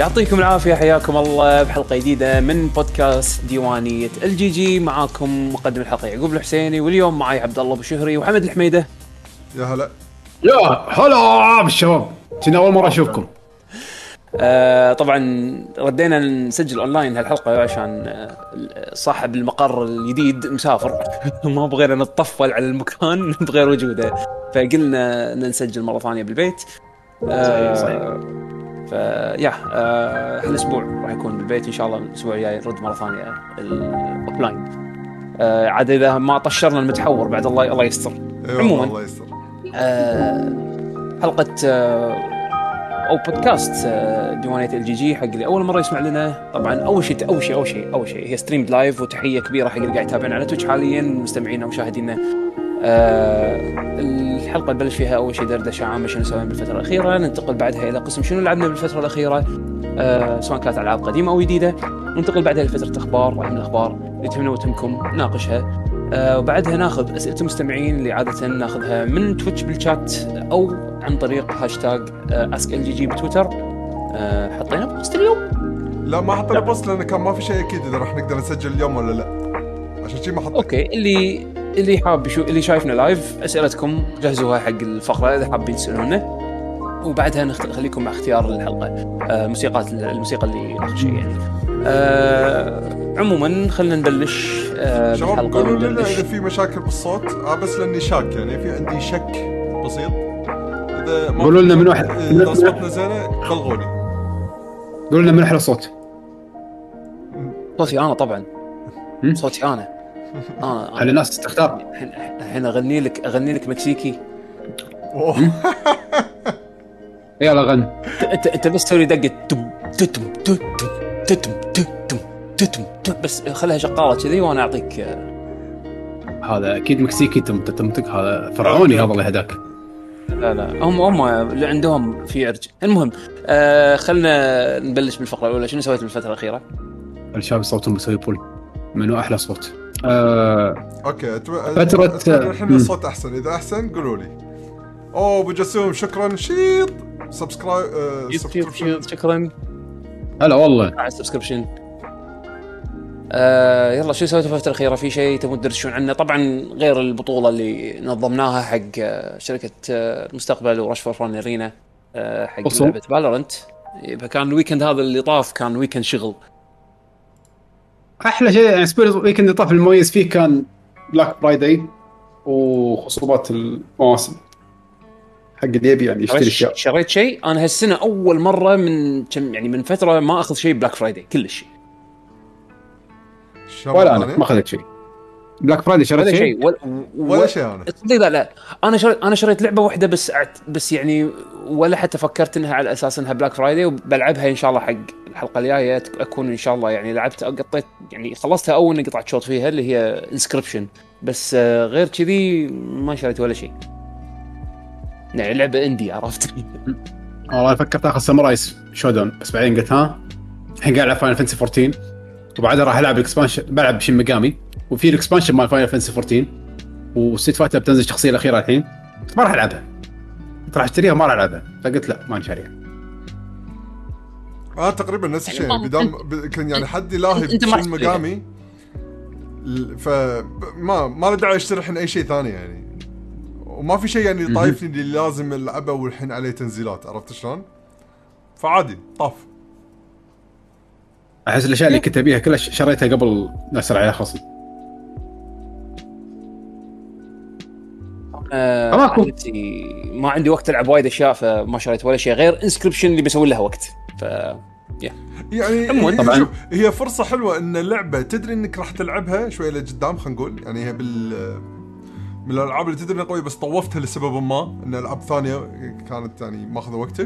يعطيكم العافية، حياكم الله بحلقة جديدة من بودكاست ديوانية الجي جي. معاكم مقدم الحلقة يعقوب الحسيني، واليوم معي عبد الله بشهري وحمد الحميدة. يا هلا بالشباب، كنا أول مرة أشوفكم. طبعا ردينا نسجل أونلاين هالحلقة عشان صاحب المقر الجديد مسافر ما بغينا نتطفل على المكان بغير وجوده، فقلنا نسجل مرة ثانية بالبيت. صحيح. فيا هالاسبوع راح يكون بالبيت ان شاء الله. الاسبوع الجاي نرد مره ثانيه الاوفلاين. عاد اذا ما طشرنا المتحور بعد الله يستر. عموما الله يستر. حلقه او بودكاست ديوانية الجي جي حق اللي اول مره يسمع لنا. طبعا اول شيء هي ستريم لايف، وتحيه كبيره حق اللي قاعد يتابعنا على تويتش حاليا، مستمعينا ومشاهدينا. الحلقة نبلش فيها أول شيء دردشة عامة شنو سوينا بالفترة الأخيرة، ننتقل بعدها إلى قسم شنو لعبنا بالفترة الأخيرة، سواء كانت ألعاب قديمة أو جديدة. ننتقل بعدها لفترة أخبار، أهم الأخبار اللي تهمنا وتهمكم نناقشها. وبعدها ناخذ أسئلة المستمعين اللي عادة ناخذها من تويتش بالشات أو عن طريق هاشتاج @AskLGG بتويتر. حطينا بوست اليوم؟ لا ما حطينا بوست لأن كان ما في شيء أكيد إذا راح نقدر نسجل اليوم ولا لا، عشان شيء ما حطينا. أوكي، اللي حاب اللي شايفنا لايف أسئلتكم جهزوها حق الفقرة إذا حابين تسألونا، وبعدها نخليكم مع اختيار الحلقة. الموسيقى اللي آخر شيء يعني. عموما خلنا نبلش شباب قولوا لنا إذا في مشاكل بالصوت. بس لأني شاك يعني في عندي شك بسيط. إذا قولوا لنا من واحد إذا صوتنا زينة بلغوني. قولوا لنا من أحلى صوت. صوتي أنا طبعا. صوتي أنا على الناس تختار. الحين أغني لك مكسيكي. يلا غن. انت بس تسوي دقه بس خليها شغاله كذي وانا اعطيك. هذا اكيد مكسيكي. تمتك هذا فرعوني هذا اللي هداك. لا هم اللي عندهم في عرج. المهم خلنا نبلش بالفقره الاولى. شنو سويت بالفتره الاخيره؟ الشباب صوتهم مسوي بول. منو احلى صوت؟ اوكي فترة الحين الصوت احسن. اذا احسن قولوا لي. ابو جسوم شكرا. شيط سبسكرايب شكرا. هلا والله على السبسكريبشن. يلا شو سويتوا في الفترة الأخيرة؟ في شيء تبون تدرسون عنه؟ طبعا غير البطولة اللي نظمناها حق شركة المستقبل ورش فورفان أرينا حق لعبة فالورنت. فكان الويكند هذا اللي طاف كان ويكند شغل. احلى شيء يعني سبيرز ويكند اللي طاف المميز فيه كان بلاك فرايداي وخصومات المواسم حق اللي يبي يعني يشتري اشياء. شريت شيء انا هالسنه اول مره من من فتره ما اخذ شيء بلاك فرايداي كلش. ولا انا ما اخذت شيء بلاك فرايداي. شريت شيء ولا شيء انا تصدق؟ لا انا شريت لعبه واحده بس يعني ولا حتى فكرت انها على اساس انها بلاك فرايداي، وبلعبها ان شاء الله حق الحلقه الجايه اكون ان شاء الله يعني لعبت قطيت يعني خلصتها اول قطعه شوط فيها اللي هي انسكريبشن. بس غير كذي ما شريت ولا شيء. يعني لعبه اندي عرفت. والله فكرت اخذ سامورايز شودون بس بعدين قلت الحين قاعد على فاينل فانتسي 14 وبعدها راح العب الاكسبانشن. بلعب شين ميجامي وفي الاكسبانشن مال فاينل فانتسي 14 وستريت فايتر بتنزل الشخصيه الاخيره الحين. ما راح العبها. راح اشتريها ما راح العبها. فقلت لا ما نشتريها. تقريبا نفس الشيء. بدام كان يعني حد لاهي بشين ميجامي فما له داعي اشتري الحين اي شيء ثاني يعني. وما في شيء يعني طايفني اللي لازم العبه والحين عليه تنزيلات. عرفت شلون؟ فعادي طاف. احس الاشياء اللي كنت ابيها كلها شريتها قبل نسر عليها خصم. ما عندي وقت العب وايد اشياء فما شريت ولا شيء غير انسكريبشن اللي بسوي لها وقت. يعني طبعا هي فرصه حلوه ان اللعبه تدري انك راح تلعبها شويه لقدام. خلينا نقول يعني هي من الالعاب اللي تدري قوي بس طوفتها لسبب ما ان العاب ثانيه كانت يعني ماخذه وقتك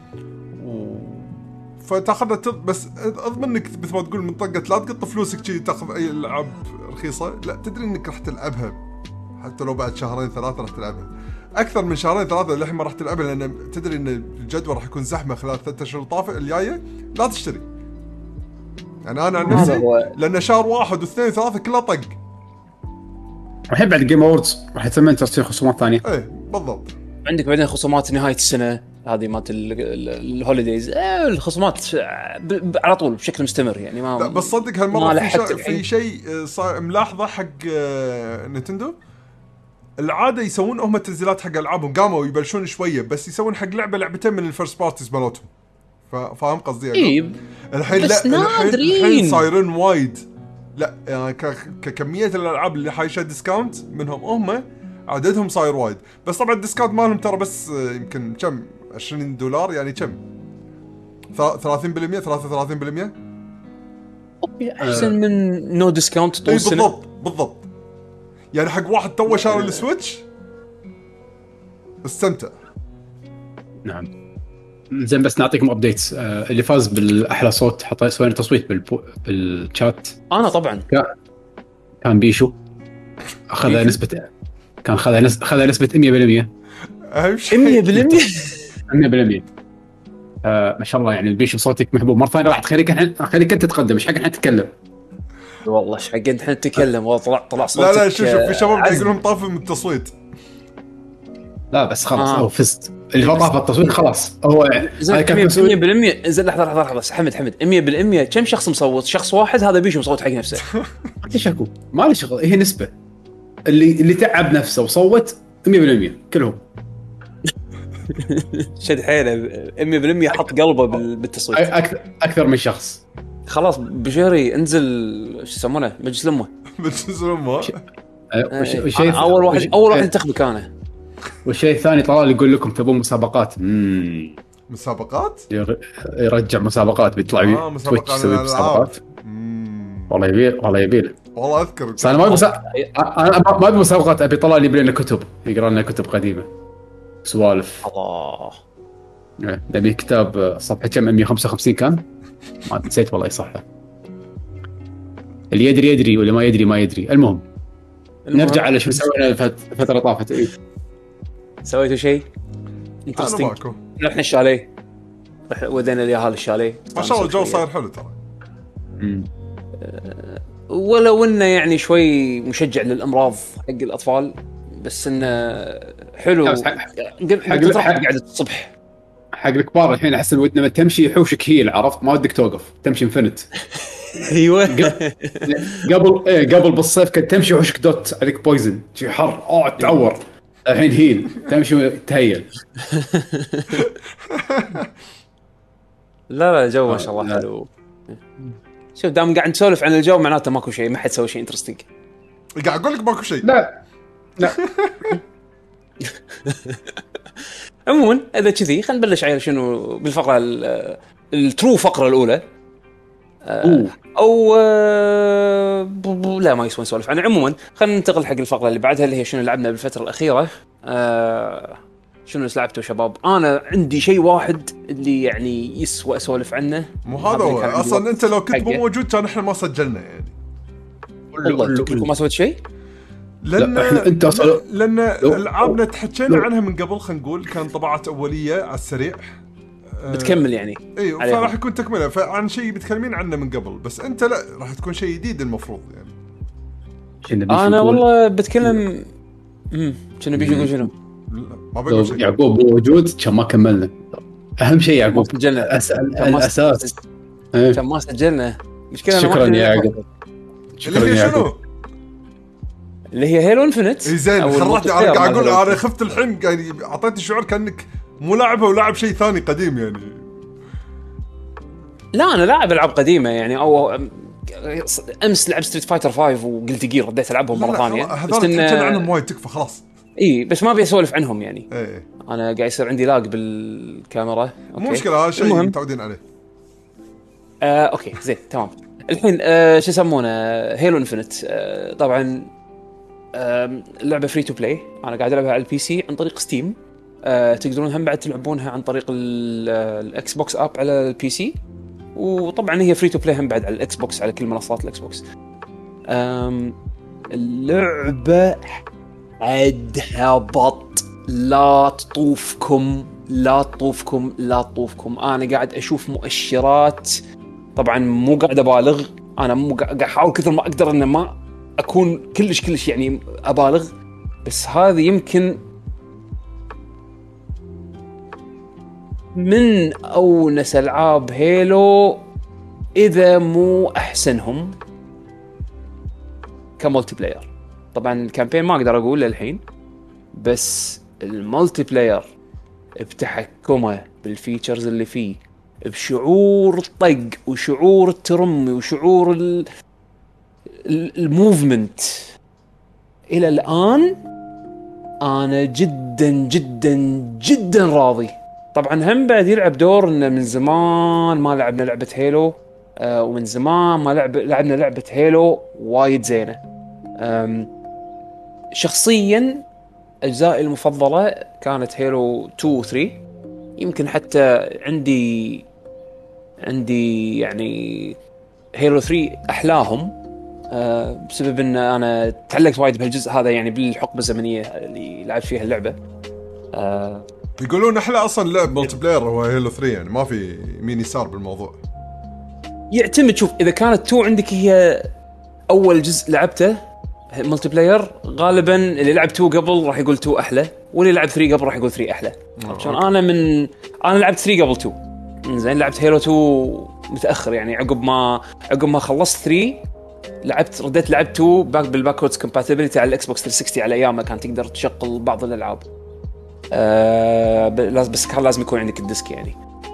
فتاخذها بس اضمن انك مثل ما تقول منطقه لا تقط فلوسك شيء تاخذ اي العاب رخيصه. لا تدري انك راح تلعبها حتى لو بعد شهرين ثلاثه راح تلعبها اكثر من شهرين ثلاثه اللي ما راح تلعبها لان تدري ان الجدول راح يكون زحمه خلال 3 اشهر طافه الجايه. لا تشتري يعني انا عن نفسي لان شهر 1 و2 و3 كلها طق. الحين بعد جيم اووردز راح يتم ترسيل خصومات ثانيه. ايه بالضبط. عندك بعدين خصومات نهايه السنه هذه مالت الهوليديز، الخصومات على طول بشكل مستمر يعني. لا بس صدق هالمره في شيء صار ملاحظه حق نينتندو. العاده يسوون هم تنزيلات حق العابهم، قاموا يبلشون شويه بس يسوون حق لعبتين من الفيرست بارتيز مالتهم. فاهم قصدي؟ إيه الحين لا الحين صايرين وايد. لا يعني ككميه الالعاب اللي حايشه ديسكاونت منهم هم عددهم صاير وايد. بس طبعا الديسكاونت مالهم ترى بس يمكن كم $20 يعني كم 30% 33%. احسن من نو ديسكاونت طول السنه. بالضبط يعني حق واحد تو شاري السويتش استمتع. نعم زين. بس نعطيكم ابديتس. اللي فاز بالاحلى صوت سوينا تصويت بالشات. انا طبعا كان بيشو اخذ نسبه، كان خذ نسبه 100%. اهم شيء 100%. ما شاء الله يعني البيشو صوتك محبوب. مره ثانيه راح خليك انت تتقدم، مش حق احنا نتكلم. والله ايش حق احنا نتكلم. طلع صوتك. لا شوف في شباب يقولون طافوا من التصويت. لا بس خلاص هو فزت. اللي طاف التصويت خلاص هو يعني كان 100%. انزل لحظه بس. حمد 100% كم شخص مصوت؟ شخص واحد هذا بيشو مصوت حق نفسه. ايش اكو ما له شغل، هي نسبه. اللي تعب نفسه وصوت 100% كلهم. شد حيله 100% حط قلبه بالتصويت. اكثر من شخص. خلاص بشهري انزل شو يسمونه مجلس الامه. اول واحد ينتخبك انا. والشيء الثاني طلال يقول لكم تبون مسابقات. مسابقات يرجع مسابقات بيطلع تويتش يسوي مسابقات. والله يبيل والله اذكر. انا ما ابي مسابقات، ابي طلال يبي لنا كتب يقرا لنا كتب قديمه سوالف. الله نبي كتاب صفحه كم 155 كان ما نسيت والله صحه. اللي يدري واللي ما يدري. المهم نرجع على شو سوينا الفتره طافت. ايه سويتوا شيء انترستينج؟ رحنا الشاليه، ودينا الياهال الشاليه. ما شاء الله الجو صاير حلو ترى. ولو انه يعني شوي مشجع للامراض حق الاطفال، بس انه حلو. قلت قاعده الصبح حق الكبار الحين احس ودنا تمشي يحوشك هيل، عرفت؟ ما ودك توقف تمشي انفنت. ايوه قبل بالصيف كنت تمشي يحوشك دوت عليك بويزن شي حر تعور. الحين هيل تمشي تهيل. لا جو ما شاء الله حلو. شوف دام قاعد نسولف عن الجو معناته ماكو شيء، ما حد سوى شيء انترستينج. قاعد اقول لك ماكو شيء. لا عموما اذا كذي خلينا نبلش عيل شنو بالفقره الترو فقره الاولى. او لا ما يسوى نسولف عنها. عموما خلينا ننتقل حق الفقره اللي بعدها اللي هي شنو لعبنا بالفتره الاخيره. شنو لعبتوا شباب؟ انا عندي شيء واحد اللي يعني يسوى اسولف عنه. مو هذا هو اصلا. انت لو كنت مو موجود كان احنا ما سجلنا يعني. والله كلكم ما سويت شيء. لان العابنا تحكينا عنها من قبل. خلينا نقول كان طبعات اوليه على السريع بتكمل يعني. ايوه فراح يكون تكمله فعن شيء بتكلمين عنه من قبل. بس انت لا راح تكون شيء جديد المفروض يعني. انا والله بتكلم شنو بيجي يقول شنو. ما بقول شيء. يعقوب موجود كان ما كملنا. اهم شيء يعقوب سجلنا الاساس كان ما سجلنا. مشكلة. شكرا يا يعقوب. شكرا يا يعقوب. اللي هي هيلو انفينيت. زين خرجت. انا قاعد اقول انا خفت الحين يعني اعطيتني شعور كانك مو لاعبها ولاعب شيء ثاني قديم يعني. لا انا لاعب العاب قديمه يعني. او امس لعب ستريت فايتر 5 وقلت جير رديت العبهم مره ثانيه. بس تحكي عنهم وايد تكفى خلاص. اي بس ما ابي اسولف عنهم يعني. ايه انا قاعد يصير عندي لاج بالكاميرا. مو مشكله هذا شيء متعودين عليه. اوكي زين تمام. الحين شو يسمونه هيلو انفينيت. طبعا اللعبه فري تو بلاي. انا قاعد العبها على البي سي عن طريق ستيم. تقدرون هم بعد تلعبونها عن طريق الاكس بوكس اب على البي سي. وطبعا هي فري تو بلاي هم بعد على الاكس بوكس على كل منصات الاكس بوكس. اللعبه عدها بط. لا تطوفكم انا قاعد اشوف مؤشرات. طبعا مو قاعد ابالغ. انا مو قاعد احاول كثر ما اقدر ان ما اكون كلش يعني ابالغ. بس هذه يمكن من أونس ألعاب هيلو إذا مو أحسنهم كمولتي بلاير. طبعا الكامبين ما أقدر أقول للحين، بس المولتي بلاير بتحكمه بالفيتشرز اللي فيه، بشعور الطق وشعور الترمي وشعور الموفمنت، إلى الآن أنا جدا جدا جدا راضي. طبعا هم بعد يلعب دور إنه من زمان ما لعبنا لعبة هيلو، ومن زمان ما لعبنا لعبة هيلو وايد زينة. شخصيا أجزائي المفضلة كانت هيلو 2 و 3، يمكن حتى عندي يعني هيلو 3 أحلاهم، بسبب ان انا تعلقت وايد بهالجزء هذا، يعني بالحقبه الزمنيه اللي لعبت فيها اللعبه. يقولون احلى اصلا لعب ملتي بلاير هو هيلو 3، يعني ما في يمين يسار بالموضوع. يعتمد، شوف اذا كانت 2 عندك هي اول جزء لعبته ملتي بلاير، غالبا اللي لعب 2 قبل راح يقول 2 احلى، واللي لعب 3 قبل راح يقول 3 احلى. عشان انا لعبت 3 قبل 2، زين لعبت هيلو 2 متاخر، يعني عقب ما خلصت 3 رديت لعبت 2 بالباكوردز كومباتيبلتي على الاكس بوكس 360 على ايامها كان تقدر تشغل بعض الالعاب، بس كان لازم يكون عندك الديسك يعني.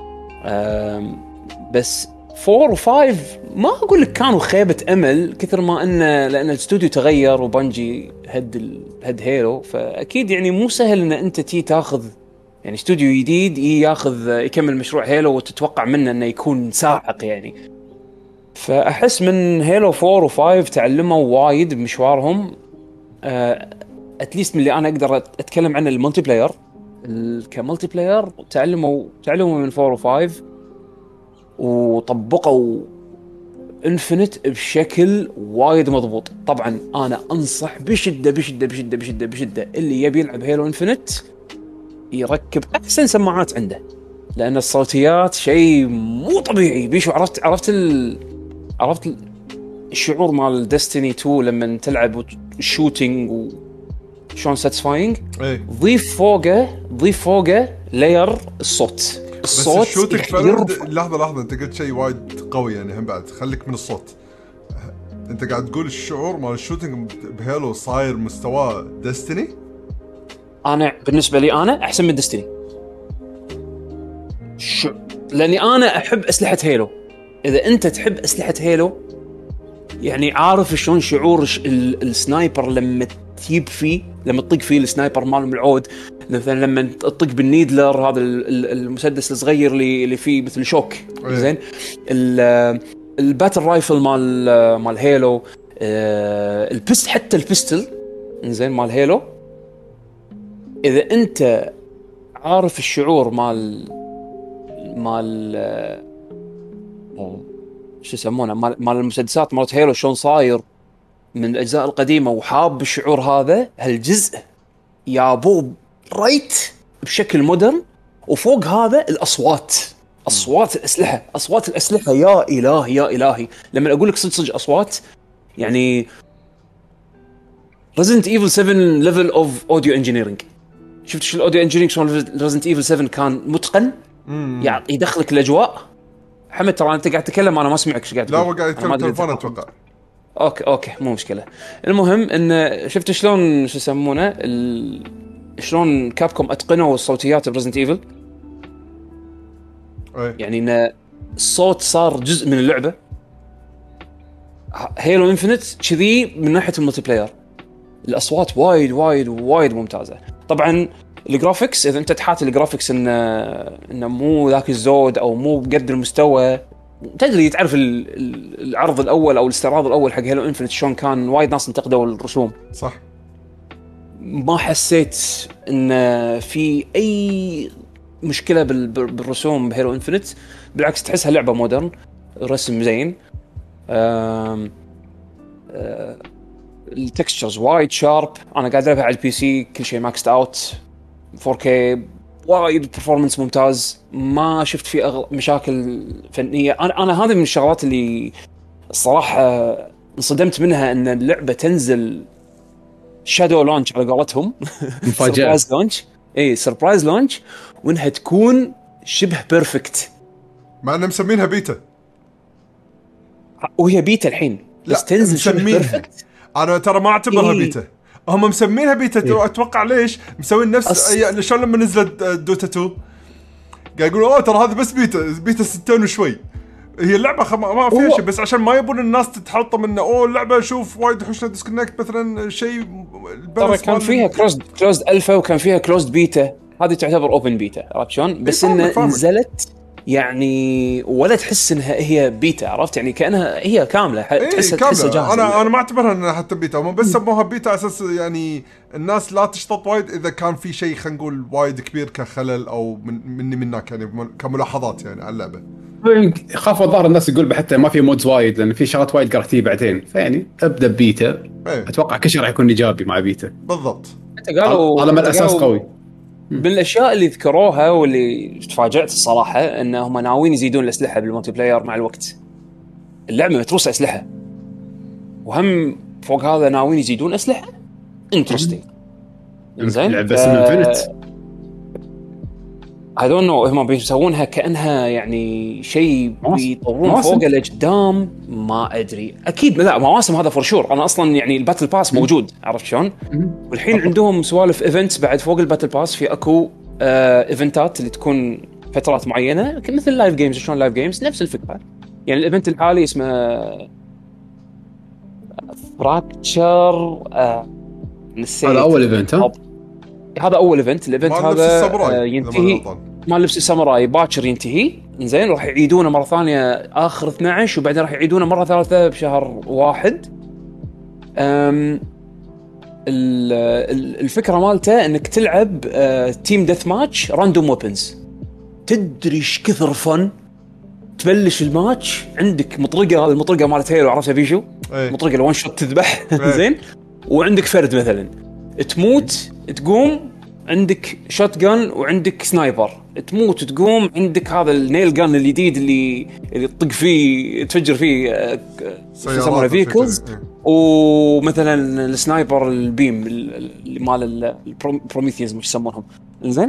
بس 4 و 5 ما اقول لك كانوا خيبه امل كثر ما لان الاستوديو تغير وبنجي هد هيلو، فاكيد يعني مو سهل ان انت تاخذ يعني استوديو جديد يكمل مشروع هيلو وتتوقع منه انه يكون ساحق يعني. فأحس من هيلو 4 و5 تعلموا وايد بمشوارهم، أتليست من اللي أنا أقدر أتكلم عنه المولتي بلاير. كمولتي بلاير تعلموا من 4 و5 وطبقوا انفينيت بشكل وايد مضبوط. طبعا أنا أنصح بشدة بشدة بشدة بشدة بشدة اللي يبي يلعب هيلو انفينيت يركب أحسن سماعات عنده، لأن الصوتيات شيء مو طبيعي. بيشو عرفت الشعور مال ديستني 2 لما تلعب الشوتينج وشون ساتسفاينج، ضيف فوقه لاير الصوت. بس الشوتينج فعلا لحظة انت قلت شيء وايد قوي يعني، هم بعد خليك من الصوت. انت قاعد تقول الشعور مال الشوتينج بهيلو صاير مستوى ديستني. انا بالنسبة لي انا احسن من ديستني، لاني انا احب اسلحة هيلو. اذا انت تحب اسلحة هيلو يعني عارف شلون شعور السنايبر لما تجيب فيه، لما تطق فيه السنايبر مال العود، مثلا لما تطق بالنيدلر هذا المسدس الصغير اللي فيه مثل شوك، زين الباتل رايفل مال هيلو، حتى البيستل زين مال هيلو. اذا انت عارف الشعور مال شو يسمونه مال المسدسات مالت هيلو شلون صاير من الأجزاء القديمة وحاب الشعور هذا، هالجزء يابوه رايت بشكل مودرن. وفوق هذا الأصوات، أصوات الأسلحة يا إلهي لما أقول لك صدق أصوات يعني Resident Evil 7 level of audio engineering. شفت شو الأوديو انجينيرينج شلون Resident Evil 7 كان متقن، يعني يدخلك الأجواء. حمد ترى أنت قاعد تتكلم أنا ما أسمعك إيش قاعد تقول. لا هو قاعد يتكلم تلفون أتوقع. أوكي مو مشكلة. المهم إن شفت شلون شو يسمونه شلون كابكوم أتقنوا الصوتيات بريزنت إيفل، يعني إن الصوت صار جزء من اللعبة. هيلو إنفينيت كذي من ناحية الملتي بلاير الأصوات وايد ممتازة. طبعا الجرافيكس إذا أنت تحات الجرافيكس إنه مو ذاك الزود أو مو بقدر المستوى، تدري تعرف العرض الأول أو الاستعراض الأول حق هيلو إنفينيت شلون كان وايد ناس انتقدوا الرسوم، صح. ما حسيت إن في أي مشكلة بالرسوم بهيلو إنفينيت، بالعكس تحسها لعبة مودرن، رسم زين، التكستشرز وايد شارب. أنا قاعد ألعبها على البي سي كل شيء ماكست أوت 4K، وايد برفورمانس ممتاز، ما شفت فيه مشاكل فنية. أنا هذه من الشغلات اللي الصراحة انصدمت منها، إن اللعبة تنزل شادو لونش على قولتهم، مفاجأة سربرايز لونش، سربرايز لونش، وإنها تكون شبه بيرفكت، مع انهم مسمينها بيتا. وهي بيتا الحين بس تنزل شبه بيرفكت. انا ترى ما اعتبرها بيتا، هم مسمينها بيتا. اتوقع ليش مسوين نفس شلون لما نزلت دوتا 2 قاعد يقولوا ترى هذا بس بيتا 6 وشوي. هي اللعبه ما فيها شيء، بس عشان ما يبون الناس تتحطم انه اللعبه شوف وايد حشنا ديسكونكت مثلا شيء. ترى كان فيها كلوزد الفا وكان فيها كلوزد بيتا، هذه تعتبر اوبن بيتا، عرفت شلون؟ بس انها نزلت يعني ولا تحس انها هي بيتا، عرفت يعني كانها هي كامله، تحسها جاهزه. انا ما اعتبرها انها حتى بيتا، هم بس سموها بيتا اساس يعني الناس لا تشطط وايد اذا كان في شيء خلينا نقول وايد كبير كخلل او منك يعني كملاحظات يعني على اللعبه. خافوا الظاهر الناس يقول حتى ما في مودز وايد لان في شغلات وايد قرأتيه بعدين، فيعني ابدا بيتا. اتوقع كل شيء راح يكون ايجابي مع بيتا. بالضبط. قالوا هذا من الاساس قوي. من الاشياء اللي ذكروها واللي تفاجأت الصراحه انهم ناويين يزيدون الاسلحه بالمالتي بلاير مع الوقت. اللعبه متروسه اسلحه، وهم فوق هذا ناويين يزيدون اسلحه انترستينج. زين لعبه انفينيت I don't know هم بيسوونها كأنها يعني شيء بيطورون فوق لقدام، ما أدري. أكيد لا مواسم هذا فور. أنا أصلا يعني الباتل باس موجود، عرفت شلون؟ والحين عندهم سوالف إيفنتس بعد فوق الباتل باس. في أكو إيفنتات اللي تكون فترات معينة مثل لايف جيمز. شلون لايف جيمز نفس الفكرة. يعني الإيفنت الحالي اسمه فراكتشر نسيت. هذا أول إيفنت هذا أول إيفنت. الإيفنت هذا ينتهي مال لبس الساموراي باكر ينتهي. إنزين راح يعيدونه مرة ثانية آخر 12 وبعدين راح يعيدونه مرة ثالثة بشهر 1. الفكرة مالته إنك تلعب تيم ديث ماتش راندوم ويبنز. تدري إيش كثر فن. تبلش الماتش عندك مطرقة، هذه المطرقة مالت هيلو عرفتها بيشو؟ مطرقة الوان شوت تذبح. زين وعندك فرد مثلا تموت تقوم عندك شوت جان وعندك سنايبر، تموت تقوم عندك هذا النيل جان الجديد اللي تطق فيه تفجر فيه يسمونه فيكلز، ومثلا السنايبر البيم اللي مال البروميثيوس مش يسمونهم. زين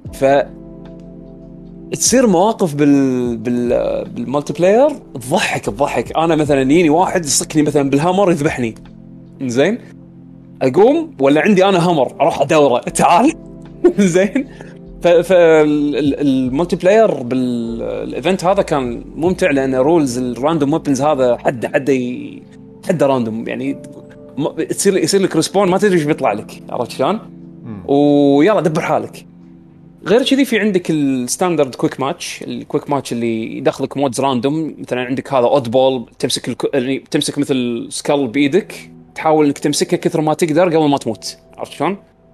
تصير مواقف بالمالتي بلاير تضحك. انا مثلا يجيني واحد يصكني مثلا بالهامر يذبحني، زين اقوم ولا عندي انا هامر اروح ادوره تعال. زين فالمالتي بلاير بالايفنت هذا كان ممتع لان رولز الراندوم ويبنز هذا حد راندوم يعني يصير لك ريسبون ما تدري ايش بيطلع لك، عرفت شلون؟ ويلا دبر حالك. غير كذي في عندك الستاندرد كويك ماتش. الكويك ماتش اللي يدخلك مودز راندوم، مثلا عندك هذا اود بول تمسك مثل سكال بايدك تحاول انك تمسكها كثر ما تقدر قبل ما تموت، عرفت شلون؟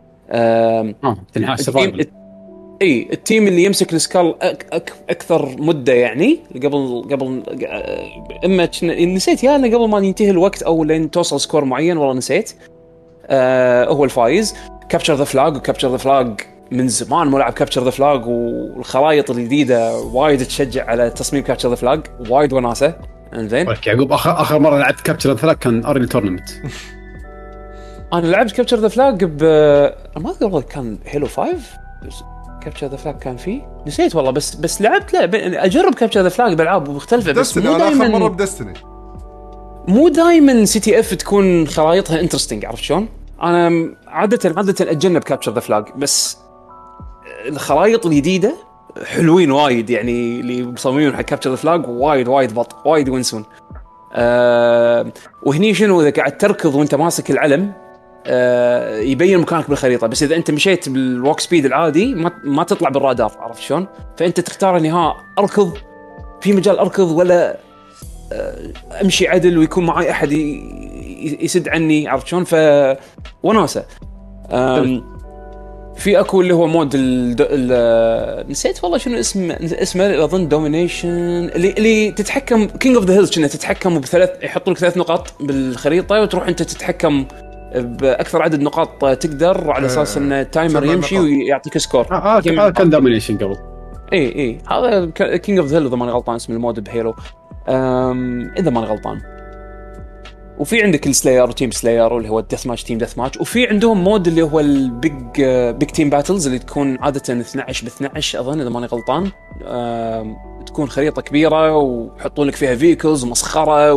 تنحاس التيم اللي يمسك السكال اكثر مده يعني قبل اما نسيت يا انا قبل ما ينتهي الوقت او لين توصل سكور معين والله نسيت، هو الفايز. كابتشر ذا فلاج. وكابتشر ذا فلاج من زمان ما لعب كابتشر ذا فلاج، والخرائط الجديده وايد تشجع على تصميم كابتشر ذا فلاج، وايد وناسه. انزين يعقوب اخر مره لعبت كابتشر ذا فلاج كان ارلي تورنمنت. انا لعبت كابتشر ذا فلاج ما اذكر والله كان هيلو 5 كابتشر ذا فلاج كان فيه، نسيت والله. بس لعبت اجرب كابتشر ذا فلاج بالعاب مختلفه. بس مو دائما مره بدستني، مو دائما سي تي اف تكون خرائطها انترستينج، عرفت شلون؟ انا عاده اتجنب كابتشر ذا فلاج، بس الخرائط الجديده حلوين وايد يعني اللي مصممين حق كابتشر ذا فلاج وايد بط وايد ونسون. وهني شنو اذا قاعد تركض وانت ماسك العلم يبين مكانك بالخريطه، بس اذا انت مشيت بالوك سبيد العادي ما تطلع بالرادار، عرفت شلون؟ فانت تختار اني اركض في مجال اركض ولا امشي عدل ويكون معي احد يسد عني، عرفت شلون؟ وناسه. في اكو اللي هو مود نسيت والله شنو اسمه اظن دومينيشن، اللي تتحكم كينج اوف ذا هيلز، كنا تتحكم بثلاث، يحطوا لك 3 نقاط بالخريطه وتروح انت تتحكم باكثر عدد نقاط تقدر على اساس ان التايمر يمشي ويعطيك سكور. كان دومينيشن قبل. اي هذا كينج اوف ذا هيل اذا ماني غلطان اسم المود بهيلو، اذا ماني غلطان. وفي عندك السلاير وتيم سلاير اللي هو الديث ماتش تيم ديث ماتش، وفي عندهم مود اللي هو البيج تيم باتلز اللي تكون عاده 12 ب 12 اظن اذا ماني غلطان. تكون خريطه كبيره ويحطون لك فيها فيكلز ومسخره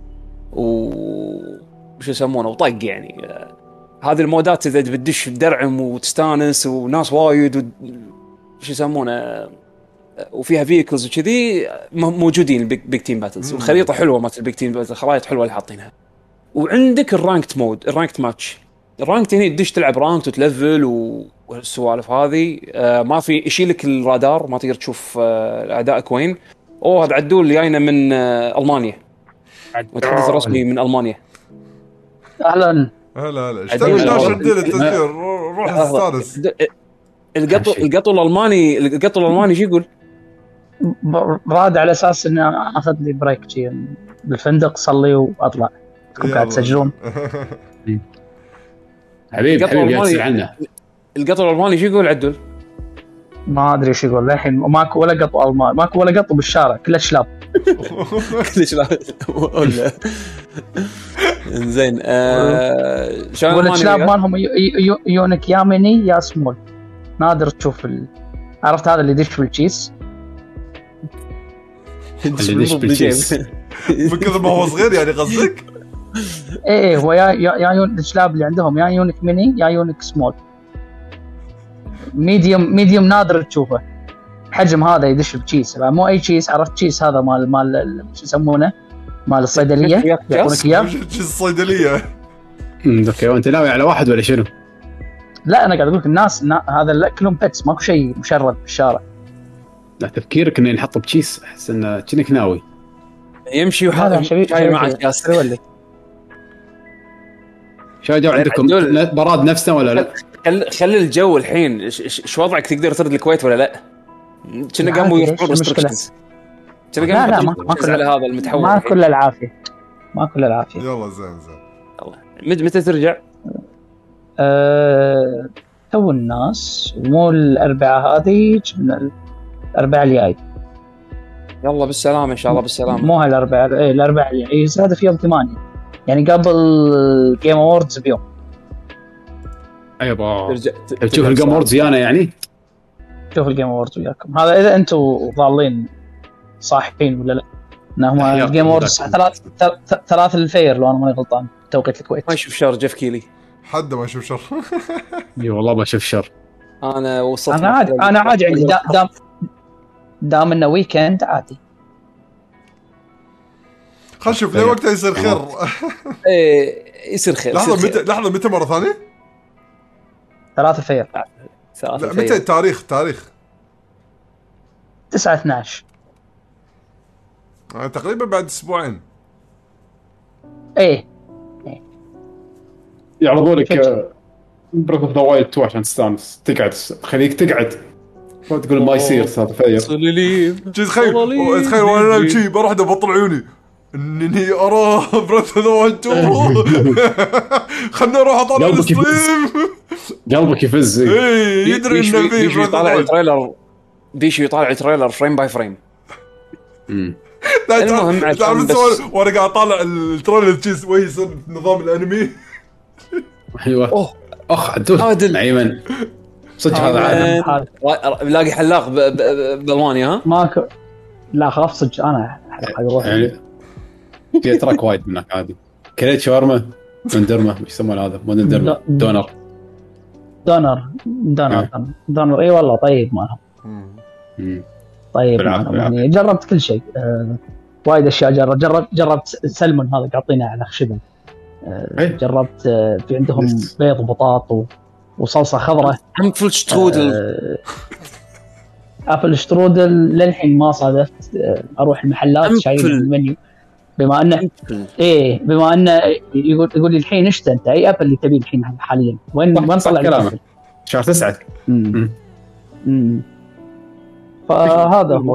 وش يسمونه وطق يعني. هذه المودات اذا بتدش بدرعم وتستانس وناس وايد وش يسمونه وفيها فيكلز وكذي موجودين البيج تيم باتلز. والخريطه حلوه مالت البيج تيم باتلز، خرائط حلوه اللي حاطينها. وعندك الرانكت مود، الرانكت ماتش. الرانكت هنا تدش تلعب رانكت وتلفل والسوالف هذه. ما في يشيلك الرادار، ما تقدر تشوف اعدائك وين. هذا عدول جاينا من المانيا، متحدث رسمي من المانيا. هلا اشتغل ناشر ديل التذكير، روح استانس. القطو الالماني شو يقول؟ راد على اساس ان اخذ لي بريك بالفندق، صلي واطلع. قاعد تسجلون؟ حبيبي يسأل عنه. القطو الالماني شو يقول عدل؟ ما ادري شو يقول الحين. ماكو ولا قطو الماني، ماكو ولا قطو بالشارع، كله شلاب. كله شلاب ولا انزين. شلون ولا الشلاب مالهم يونك يا ميني يا سمول، نادر تشوف عرفت هذا اللي يدش بالتشيس، اللي يدش بالتشيس بكذا ما هو صغير يعني قصدك؟ ايه هو يا الشلاب اللي عندهم يا يونك ميني يا يونك سمول. ميديوم نادر تشوفه. حجم هذا يدش بتشيس، مو اي تشيس، عرفت تشيس هذا مال شو يسمونه، مال الصيدليه يعطونك اياه. تشيس الصيدليه. اوكي وانت ناوي على واحد ولا شنو؟ لا انا قاعد اقول لك الناس هذا كلهم بيتس، ماكو شيء مشرد بالشارع. لا تفكيرك انه ينحط بتشيس، احس انه كأنك ناوي يمشي وحاله شاي مع الكاس ولا شو جو عندكم براد نفسه ولا لا؟ خلي الجو الحين. شو وضعك؟ تقدر ترد الكويت ولا لا؟ كنا قاموا يرفعون ريستريكشنز. لا ما على هذا المتحول. ما كل العافيه، ما كل العافيه. يلا زين الله. متى ترجع؟ تو الناس مو الأربعاء هذه، من الأربعاء الجاي. يلا بالسلامة إن شاء الله بالسلامة. مو هالأربعاء، الأربعاء الجاي. هذا في يوم 8 يعني قبل جيم أووردز بيوم. أيوة تشوف الجيم أووردز ويانا يعني؟ شوف الجيم أووردز وياكم. هذا إذا أنتوا ضالين صاحبين ولا لا. إنهم الجيم أووردز 3 الفير لو أنا ماني غلطان توقيت الكويت. ما يشوف شر جيف كيلي. حد ما يشوف شر. اي والله ما اشوف شر. انا وصلت. انا عادي عندي دام انه ويكند عادي. خل شوف ليه وقتها يصير خير. ايه يصير خير. لحظه متى مره ثانيه؟ 3 فير. متى التاريخ؟ 9/12 تقريبا بعد اسبوعين. ايه يعرضوا لك بريك اوف ذا وايلد 2 عشان تستانس، تقعد خليك تقعد ما تقول ما يصير هذا فير. تخيل وانا امشي بروح ابطل عيوني انني ارى بريك اوف ذا وايلد 2. خلنا اروح اطالع الستريم. قلبك يفز. يدري انه في يطالع التريلر، بيشو يطالع التريلر فريم باي فريم. المهم وانا قاعد اطالع التريلر تشيز ويصير نظام الانمي. ايوه عدول ايمن صدق هذا عادي. بلاقي حلاق بالواني ها ماكو. لا خاف صدق انا اروح يعني في تراك وايد منك عادي. كليت شاورما مندرمه ايش يسمونه هذا مو مندرمه دونر اي والله طيب مالهم. طيب يعني جربت كل شيء. وايد اشياء جربت سلمون هذا قاعطينه على خشبه. جربت في عندهم بيض وبطاط وصلصه خضراء. أمفل شترودل. أبل شترودل للحين ما صادفت أروح المحلات شايل المنيو بما أنه يقول لي الحين إيش أنت أي أبل اللي تبيه الحين حاليا وين طلع الأبل شهر 9. فهذا هو.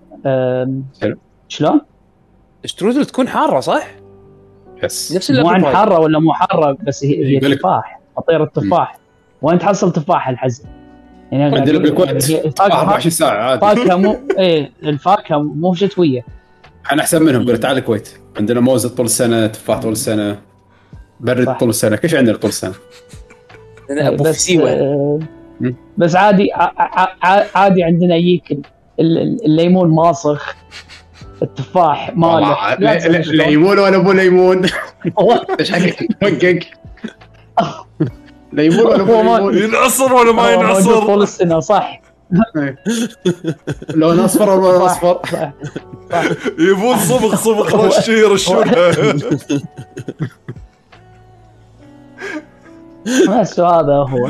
شلون شترودل تكون حارة صح؟ نفس مو عن حارة ولا مو حارة بس هي تفاح مطير التفاح وين تحصل تفاح الحزن يعني عندنا بالكويت 24 ساعة عادي. فاكهة مو الفاكهة مو شتوية احنا احسن منهم. قلت تعال الكويت عندنا موز طول السنه، تفاح طول السنه، برد طول السنه، كل شيء عندنا طول السنه. ابو فسيوه بس عادي عادي عندنا يجيك الليمون ماسخ، التفاح ماله ليمون ولا مو ليمون؟ ايش حقك وقق؟ ليمون ولا مو ليمون؟ ينعصر ولا ما ينعصر طول السنه صح. لون اصفر ولا لون اصفر؟ يبون صبغ رشوله. بس هذا هو.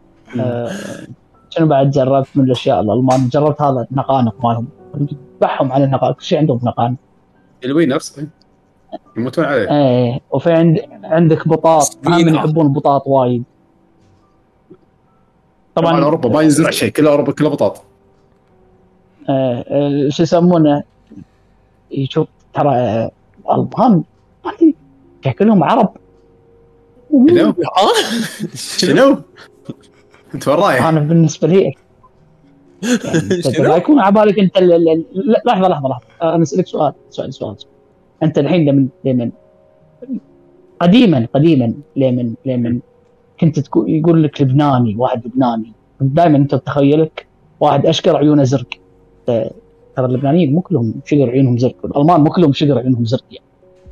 شنو بعد جربت من الاشياء الالمان؟ جربت هذا النقانق مالهم، بحهم على النقانق، كل شيء عندهم نقانق. الوينرز يموتون عليه. ايه وفي عندك بطاط، هم يحبون البطاط وايد. طبعا اوروبا ما ينزرع شيء، كل اوروبا كله بطاط. شو يسمونه، يشوف ترى الالمان شكلهم عرب. شنو انت وراي؟ انا بالنسبه لي يعني لا يكون على بالك انت لحظه انا اسالك سؤال. انت الحين لمن قديما لمن كنت يقول لك لبناني، واحد لبناني دائما انت تتخيلك واحد اشقر عيونه زرق. ترى اللبنانيين مو كلهم شقر عيونهم زرق، الالمان مو كلهم شقر عيونهم زرق يعني.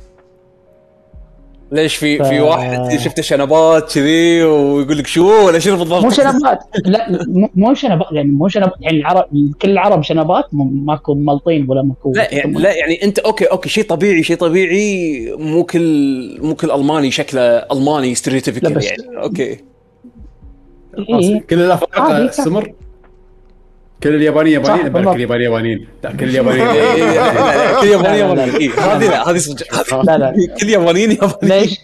ليش في واحد شفت شنبات كذي ويقول لك شو ولا شنو بالضبط؟ مو شنبات، لا مو شنبات يعني العرب، كل العرب شنبات، ماكو ملطين ولا ماكو. لا يعني انت اوكي شيء طبيعي مو كل الماني شكله الماني ستيريوتيبيكال يعني. اوكي كل الافارقه السمر، كل اليابانيين يابانيين، كل اليابانيين لا كل اليابانيين كل اليابانيين هذه صدق. لا كل اليابانيين ليش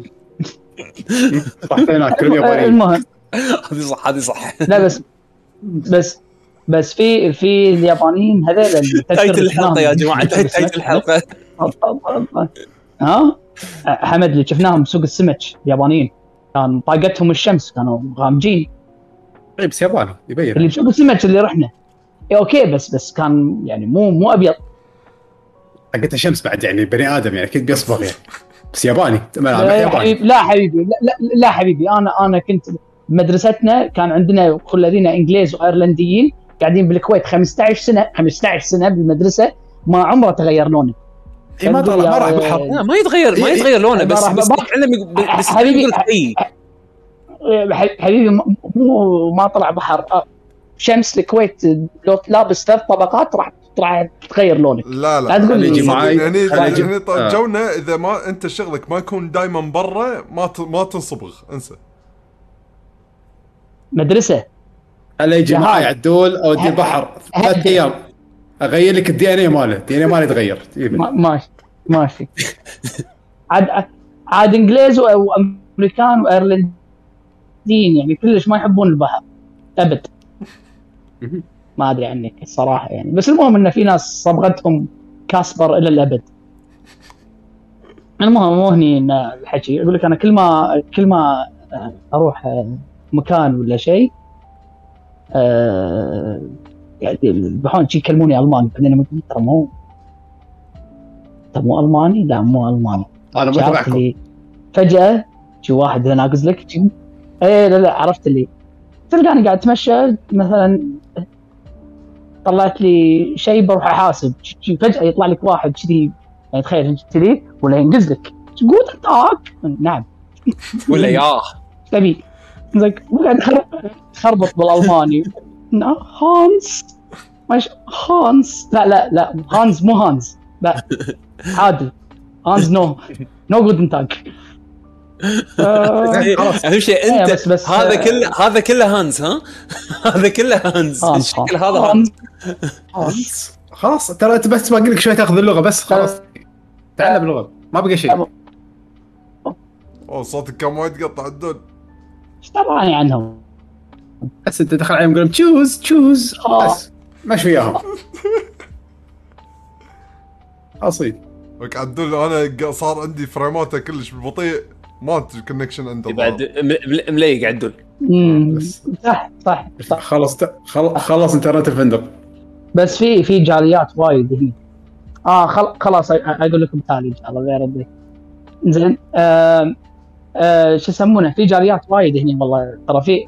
صح هناك كل اليابانيين. المهم هذه صح. لا بس في اليابانيين هذول تايتل الحلقه يا جماعه، تايتل الحلقه. حمد اللي شفناهم بسوق السمك اليابانيين كان طاقتهم الشمس، كانوا غامجين. بس ياباني يبين اللي بسوق السمك اللي رحنا اوكي بس كان يعني مو ابيض، حقت الشمس بعد يعني بني ادم يعني اكيد بيصبغ يعني، بس ياباني. لا حبيبي لا حبيبي، انا كنت مدرستنا كان عندنا خلادين انجليز وايرلنديين قاعدين بالكويت 15 سنه بالمدرسه، ما عمره تغير لونه. ما طلع ما راح بحر، ما يتغير لونه، بس حبيبي ما طلع بحر. شمس الكويت لو لابس 3 طبقات راح تغير لونك. لا تقول لي يعني جونا اذا ما انت شغلك ما يكون دائما برا ما تنصبغ، انسى. مدرسه هلا يجي معي عدول او دي بحر 3 ايام اغير لك الدي ان اي ماله، يتغير. ماشي عاد انجليز وامريكان وايرلنديين يعني كلش ما يحبون البحر ابد. ما ادري عنك الصراحه يعني، بس المهم ان في ناس صبغتهم كاسبر الى الابد. المهم مو هني الحكي، اقول لك انا كل ما اروح مكان ولا شيء يعني بحاول شي يكلموني الماني، بعدين ترى مو الماني، لا مو الماني. انا مو تبعكم. فجاه شي واحد ناقز لك ايه لا عرفت اللي تلقاني قاعد اتمشى مثلا، طلعت لي شيء بروح احاسب، فجاه يطلع لك واحد كذي يعني تخيل كذي ولا ينقز لك قول تاك نعم ولا يا تبي زين قاعد خربط بالالماني. هانس مش هانس، لا هانز مو هانز، لا عادي هانز نو جودن تاك. اهم شيء انت بس هذا كله هانز. هذا كله هانز. الشكل هذا هانز. خلاص ترى انت بس باقي لك شوي تاخذ اللغه بس، خلاص تعلم اللغه ما بقى شيء. صوتك كم وايد قطع الدود. ايش تبغاني عنهم؟ بس انت دخل عليهم قول تشوز بس ماشي وياهم اصيل. عدول انا صار عندي فريماته كلش بالبطيء، ما الكونكشن عنده بعد مليق عدول. صح خلص انترنت الفندق. بس في جاليات وايد هنا خلاص اقول لكم تالي ان شاء الله غير ردي. زين شو يسمونه، في جاليات وايد هنا والله ترى. في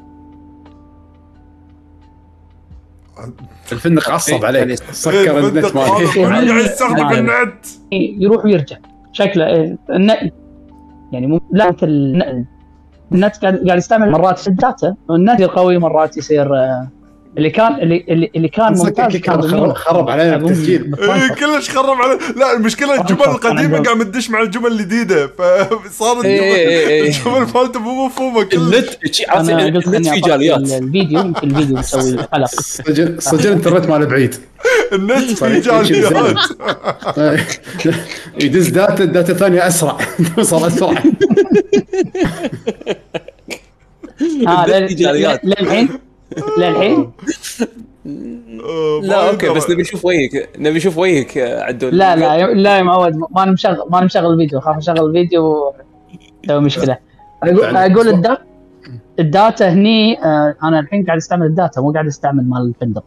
الفندق عصب عليك، سكر النت مالي قاعد يستخدم النت يروح ويرجع شكله النت يعني لا النت قاعد يستعمل مرات الداتا، والنت قوي مرات يصير اللي كان ممتاز كان خرب علينا التسجيل. كلش خرب علينا. لا المشكله الجمل القديمه قاعد مدش مع الجمل الجديده، فصارت الجمل مالته مو مفهومه كلش. النت في جاليات. الفيديو يمكن الفيديو يسوي حلقه سجل الانترنت ماله بعيد. النت في جاليات يدز داتا ثانيه اسرع توصل اسرع. للحين لا اوكي، بس نبي نشوف وجهك عدول. لا يا معود، ما نشغل الفيديو، خاف اشغل الفيديو لو مشكله. اقول الداتا هني انا الحين قاعد استعمل الداتا، مو قاعد استعمل مال الفندق.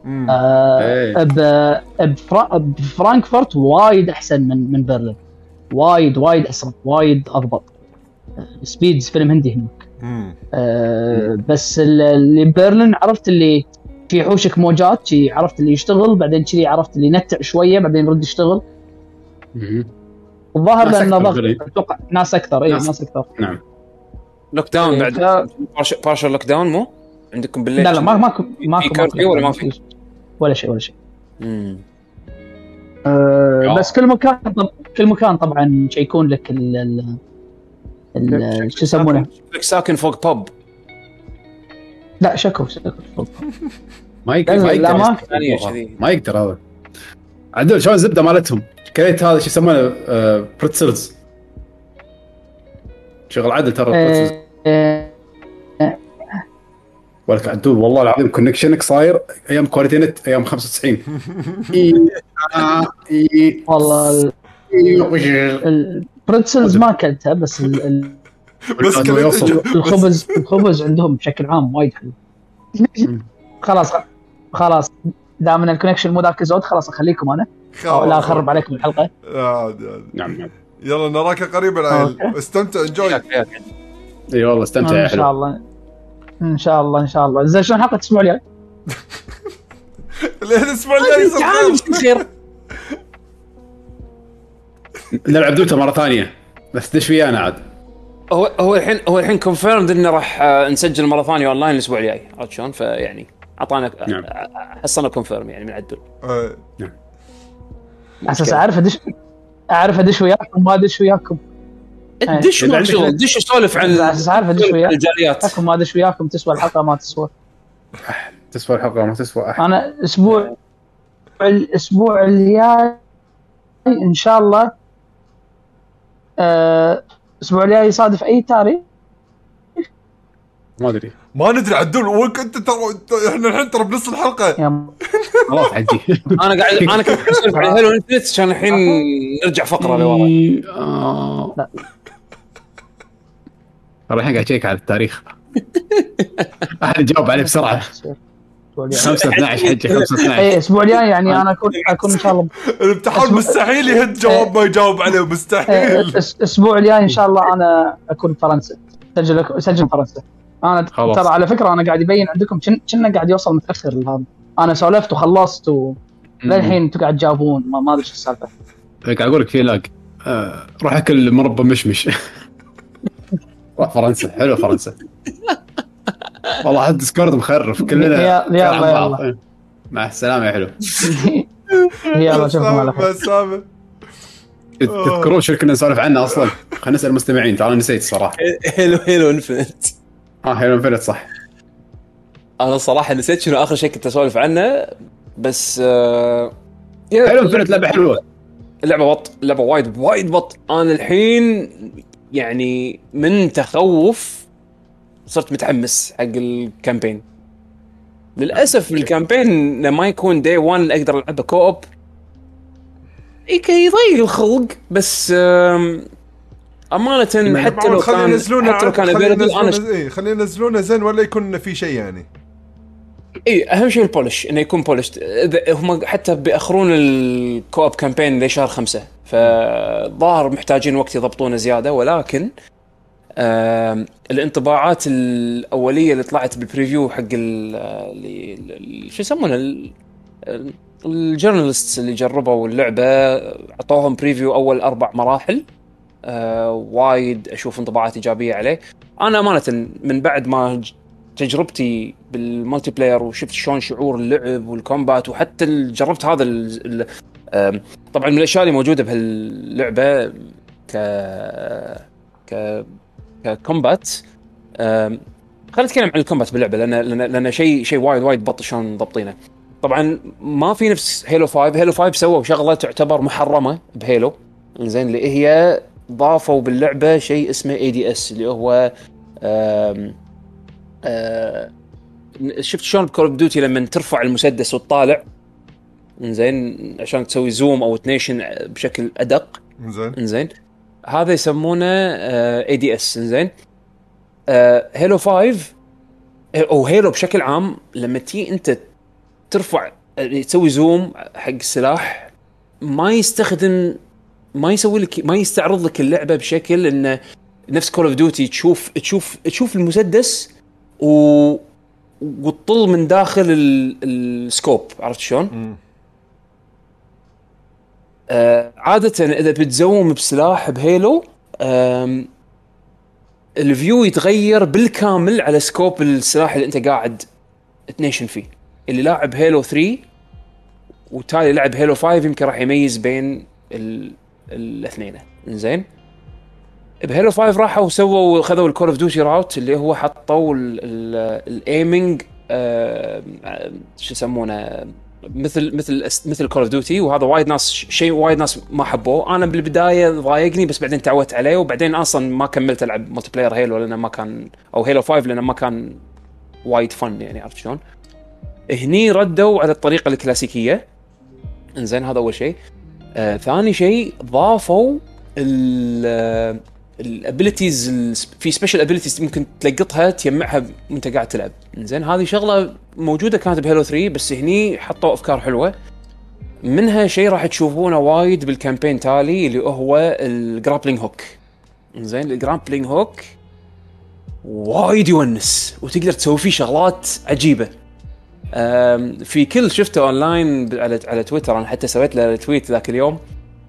بفرانكفورت وايد احسن من برلين، وايد اسرع، وايد اضبط. سبيدز فيلم هندي هناك. بس اللي برلين عرفت اللي في حوشك موجات، عرفت اللي يشتغل بعدين كذي، عرفت اللي ينتع شويه بعدين يرد يشتغل. الظاهر لانه ضغط، اتوقع ناس اكثر. ناس اكثر. نعم. لوك داون بعد بارشل لوك داون مو عندكم بالليل؟ لا ماكو ولا ما في ولا شيء. بس كل مكان طبعا شيء يكون لك شو يسمونه، ساكن فوق باب. لا شكو ما يقدر هذا. عدول شلون الزبده مالتهم كريت هذا شو يسمونه بريتسلز شغل عدل ترى بريتسلز. ولك عدول والله العظيم كونكشنك صاير ايام كواليتي نت ايام 95. والله البريتسلز ما اكلتها، بس الخبز عندهم بشكل عام وايد حلو. خلاص دام الكونكشن مو ذاك الزود، خلاص اخليكم انا لا اخرب عليكم الحلقه. نعم يلا نراك قريبا عيل. استمتع انجوي. اي والله استمتع ان شاء الله. زين شلون حلقه الاسبوع الجاي؟ الاسبوع الجاي خير نلعب دوتا مره ثانيه، بس دش ويانا عاد. هو الحين كونفيرمد انه راح نسجل مره ثانيه اونلاين الاسبوع الجاي، عرفت شلون؟ فيعني اعطانا حصلنا كونفيرم يعني من عدل. نعم اساس اعرف ادش وياكم، ما ادش وياكم. دش سولف عن اساس عارف ادش وياكم الجاليات. ما ادش وياكم تسوى الحلقه ما تسوى. الحلقه ما تسوى. انا الاسبوع الجاي ان شاء الله الاسبوع الجاي يصادف اي تاريخ ما ندري عدول. وكنت ترى احنا الحين ترى بنص الحلقه خلاص عدي. انا كنت اسولف على هيلو انفنت عشان الحين نرجع فقره لورا. لا الحين قاعد اشيك على التاريخ. احد يجاوب عليه بسرعه. 5/12 حجه 5/12. اي الاسبوع الجاي يعني انا اكون ان شاء الله. الامتحان مستحيل يهد جواب ما يجاوب عليه، مستحيل. الاسبوع الجاي ان شاء الله انا اكون فرنسا، سجل فرنسا. انا ترى على فكره انا قاعد يبين عندكم كنا قاعد يوصل متاخر لهذا. انا سولفت وخلصت للحين انتم قاعد تجاوبون، ما ادري ايش السالفه. قاعد اقول لك في لاج. روح اكل مربى مشمش. روح فرنسا، حلو فرنسا والله. حد ديسكورد مخرف كلنا. يلا مع السلامه يا حلو. يلا اشوفكم على خير. تذكرون شو كنا نسولف عنه اصلا؟ خلينا نسال المستمعين، ترى نسيت الصراحه. هيلو انفنت. هيلو انفنت صح. انا الصراحه نسيت شنو اخر شيء كنت اسولف عنه، بس هيلو انفنت لعبه حلوه. لعبه وايد بط. انا الحين يعني من تخوف صرت متحمس حق الكامبين. للاسف الكامبين لما يكون داي 1 اقدر العبه كوب يضيق الخلق، بس امانه حتى لو كان افيلبل انا خلينا ينزلونه زين ولا يكون في شيء يعني. اي اهم شيء البولش، انه يكون بولشت. هم حتى بيأخرون الكوب كامبين لشهر 5، فظاهر محتاجين وقت يضبطونه زياده. ولكن الانطباعات الاوليه اللي طلعت بالبريفيو حق شو يسمونه الجورناليستس اللي جربوا اللعبه، عطوهم بريفيو اول 4 مراحل. وايد اشوف انطباعات ايجابيه عليه. انا امانه من بعد ما تجربتي بالمالتي بلاير وشفت شلون شعور اللعب والكومبات، وحتى جربت هذا طبعا من الاشياء اللي موجوده بهاللعبه ككومبات. خلينا نتكلم عن الكومبات باللعبه، لان شيء وايد بط شلون ضبطينه. طبعا ما في نفس هيلو 5. هيلو 5 سووا شغله تعتبر محرمه بهيلو، زين، اللي هي ضافوا باللعبه شيء اسمه ADS، اللي هو شفت شلون بكول اوف ديوتي لما ترفع المسدس وتطالع، زين، عشان تسوي زوم او تنيشن بشكل ادق، زين، هذا يسمونه ADS، زين. هيلو 5 او هيلو بشكل عام لما تي انت ترفع تسوي زوم حق السلاح، ما يسوي لك، ما يستعرض لك اللعبه بشكل انه نفس كول اوف ديوتي تشوف المسدس وتطل من داخل السكوب، عرفت شلون؟ عاده اذا بتزوم بسلاح بهيلو الفيو يتغير بالكامل على سكوب السلاح اللي انت قاعد تنيشن فيه. اللي لاعب هيلو 3 وتالي لعب هيلو 5 يمكن راح يميز بين الاثنين، زين. بهيلو 5 راحوا سووا خذوا الكول اوف ديوتي راوت، اللي هو حطوا الايمنج شو يسمونه مثل كول اوف ديوتي، وهذا وايد ناس ما حبوه. انا بالبدايه ضايقني بس بعدين تعودت عليه، وبعدين اصلا ما كملت العب ملتي بلاير هيلو لانه ما كان، او هيلو 5 لانه ما كان وايد فن يعني، عرفت شلون؟ هني ردوا على الطريقه الكلاسيكيه، انزين، هذا اول شيء. ثاني شيء ضافوا الابيليتيز، في سبيشال ابيليتيز ممكن تلقطها تجمعها وانت قاعد تلعب، زين. هذه شغله موجوده كانت بهيلو 3، بس هني حطوا افكار حلوه منها. شيء راح تشوفونه وايد بالكامبين تالي، اللي هو الجرابلينج هوك، زين. الجرابلينج هوك وايد يونس وتقدر تسوي فيه شغلات عجيبه. في كل شفته اونلاين على تويتر، انا حتى سويت له تويت ذاك اليوم.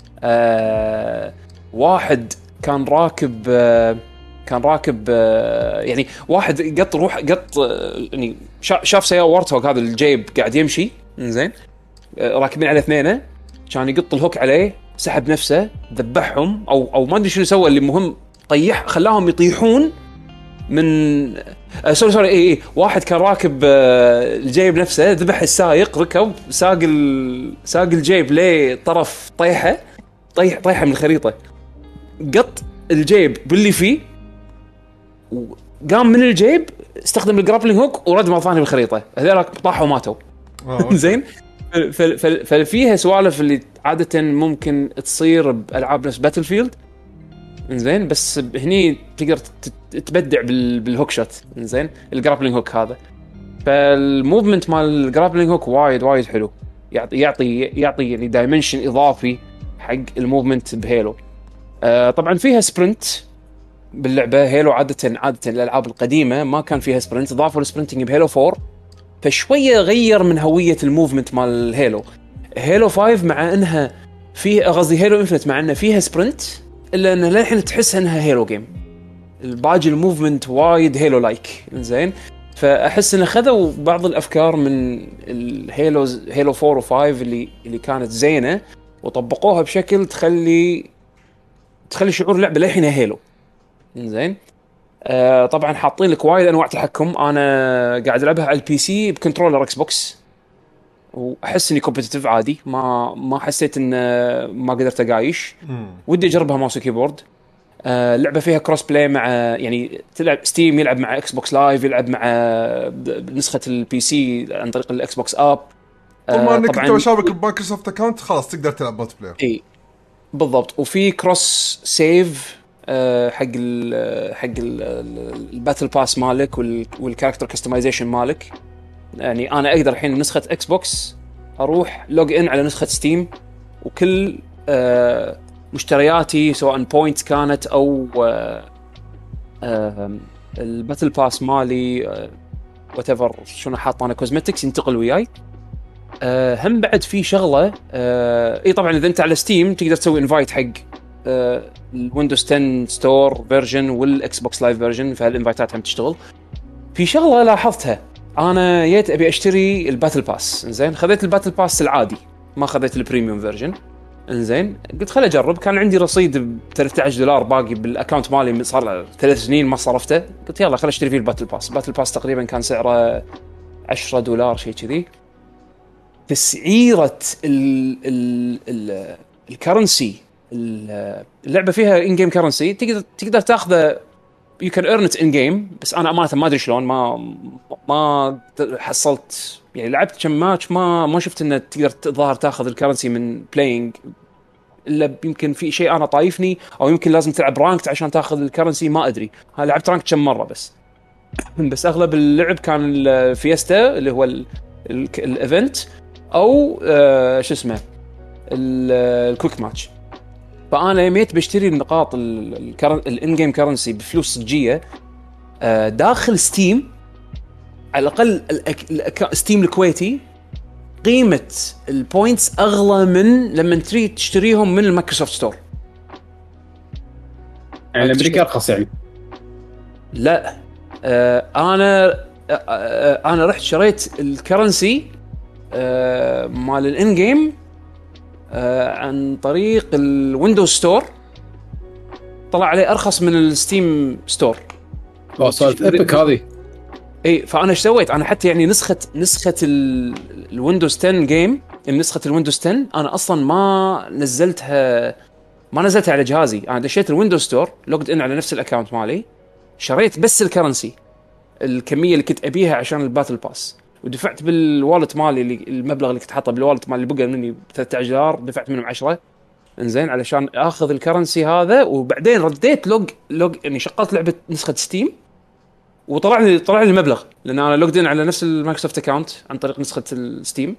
واحد كان راكب يعني واحد قط يعني شاف سيارة وورتوغ، هذا الجيب قاعد يمشي، زين، راكبين على اثنين، كان يقط الهوك عليه، سحب نفسه، ذبحهم او ما ادري شنو سوى، اللي مهم خلاهم يطيحون من سوري اي واحد كان راكب الجيب نفسه، ذبح السائق، ركب ساق الجيب ليه طرف طيحه من الخريطه، قط الجيب باللي فيه، وقام من الجيب استخدم الجرابلينج هوك ورد مرة ثانية بالخريطة، هذول طاحوا وماتوا. زين. ففيها سوالف اللي عادة ممكن تصير بألعاب نفس باتل فيلد، زين، بس هني تقدر تبدع بالهوك شوت، زين، الجرابلينج هوك هذا. فالموفمنت مال الجرابلينج هوك وايد حلو، يعطي يعني دايمنشن إضافي حق الموفمنت بهيلو. طبعا فيها سبرنت باللعبه. هيلو عاده الالعاب القديمه ما كان فيها سبرنت، ضافوا السبرنتنج بهيلو 4، فشويه غير من هويه الموفمنت مال هيلو 5 مع انها في قصدي هيلو انفنت، مع انها فيها سبرنت، الا ان للحين تحس انها هيلو جيم. الباقي الموفمنت وايد هيلو لايك، زين. فاحس ان اخذوا بعض الافكار من هيلو 4 و5 اللي كانت زينه، وطبقوها بشكل تخلي شعور اللعبه للحين هيلو، زين. طبعا حاطين لك وايد انواع تحكم. انا قاعد العبها على البي سي بكنترولر اكس بوكس، واحس اني كومبتيتيف عادي، ما حسيت ان ما قدرت اقايش. ودي اجربها ماوس وكيبورد. اللعبه فيها كروس بلاي مع، يعني تلعب ستيم يلعب مع اكس بوكس لايف، يلعب مع نسخه البي سي عن طريق الاكس بوكس اب. طبعا انك انت شابك بمايكروسوفت اكونت خلاص تقدر تلعب مالتي بلاير. اي بالضبط. وفي كروس سيف حق الباتل باس مالك والكاركتر كستمايزيشن مالك، يعني انا اقدر الحين نسخه اكس بوكس اروح لوج ان على نسخه ستيم، وكل مشترياتي سواء بوينت كانت او الباتل باس مالي وات ايفر شنو حاط انا كوزمتكس ينتقل وياي. هم بعد في شغله اي طبعا اذا انت على ستيم تقدر تسوي انفايت حق الويندوز 10 ستور فيرجن والاكس بوكس لايف فيرجن، فهالانفايتات هم تشتغل. في شغله لاحظتها، انا جيت ابي اشتري الباتل باس، زين خذيت الباتل باس العادي ما خذيت البريميوم فيرجن، انزين قلت خل اجرب، كان عندي رصيد ب $13 باقي بالاكونت مالي صار 3 سنين ما صرفته، قلت يلا خل اشتري فيه الباتل باس. الباتل باس تقريبا كان سعره $10 شيء كذي. تسعيره الكرنسي اللعبه فيها ان جيم كرنسي تقدر تاخذه you can earn it in game، بس انا امانه ما ادري شلون ما حصلت يعني لعبت كم ماتش ما شفت انه تقدر تظاهر تاخذ الكرنسي من بلاينج، الا يمكن في شيء انا طايفني او يمكن لازم تلعب رانكت عشان تاخذ الكرنسي، ما ادري. ها لعبت رانكت كم مره بس اغلب اللعب كان الفيستا اللي هو الايفنت او شو اسمه الكويك ماتش. فانا يميت بشتري النقاط الان جيم كرنسي بفلوس صجيه داخل ستيم، على الاقل ستيم الكويتي قيمه البوينتس اغلى من لما تريد تشتريهم من المايكروسوفت ستور. يعني الامريكي ارخص يعني؟ لا انا رحت شريت الكرنسي مال الان جيم عن طريق الويندوز ستور، طلع عليه ارخص من الستيم ستور. صارت ايبك هذه. اي فانا ايش سويت؟ انا حتى يعني نسخه الويندوز 10 جيم، نسخه الويندوز 10 انا اصلا ما نزلتها على جهازي. انا دشيت الويندوز ستور لوجد ان على نفس الاكونت مالي، شريت بس الكرنسي الكميه اللي كنت ابيها عشان الباتل باس، ودفعت بالوالت مالي اللي المبلغ اللي كنت حاطه بالوالت مالي اللي بقى مني $13 دفعت منهم 10 انزين علشان اخذ الكرنسي هذا. وبعدين رديت لوج يعني شغلت لعبه نسخه ستيم وطلع لي المبلغ، لان انا لوجد ان على نفس المايكروسوفت اكاونت عن طريق نسخه الستيم.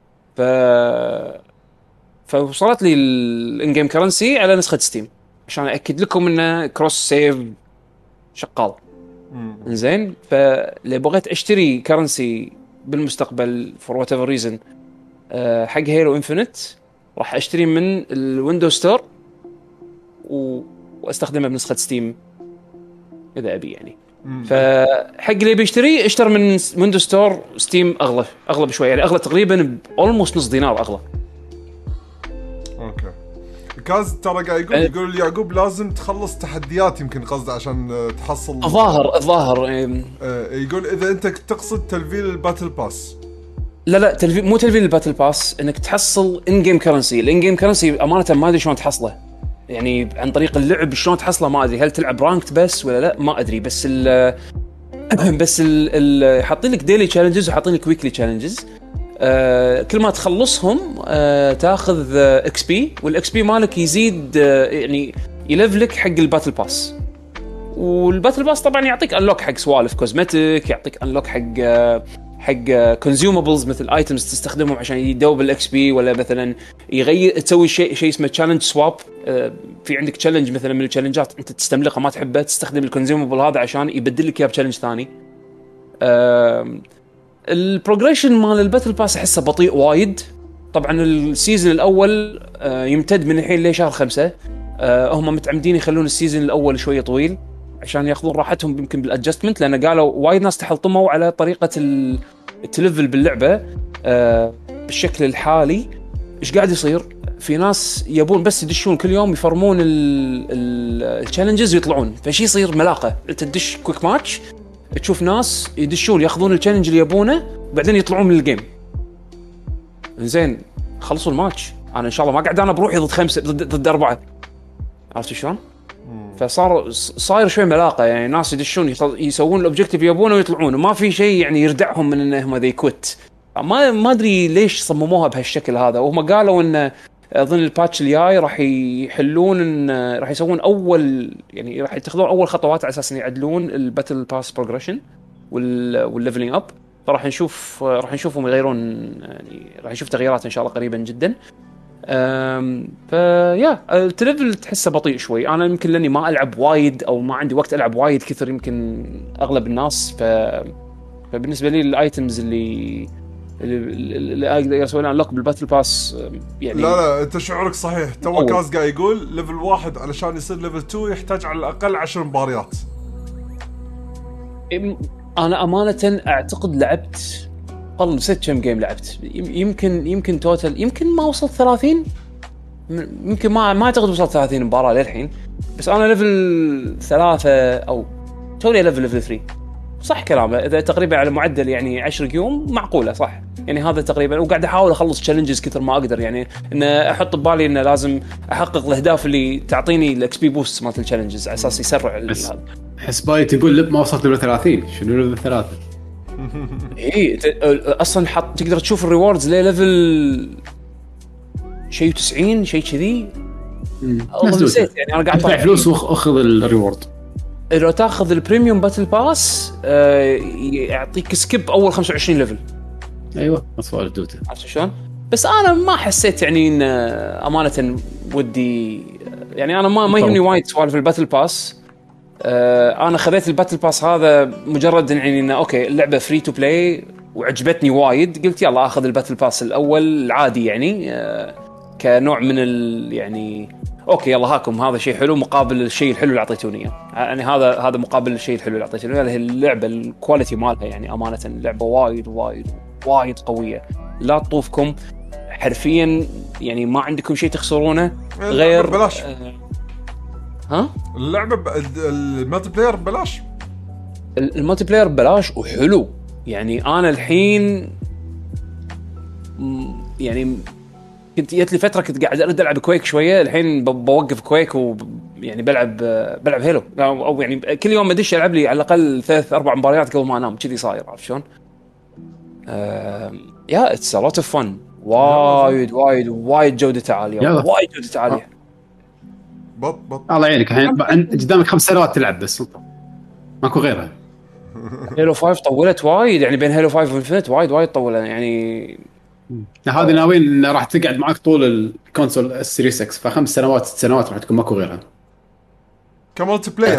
فوصلت لي الان جيم كرنسي على نسخه ستيم عشان اكد لكم انه كروس سيف شغال. انزين فلي بغيت اشتري كرنسي بالمستقبل فور وات ايفر ريزن حق هيلو انفينيت، راح اشتري من الويندوز ستور واستخدمه بنسخه ستيم اذا ابي يعني. فحق اللي بيشتري اشتري من ويندوز ستور، ستيم اغلى بشوي يعني، اغلى تقريبا اولموست نص دينار اغلى. اوكي كاز ترى قاعد يقول يعقوب لازم تخلص تحديات يمكن قصده عشان تحصل الظاهر يقول اذا انت تقصد تلفيل الباتل باس. لا مو تلفيل الباتل باس، انك تحصل ان جيم كرنسي. الان جيم كرنسي امانه ما ادري شلون تحصله يعني، عن طريق اللعب شلون تحصله ما ادري، هل تلعب رانكت بس ولا لا ما ادري. بس حاطين لك ديلي تشالنجز وحاطين لك ويكلي تشالنجز، كل ما تخلصهم تاخذ اكس بي، والاكس بي مالك يزيد يعني يلفلك حق الباتل باس. والباتل باس طبعا يعطيك انلوك حق سوالف كوزمتيك، يعطيك انلوك حق كونسيومبلز مثل ايتمز تستخدمهم عشان يدوب الاكس بي، ولا مثلا تسوي شيء اسمه تشالنج سواب. في عندك تشالنج مثلا من التشالنجات انت تستملقه ما تحبه، تستخدم الكونسيومبل هذا عشان يبدل لك اياه بتشالنج ثاني. البروجريشن مال الباتل باس احسه بطيء وايد. طبعا السيزن الاول يمتد من الحين لشهر 5. هم متعمدين يخلون السيزن الاول شويه طويل عشان ياخذون راحتهم يمكن بالادجستمنت، لان قالوا وايد ناس تحلطموا على طريقه التلفل باللعبه بالشكل الحالي. ايش قاعد يصير؟ في ناس يبون بس يدشون كل يوم يفرمون التشالنجز ويطلعون، فشي يصير ملاقه. انت تدش كويك ماتش تشوف ناس يدشون ياخذون التشالنج اللي يبونه وبعدين يطلعون من الجيم. زين خلصوا الماتش، انا ان شاء الله ما قاعد انا بروحي ضد 5 ضد 4، عرفت شلون؟ صاير شوي ملاقه يعني، ناس يدشون يسوون الاوبجكتيف يبونه ويطلعون، وما في شيء يعني يردعهم من انهم ذي كويت. ما ادري ليش صمموها بهالشكل هذا. وهم قالوا ان اظن الباتش الجاي راح يحلون راح يسوون اول راح يتخذون اول خطوات على اساس ان يعدلون الباتل باس بروجريشن والليفلينج اب، فراح نشوفهم يغيرون، يعني راح نشوف تغييرات ان شاء الله قريبا جدا. فيا التلفل تحسه بطيء شوي. انا يمكن لاني ما العب وايد او ما عندي وقت العب وايد كثر يمكن اغلب الناس. فبالنسبه لي الايتمز اللي اقدر اسوي لها انلوك بالباتل باس يعني لا انت شعورك صحيح. تو كاز قاعد يقول ليفل 1 علشان يصير ليفل 2 يحتاج على الاقل 10 مباريات. انا امانه اعتقد لعبت والله نسيت كم جيم لعبت، يمكن توتال يمكن ما وصلت 30، يمكن ما اعتقد وصلت 30 مباراه للحين. بس انا ليفل 3 او توني ليفل 3 صح كلامه. اذا تقريبا على معدل يعني 10 يوم معقوله صح يعني هذا تقريبا. وقاعد احاول اخلص تشالنجز كثر ما اقدر، يعني ان احط ببالي ان لازم احقق الاهداف اللي تعطيني الاكس بي بوست مالت التشالنجز على اساس يسرع هذا. حسباي تقول ما وصلت ليفل 30 شنو ليفل 3؟ ايه اصلا تقدر تشوف الريوردز ليفل شيء 90 شيء كذي. نسيت يعني انا قاعد ادفع فلوس واخذ الريورد. لو تاخذ البريميوم باتل باس يعطيك سكيب اول 25 ليفل. ايوه اصوات الدوتا عرفت شلون؟ بس انا ما حسيت يعني ان امانه ودي يعني انا ما يهمني وايد سوالف الباتل باس. انا خذيت الباتل باس هذا مجرد يعني انه اوكي اللعبه فري تو بلاي وعجبتني وايد، قلت يلا اخذ الباتل باس الاول العادي يعني كنوع من يعني اوكي يلا هاكم هذا شيء حلو مقابل الشيء الحلو اللي اعطيتوني اياه. يعني هذا مقابل الشيء الحلو اللي اعطيتوني اياه. اللعبه الكواليتي مالها يعني امانه اللعبه وايد قويه، لا تطوفكم حرفيا يعني ما عندكم شيء تخسرونه غير بلاش. ها اللعبه المالتي بلاير ببلاش. المالتي بلاير ببلاش وحلو. يعني انا الحين يعني كنت جت لي فتره كنت قاعد ارد العب كويك شويه، الحين بوقف كويك ويعني بلعب هيلو او يعني كل يوم ادش العب لي على الاقل 3-4 مباريات قبل ما انام كذي صاير. عارف شلون؟ يا اتس ا لوت اوف فن. وايد جودته عاليه وايد جودته عاليه. بط الله يعينك الحين قدامك 5 سنوات تلعب بس ماكو غيرها. هيلو 5 طولت وايد يعني بين هيلو 5 وانفينيت وايد طولت يعني. هذه ناويين ان راح تقعد معك طول الكونسول السيريس اكس ف5 سنوات 6 سنوات راح تكون ماكو غيرها كمالتي بلاير.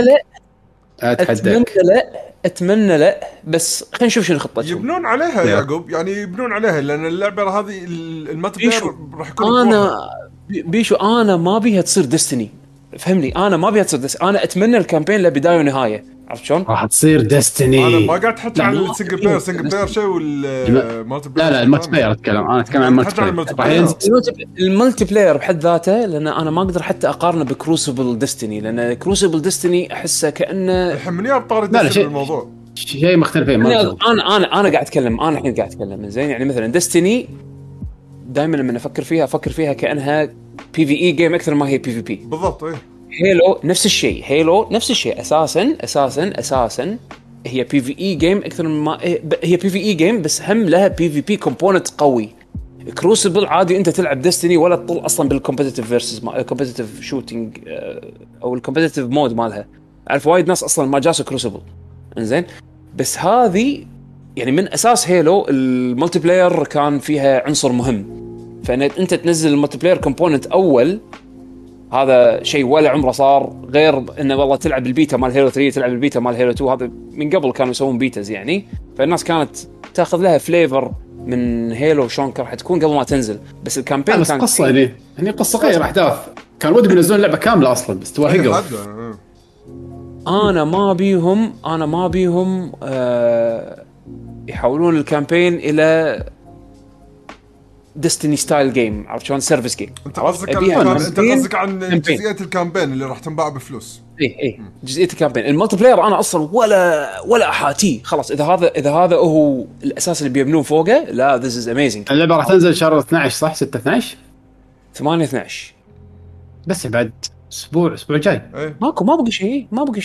اتمنى لا بس خلينا نشوف شنو خطتهم. يبنون عليها يعقوب يعني يبنون عليها لان اللعبه هذه المالتي بلاير راح يكون انا بيشو انا ما بيها تصير ديستني فهمني. انا ما بيها تصير ديستني. انا اتمنى الكامبين له بدايه ونهايه. عرفت شلون؟ راح تصير ديستني. انا ما قاعد احكي عن السنجل بلاير شيء والمالتي بلاير. لا المالتي بلاير انا اتكلم عن المالتي بلاير بحد ذاته لان انا ما اقدر حتى اقارنه بكروسبل ديستني لان كروسبل ديستني احسه كانه الحمنيه بطاري الموضوع شيء مختلف. انا قاعد اتكلم انا الحين قاعد اتكلم زين. يعني مثلا ديستني دائما لما افكر فيها كانها بي في اي جيم اكثر ما هي بي في بي. بالضبط. ايه هيلو نفس الشيء اساسا هي بي في اي جيم اكثر ما هي بي في اي جيم بس هم لها بي في بي كومبوننت قوي. كروسبل عادي انت تلعب ديستني ولا تطل اصلا بالكومبتيتيف فيرسز الكومبتيتيف شوتينج او الكومبتيتيف مود مالها. عارف وايد ناس اصلا ما جاسوا كروسبل انزين. بس هذه يعني من اساس هيلو الملتي بلاير كان فيها عنصر مهم، فان انت تنزل الملتي بلاير كومبوننت اول هذا شيء ولا عمره صار غير انه والله تلعب البيتا مال هيلو 3 تلعب البيتا مال هيلو 2. هذا من قبل كانوا يسوون بيتاز يعني فالناس كانت تاخذ لها فليفر من هيلو شلون راح تكون قبل ما تنزل. بس الكامبين كان قصه يعني قصه غير احداث كان ودي ينزلون لعبه كامله اصلا بس توهقوا. انا ما بيهم يحولون الكامبين الى ديستني ستايل جيم. عرفت شلون؟ سيرفيس جيم. انت قصدك عن جزئيه الكامبين اللي راح تنباع بفلوس. اي جزئيه الكامبين. الملتي بلاير انا اصلا ولا احاتي خلاص. اذا هذا هو الاساس اللي بيبنون فوقه لا ذس از اميزنج. اللعبه راح تنزل شهر 12 صح 6 12 8 12 بس بعد اسبوع جاي. ما بقى شيء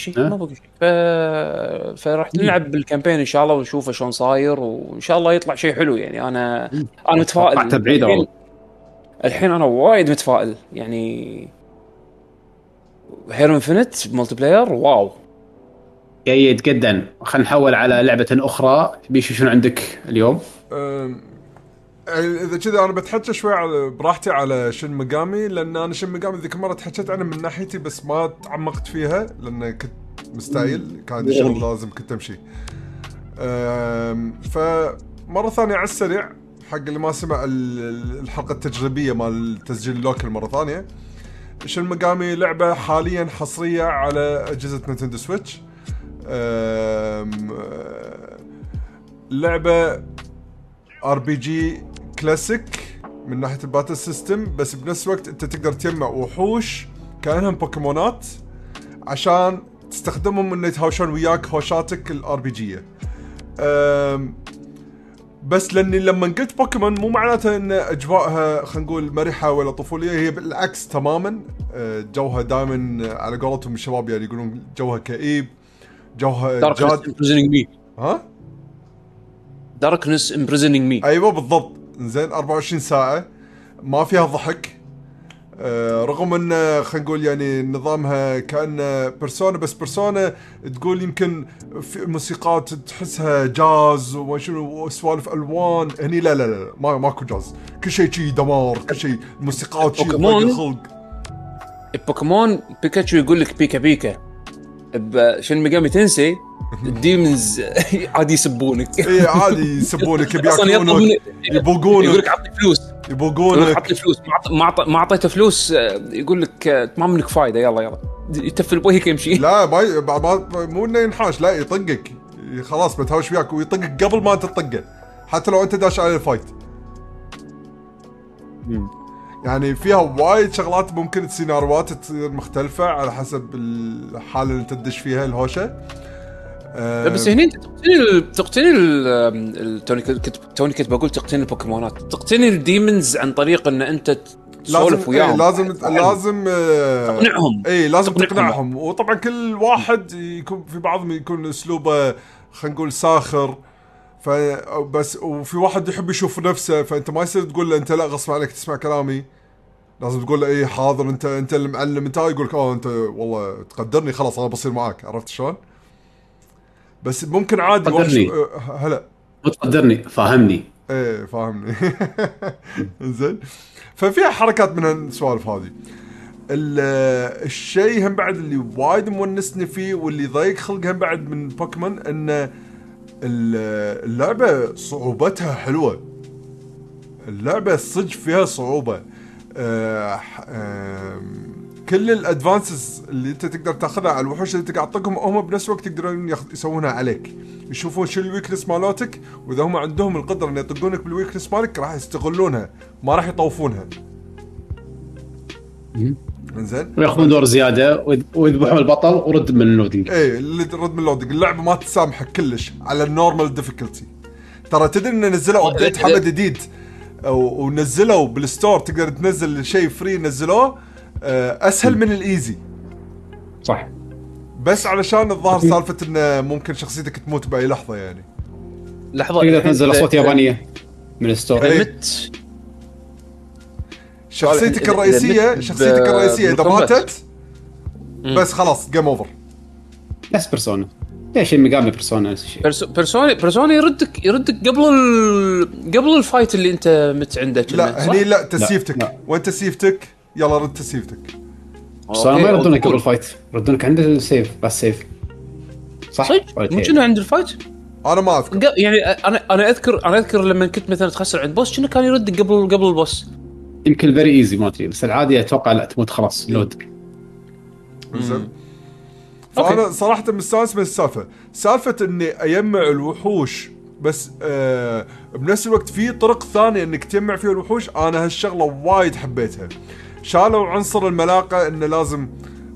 فراح نلعب بالكامبين ان شاء الله ونشوفه شلون صاير وان شاء الله يطلع شيء حلو. يعني انا متفائل الحين انا وايد متفائل. يعني هيرو انفينيت ملتي بلاير واو جيد جدا. خلينا نحول على لعبة أخرى. بيشو شنو عندك اليوم؟ إذا كذا أنا بتحكي شوي على براحتي على شن ميجامي، لأن أنا شن ميجامي ذيك مرة تحكيت عنها من ناحيتي بس ما تعمقت فيها لأن كنت مستعجل، كان عندي شغل لازم كنت أمشي. فمرة ثانية على السريع حق اللي ما سمع الحلقة التجريبية مال تسجيل اللوكل مرة ثانية. شن ميجامي لعبة حاليا حصرية على أجهزة نينتندو سويتش. لعبة RPG كلاسيك من ناحية الباتل سيستم، بس بنفس الوقت انت تقدر تجمع وحوش كأنهم بوكيمونات عشان تستخدمهم انه يتهاوشون وياك هوشاتك الRPGية. بس لاني لما قلت بوكيمون مو معناته ان اجواءها خلينا نقول مرحة ولا طفولية، هي بالعكس تماما. جوها دائما على قولتهم الشباب يعني يقولون جوها كئيب، جوها جاد. ها Darkness imprisoning me. ايوه بالضبط. زين 24 ساعة ما فيها ضحك، رغم ان خلينا نقول يعني نظامها كأنه بيرسونا، بس بيرسونا تقول يمكن في موسيقات تحسها جاز وشنو وسوالف الوان. هني لا لا لا ماكو جاز، كل شيء شيء دمار، كل شيء موسيقات شيء ضيق الخلق. بوكيمون بيكاتشو يقول لك بيكا بيكا، بشن ميجامي تنسي الديمونز عادي يسبونك. اي عادي يسبونك، يبيعونك، يبوقونك، يقول لك عطني فلوس، يبوقونك عطني فلوس، ما اعطيته فلوس يقول لك ما منك فايده، يلا يتفل بوجهك يمشي. لا مو انه ينحاش، لا يطقك خلاص بتهاوش وياك ويطقك قبل ما تطقه، حتى لو انت داش على الفايت. يعني فيها وايد شغلات ممكن السيناريوهات تصير مختلفة على حسب الحالة اللي تدش فيها الهوشة. بس هنا انت تقتني توني كنت بقول تقتني البوكيمونات، تقتني الديمونز عن طريق ان انت تسولف وياهم. لازم تقنعهم. لازم تقنعهم. وطبعا كل واحد يكون في بعضهم يكون اسلوبه خلينا نقول ساخر، فبس وفي واحد يحب يشوف نفسه، فانت ما يصير تقول له انت لا غصب عليك تسمع كلامي، لازم تقول له ايه حاضر انت المعلم، انت يقولك انت والله تقدرني خلاص انا بصير معاك. عرفت شلون؟ بس ممكن عادي قدرني. هلا مو تقدرني، فاهمني. ايه فاهمني. زين. ففيها حركات من السوالف هذه. الشيء هم بعد اللي وايد مونسني فيه واللي ضايق خلق هم بعد من بوكيمون ان اللعبة صعوبتها حلوة. اللعبة صدق فيها صعوبة. كل الادفانسز اللي انت تقدر تاخذها على الوحوش اللي تقعد تطقهم هم بنفس الوقت يقدرون يسوونها عليك، يشوفون شو الويكنس مالاتك، واذا هم عندهم القدرة ان يطقونك بالويكنس مالك راح يستغلونها، ما راح يطوفونها. انزين وياخذون دور زياده ويذبحون البطل ورد من اللودينج. ايه اللي رد من اللودينج. اللعبه ما تسامحك كلش على النورمال ديفيكولتي. ترى تدري ان نزلوا ابديت حمد جديد ونزلوا بالستور تقدر تنزل شيء فري، نزلوه اسهل من الايزي. صح، بس علشان الظاهر سالفه انه ممكن شخصيتك تموت باي لحظه. يعني لحظه تقدر تنزل اصوات يابانيه من الستور. شخصيتك الرئيسيه اذا ماتت بس خلاص جيم اوفر. نفس بيرسونا. ليش ميجامي بيرسونا نفس الشيء؟ بيرسونا يردك قبل الفايت اللي انت مت عندك. لا هني لا تسيفتك. وانت سيفتك يلا رد تسيفتك. بيرسونا ما يردونك قبل الفايت، يردونك عند السيف بس سيف. صح مو كنا عند الفايت. انا ما اذكر يعني انا اذكر لما كنت مثلا تخسر عند بوس كنا كان يردك قبل البوس. يمكن فيري ايزي ما ادري، بس العادي اتوقع لا تموت خلاص لود. زين. فانا صراحه مستانس من السالفه، سالفه اني اجمع الوحوش بس بنفس الوقت في طرق ثانيه انك تجمع فيها الوحوش. انا هالشغله وايد حبيتها. شالوا عنصر الملاقه انه لازم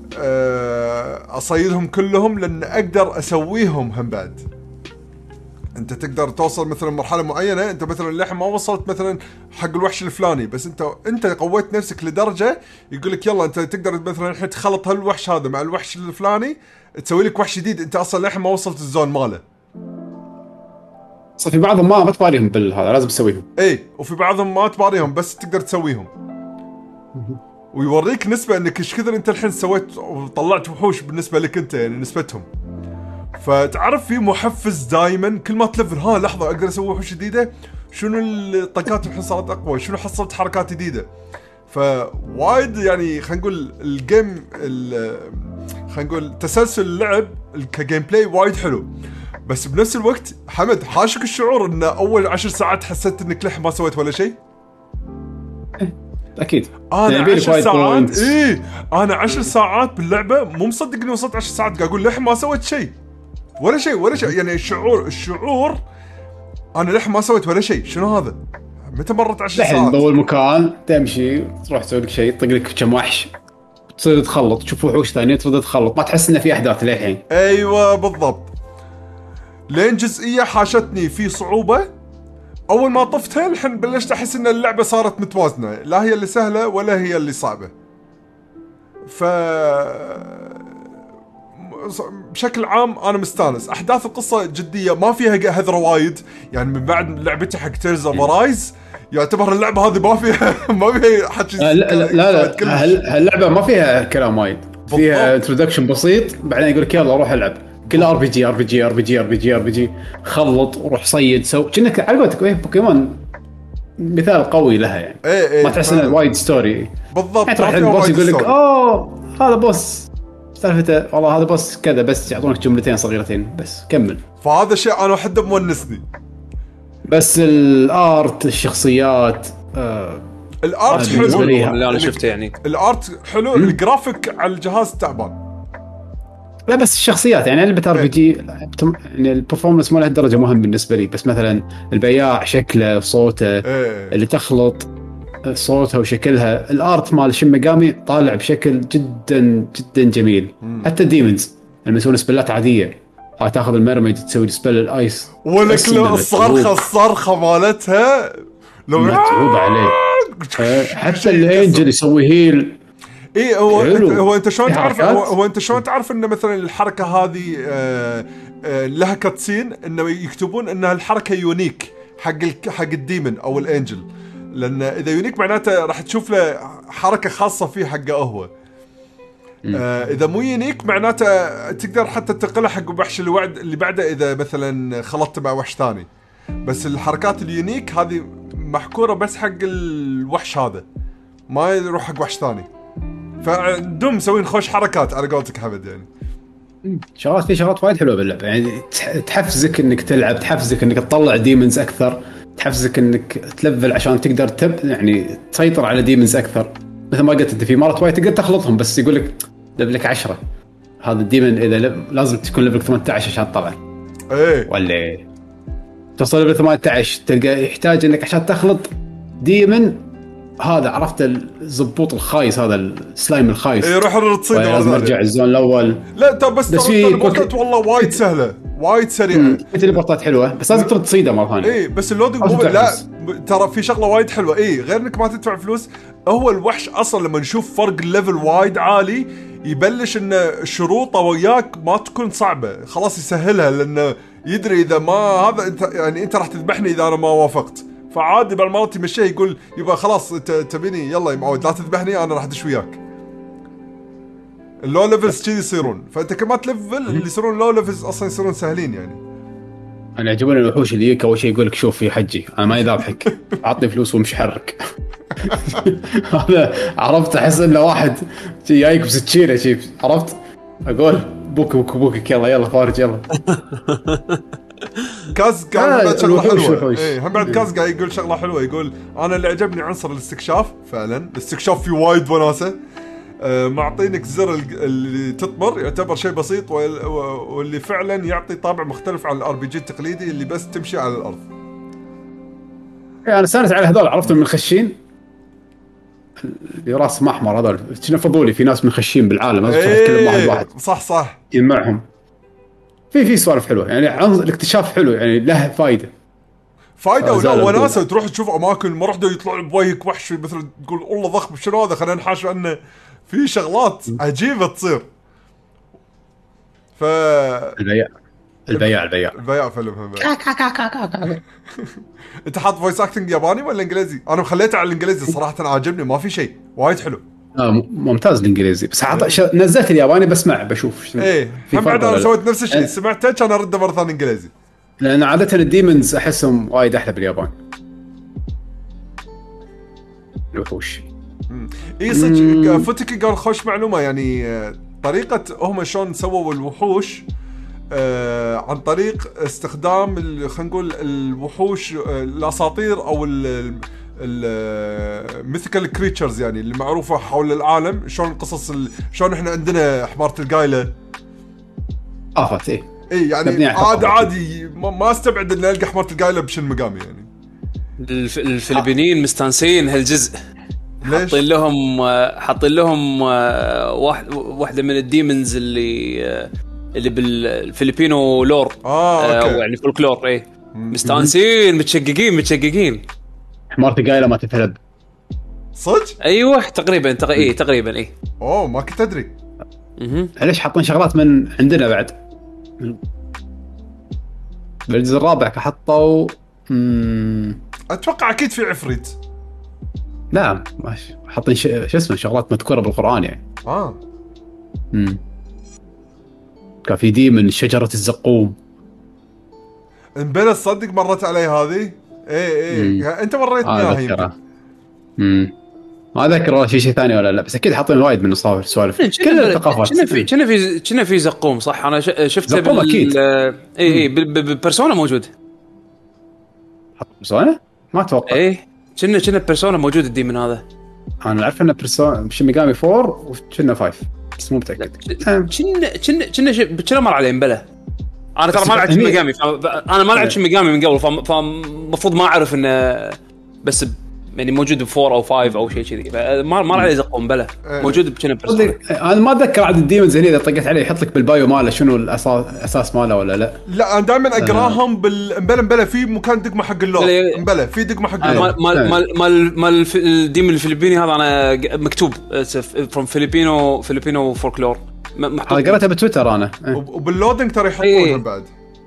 اصيدهم كلهم لان اقدر اسويهم هم بعد. انت تقدر توصل مثلا مرحله معينه، انت مثلا اللحم ما وصلت مثلا حق الوحش الفلاني، بس انت قويت نفسك لدرجه يقول لك يلا انت تقدر مثلا الحين تخلط هالوحش هذا مع الوحش الفلاني تسوي لك وحش جديد. انت اصلا اللحم ما وصلت الزون ماله. صار في بعضهم ما تباريهم بالهذا لازم تسويهم. اي وفي بعضهم ما تباريهم بس تقدر تسويهم. ويوريك نسبه انك ايش كثر انت الحين سويت وطلعت وحوش بالنسبه لك انت، يعني نسبتهم. فتعرف في محفز دائما كل ما تلفل، ها لحظه اقدر اسوي وحوش جديده، شنو الطاقات الحين صارت اقوى، شنو حصلت حركات جديده. فوايد يعني خلينا نقول الجيم خلينا نقول تسلسل اللعب كجيم بلاي وايد حلو. بس بنفس الوقت حمد حاشك الشعور ان اول 10 ساعات حسيت انك لح ما سويت ولا شيء؟ اكيد انا 10 ساعات انا 10 ساعات باللعبه مو مصدق اني وصلت 10 ساعات قاعد اقول لح ما سويت شيء ولا شيء يعني الشعور انا لح ما سويت ولا شيء. شنو هذا؟ متى مرت 10 ساعات؟ الحين باول مكان تمشي تروح تسوي لك شيء، تطق لك كم وحش، تصير تخلط، تشوف وحوش ثانيه ترد تخلط، ما تحس انه في احداث للحين. ايوه بالضبط. لين جزئيه حاشتني في صعوبه اول ما طفتها الحين بلشت احس ان اللعبه صارت متوازنه، لا هي اللي سهله ولا هي اللي صعبه. ف بشكل عام انا مستانس. احداث القصه جديه ما فيها هذره وايد، يعني من بعد لعبتي حق تيرز اوف رايز يعتبر اللعبه هذه ما فيها حكي. لا هاللعبه ما فيها كلام وايد، فيها انترودكشن بسيط، بعدين يقول لك يلا روح العب. كل ار بي جي خلط وروح صيد سو كأنك على قولتك بوكيمون مثال قوي لها يعني. ما تحس انه وايد ستوري بالضبط. يعني تروح البوس يقول لك هذا بوس سالفته والله هذا بوس كذا، بس يعطونك جملتين صغيرتين بس كمل. فهذا الشيء انا حده مونسني. بس الارت الشخصيات الارت حلو اللي انا شفته، يعني الارت حلو. الجرافيك على الجهاز تعبان. لا بس الشخصيات يعني لعبة ار بي جي يعني البرفورمانس ما له درجه مهم بالنسبه لي، بس مثلا البياع شكله صوته اللي تخلط صوتها وشكلها، الارت مال شين ميجامي طالع بشكل جدا جدا جميل. حتى ديمونز لما يسوون سبلات عاديه هاي تاخذ الميرميد تسوي سبل الايس ولك الصرخه مالتها لو متعوب عليه. حتى الانجل يسوي هيل. ايه هو انت شلون تعرف انت شلون تعرف ان مثلا الحركه هذه لها كاتسين انه يكتبون ان الحركه يونيك حق الديمن او الانجل، لان اذا يونيك معناته راح تشوف له حركه خاصه فيه حقه هو. اذا مو يونيك معناته تقدر حتى تنقله حق الوحش اللي بعده اذا مثلا خلطت مع وحش ثاني. بس الحركات اليونيك هذه محكوره بس حق الوحش هذا، ما يروح حق وحش ثاني. فعندهم مسوين خوش حركات على قولتك حمد يعني. في شغلات وايد حلوه باللعبه، يعني تحفزك انك تلعب، تحفزك انك تطلع ديمونز اكثر، تحفزك انك تلفل عشان تقدر يعني تسيطر على ديمونز اكثر. مثل ما قلت انت في مرات وايد تقدر تخلطهم بس يقول لك ليفلك 10 هذا الديمون اذا لازم تكون ليفلك 18 عشان تطلع. ولا توصل ليفل 18 تلقى يحتاج انك عشان تخلط ديمون هذا عرفت الزبوط الخايس، هذا السلايم الخايس يروح تصيد لازم ارجع الزون الاول. لا بس التليبورتات والله وايد سهله وايد سريعه. التليبورتات حلوه بس لازم ترد تصيده مره ثانيه. بس اللودنج لا ترى في شغله وايد حلوه غير انك ما تدفع فلوس. هو الوحش اصلا لما نشوف فرق الليفل وايد عالي يبلش ان شروطه وياك ما تكون صعبه، خلاص يسهلها لانه يدري اذا ما هذا انت يعني انت راح تذبحني اذا انا ما وافقت. فعادي بالمرات يمشيه يقول يبقى خلاص تبيني يلا يا معود لا تذبحني انا راح ادش وياك. اللو ليفلز كذي يصيرون، فانت كما تلفل اللي يصيرون لو ليفلز اصلا يصيرون سهلين يعني. انا يعجبني الوحوش اللي يجيك اول شيء يقول لك شوف يا حجي انا ما يذبحك اعطني فلوس ومش حرك. هذا عرفت احس انه واحد جايك بسكينه شيء عرفت اقول بوك يلا فارج يلا. كاز قاعد شغله حلوه. هم بعد كاز قاعد يقول شغله حلوه، يقول انا اللي عجبني عنصر الاستكشاف. فعلا الاستكشاف فيه وايد وناسه. معطينك زر اللي تطمر يعتبر شيء بسيط واللي فعلا يعطي طابع مختلف عن الار بي جي التقليدي اللي بس تمشي على الارض. انا استانس على هذول عرفتهم من الخشين اللي راس احمر هذول كنا فضولي. في ناس من خشين بالعالم لازم تتكلم واحد صح يجمعهم. في سوالف حلوه يعني عنصر الاكتشاف حلو يعني له فايده ولا وناسه. تروح تشوف اماكن ما راح يطلع بوجهك وحش مثلا تقول والله ضخم شنو هذا خلينا نحاش انه في شغلات عجيبه تصير. البياع فيلم انت حاط فويس اكتنج ياباني ولا انجليزي؟ انا مخليته على الانجليزي صراحه عاجبني ما في شيء وايد حلو. ممتاز الانجليزي، بس نزلت الياباني بسمع بشوف. ايه هم بعد انا سويت نفس الشيء، سمعته كان ارده مره ثانيه انجليزي، لان عاده الديمونز احسهم وايد احلى باليابان الوحوش. اي صدق فتكي قال خوش معلومه، يعني طريقه هم شلون سووا الوحوش عن طريق استخدام خلينا نقول الوحوش الاساطير او الميثيكال كريتشرز يعني اللي معروفه حول العالم، شلون قصص شلون احنا عندنا حمارة القايله ايه يعني عادي ما استبعد ان القى حمارة القايله بشن مقامي يعني. الفلبينيين مستانسين هالجزء، حاطين لهم واحده من الديمونز اللي بالفلبينو لور يعني فولكلور. ايه مستانسين متشققين. حمارة القايله ما تفلب صدق؟ ايوه تقريبا تقريبا اوه ما كنت ادري. ليش حاطين شغلات من عندنا بعد بالجزء الرابع حطوا اتوقع اكيد في عفريت. لا ماشي حاطين شو اسمه شغلات مذكوره بالقران يعني. كان في دي من شجره الزقوم. انبلى صدق مرت علي هذه. ايه انت مريتني اياها يمكن. ما اذكر والله شيء ثاني ولا لا، بس اكيد حاطين وايد من السوالف كل الثقافات. كنا في زقوم صح، انا شفته بالبرسونا موجود. حط بيرسونا ما اتوقع. كنا بيرسونا موجود الديمن هذا. انا عارف انه بيرسونا مش ميجامي 4 وكنا 5 بس مو متاكد. كنا مر عليه بلا. انا ترى ما لعبت ميجامي، انا ما لعبت ميجامي من قبل، فمفروض ما اعرف انه بس يعني موجود ب4 او 5 او شيء كذي، ما عليه زقوم بلا موجود بكنا بيرسونا. انا ما اتذكر عدد الديمونز هنا اذا طقت عليه يحط لك بالبايو ماله شنو الاساس ماله ولا لا انا دائما اقراهم بالمبلا في مكان دقمه حق اللور مبلا في دقمه حق اللور مال الديمون الفلبيني هذا انا مكتوب فروم فيليبينو فولكلور. انا قريتها بتويتر انا وباللودنج ترى يحطونها بعد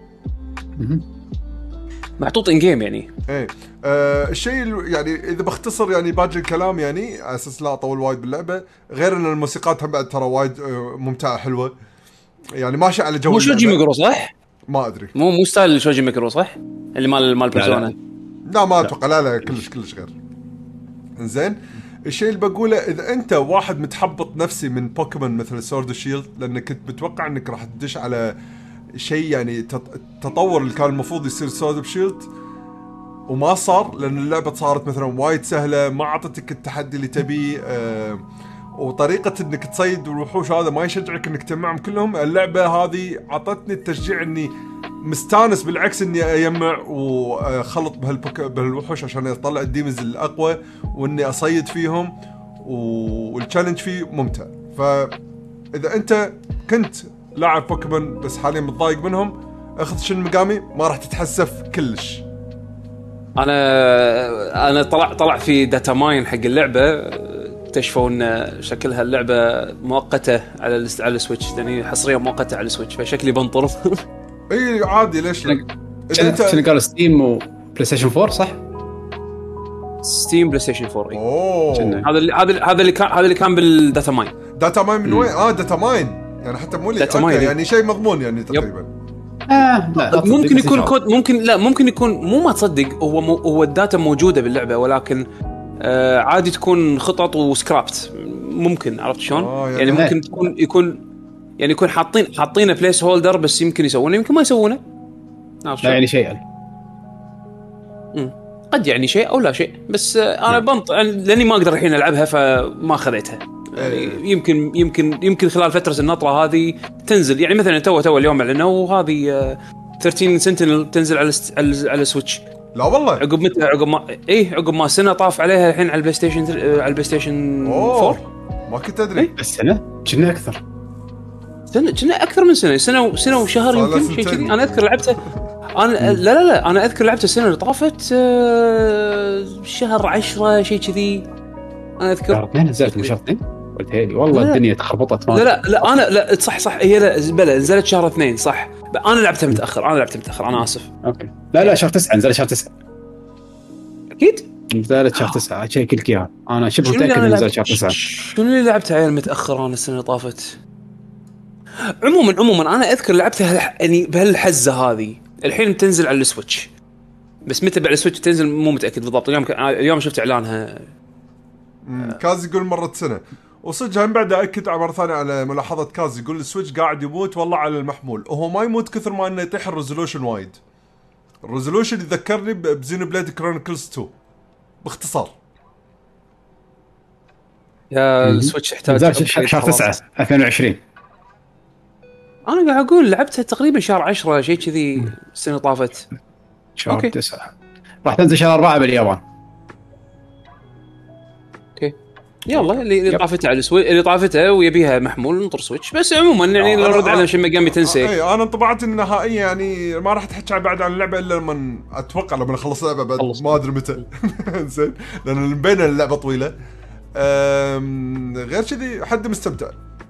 محطوط ان جيم يعني. الشيء يعني اذا بختصر يعني باقي الكلام يعني على اساس لا اطول وايد باللعبه، غير ان الموسيقات هم بعد ترى وايد ممتعه حلوه يعني ماشي على جو. مو شوجي ميكرو صح؟ ما ادري مو ستايل شوجي ميكرو صح اللي مال بيرسونا. لا ما اتوقع. لا كلش غير. انزين الشيء اللي بقوله اذا انت واحد متحبط نفسي من بوكيمون مثل سورد وشيلد، لانك كنت متوقع انك راح تدش على شيء يعني تطور اللي كان المفروض يصير سورد وشيلد وما صار، لأن اللعبة صارت مثلا وايد سهلة، ما عطتك التحدي اللي تبيه، وطريقة انك تصيد الوحوش هذا ما يشجعك انك تجمعهم كلهم. اللعبة هذه عطتني التشجيع اني مستانس بالعكس اني اجمع وخلط بهالوحوش عشان اطلع الديمز الاقوى واني اصيد فيهم، والتشالنج فيه ممتع. فاذا انت كنت لاعب بوكيمون بس حاليا متضايق منهم، اخذ شن مقامي ما راح تتحسف كلش. انا طلع في داتا ماين حق اللعبه، اكتشفوا ان شكلها اللعبه مؤقته على السويتش، يعني حصريه مؤقته على السويتش، فشكلي بنطر. اي عادي ليش لا. انت قال ستيم وبلاي ستيشن 4 صح؟ ستيم بلاي ستيشن 4 هذا اللي كان بالداتا ماين. داتا ماين من وين؟ داتا ماين يعني حتى مو يعني شيء مضمون يعني تقريبا. لا ممكن يكون كود، ممكن يكون مو ما تصدق، هو الداتا موجوده باللعبه ولكن عادي تكون خطط وسكرابت ممكن، عرفت شلون؟ يعني ممكن يكون حاطين بليس هولدر بس يمكن يسوونه يمكن ما يسوونه. لا يعني شيء قد يعني شيء او لا شيء، بس انا لاني ما اقدر الحين العبها فما خذيتها. يعني يمكن خلال فترة النطرة هذه تنزل، يعني مثلا تو اليوم اعلنوا وهذه 13 سنتينل تنزل على السويتش. لا والله عقب ما سنة طاف عليها الحين على البلاي ستيشن 4. ما كنت ادري السنة كنا اكثر، كنا اكثر من سنة وشهر يمكن شيء كذي. انا اذكر لعبته انا لا انا اذكر لعبته السنة اللي طافت شهر 10 شيء كذي. انا اذكر شهر 2 نزلت من شهر 2 قلت هي والله الدنيا تخربطت. لا انا صح هي بلا نزلت شهر 2 صح. انا لعبتها متاخر انا اسف. اوكي لا شهر 9 نزلت شهر 9 اكيد. نزلت شهر 9 شيء كلك اياها. انا شبه متاكد نزلت شهر 9. شنو اللي لعبتها عيال متاخر انا السنه اللي طافت؟ عموما انا اذكر لعبتها يعني بهالحزه هذه. الحين تنزل على السويتش، بس متى على السويتش تنزل مو متاكد بالضبط. اليوم شفت اعلانها. كاز يقول مرت سنه، وصدق هم بعد اكد مره ثانيه على ملاحظه كاز، يقول السويتش قاعد يموت والله على المحمول، وهو ما يموت كثر ما انه يطيح الريزولوشن وايد. الريزولوشن يذكرني بزينو بليد كرونيكلز 2 باختصار. يا السويتش يحتاج شهر 9 2020. انا قاعد اقول لعبتها تقريبا شهر 10 شيء كذي السنه طافت. شهر 9 راح تنزل شهر 4 باليابان. اوكي يلا اللي طافتها على السويتش، اللي طافتها ويبيها محمول نطر سويتش. بس عموما يعني لو نرد على شيء ميجامي تنسي. اي انا انطباعاتي النهائيه يعني ما راح تحكي بعد عن اللعبه الا لما اتوقع لما اخلص اللعبه بعد ما ادري متى. زين لان بين اللعبه طويله. غير كذي حد مستمتع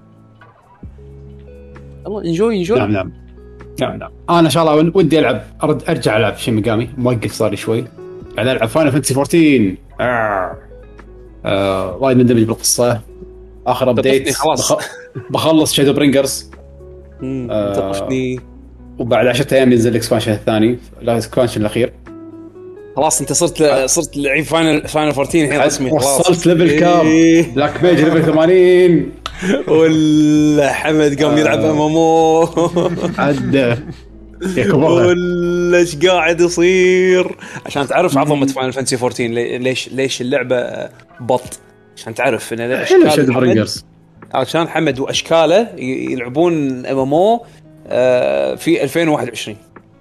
والله. انجوي نعم انا ان شاء الله ودي العب ارجع العب شيء ميجامي. موقف صار لي شوي. قاعد العب فاينل فانتسي 14. وايد مندمج بالقصه. اخر ابديت بخلص شادو برينجرز. طفشني. وبعد 10 ايام ينزل الاكسبانشن الثاني، الاكسبانشن الاخير. خلاص انت صرت لعيب فاينل 14 الحين رسمي. خلاص وصلت ليفل كام. بلاك ميج ليفل 80. ولا حمد قام يلعب امامو عدى ولا ايش قاعد يصير. عشان تعرف عظمه فاينل فانتسي 14 ليش اللعبه بط. عشان تعرف ان اشكال عشان حمد واشكاله يلعبون امامو في 2021.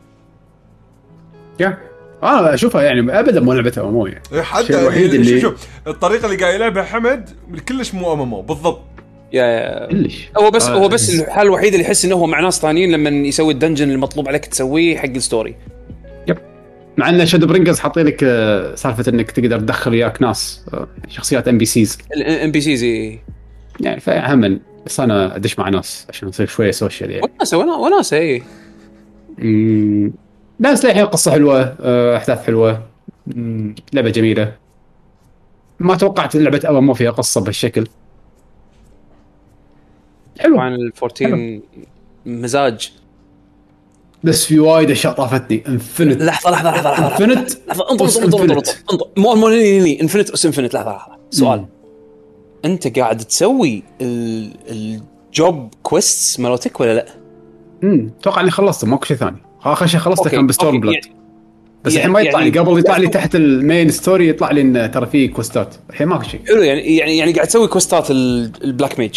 يا انا اشوفها يعني ابدا مو لعبه امامو يعني. حتى الوحيد اللي شوف الطريقه اللي قاعد يلعبها حمد كلش مو امامو بالضبط. يا هو بس الحال الوحيد اللي يحس انه هو مع ناس ثانيين لما يسوي الدنجن المطلوب عليك تسويه حق الستوري. يب. مع ان شادو برينجرز حاطين لك سالفه انك تقدر تدخل وياك ناس شخصيات ام بي سيز يعني فاهم. بس انا ادش مع ناس عشان نصير شويه سوشيال يعني. وناس اي ناس للحين قصه حلوه. احداث حلوه. لعبه جميله. ما توقعت لعبه امامو فيها قصه بهالشكل. حلو. فاينل 14 مزاج. بس في وايد اشياء طافتني. انفنت. لحظه انفنت. انطر مو انفنت اس انفنت. لحظه سؤال. انت قاعد تسوي الجوب كويستس مالتك ولا لا؟ اتوقع اني خلصت ماكو شيء ثاني. اخر شيء خلصته كان بستورم بلاد. بس الحين ما يطلع لي قبل يطلع لي تحت المين ستوري يطلع لي ان ترى في كوستات. الحين ماكو شيء. حلو يعني قاعد تسوي كوستات البلاك ميج.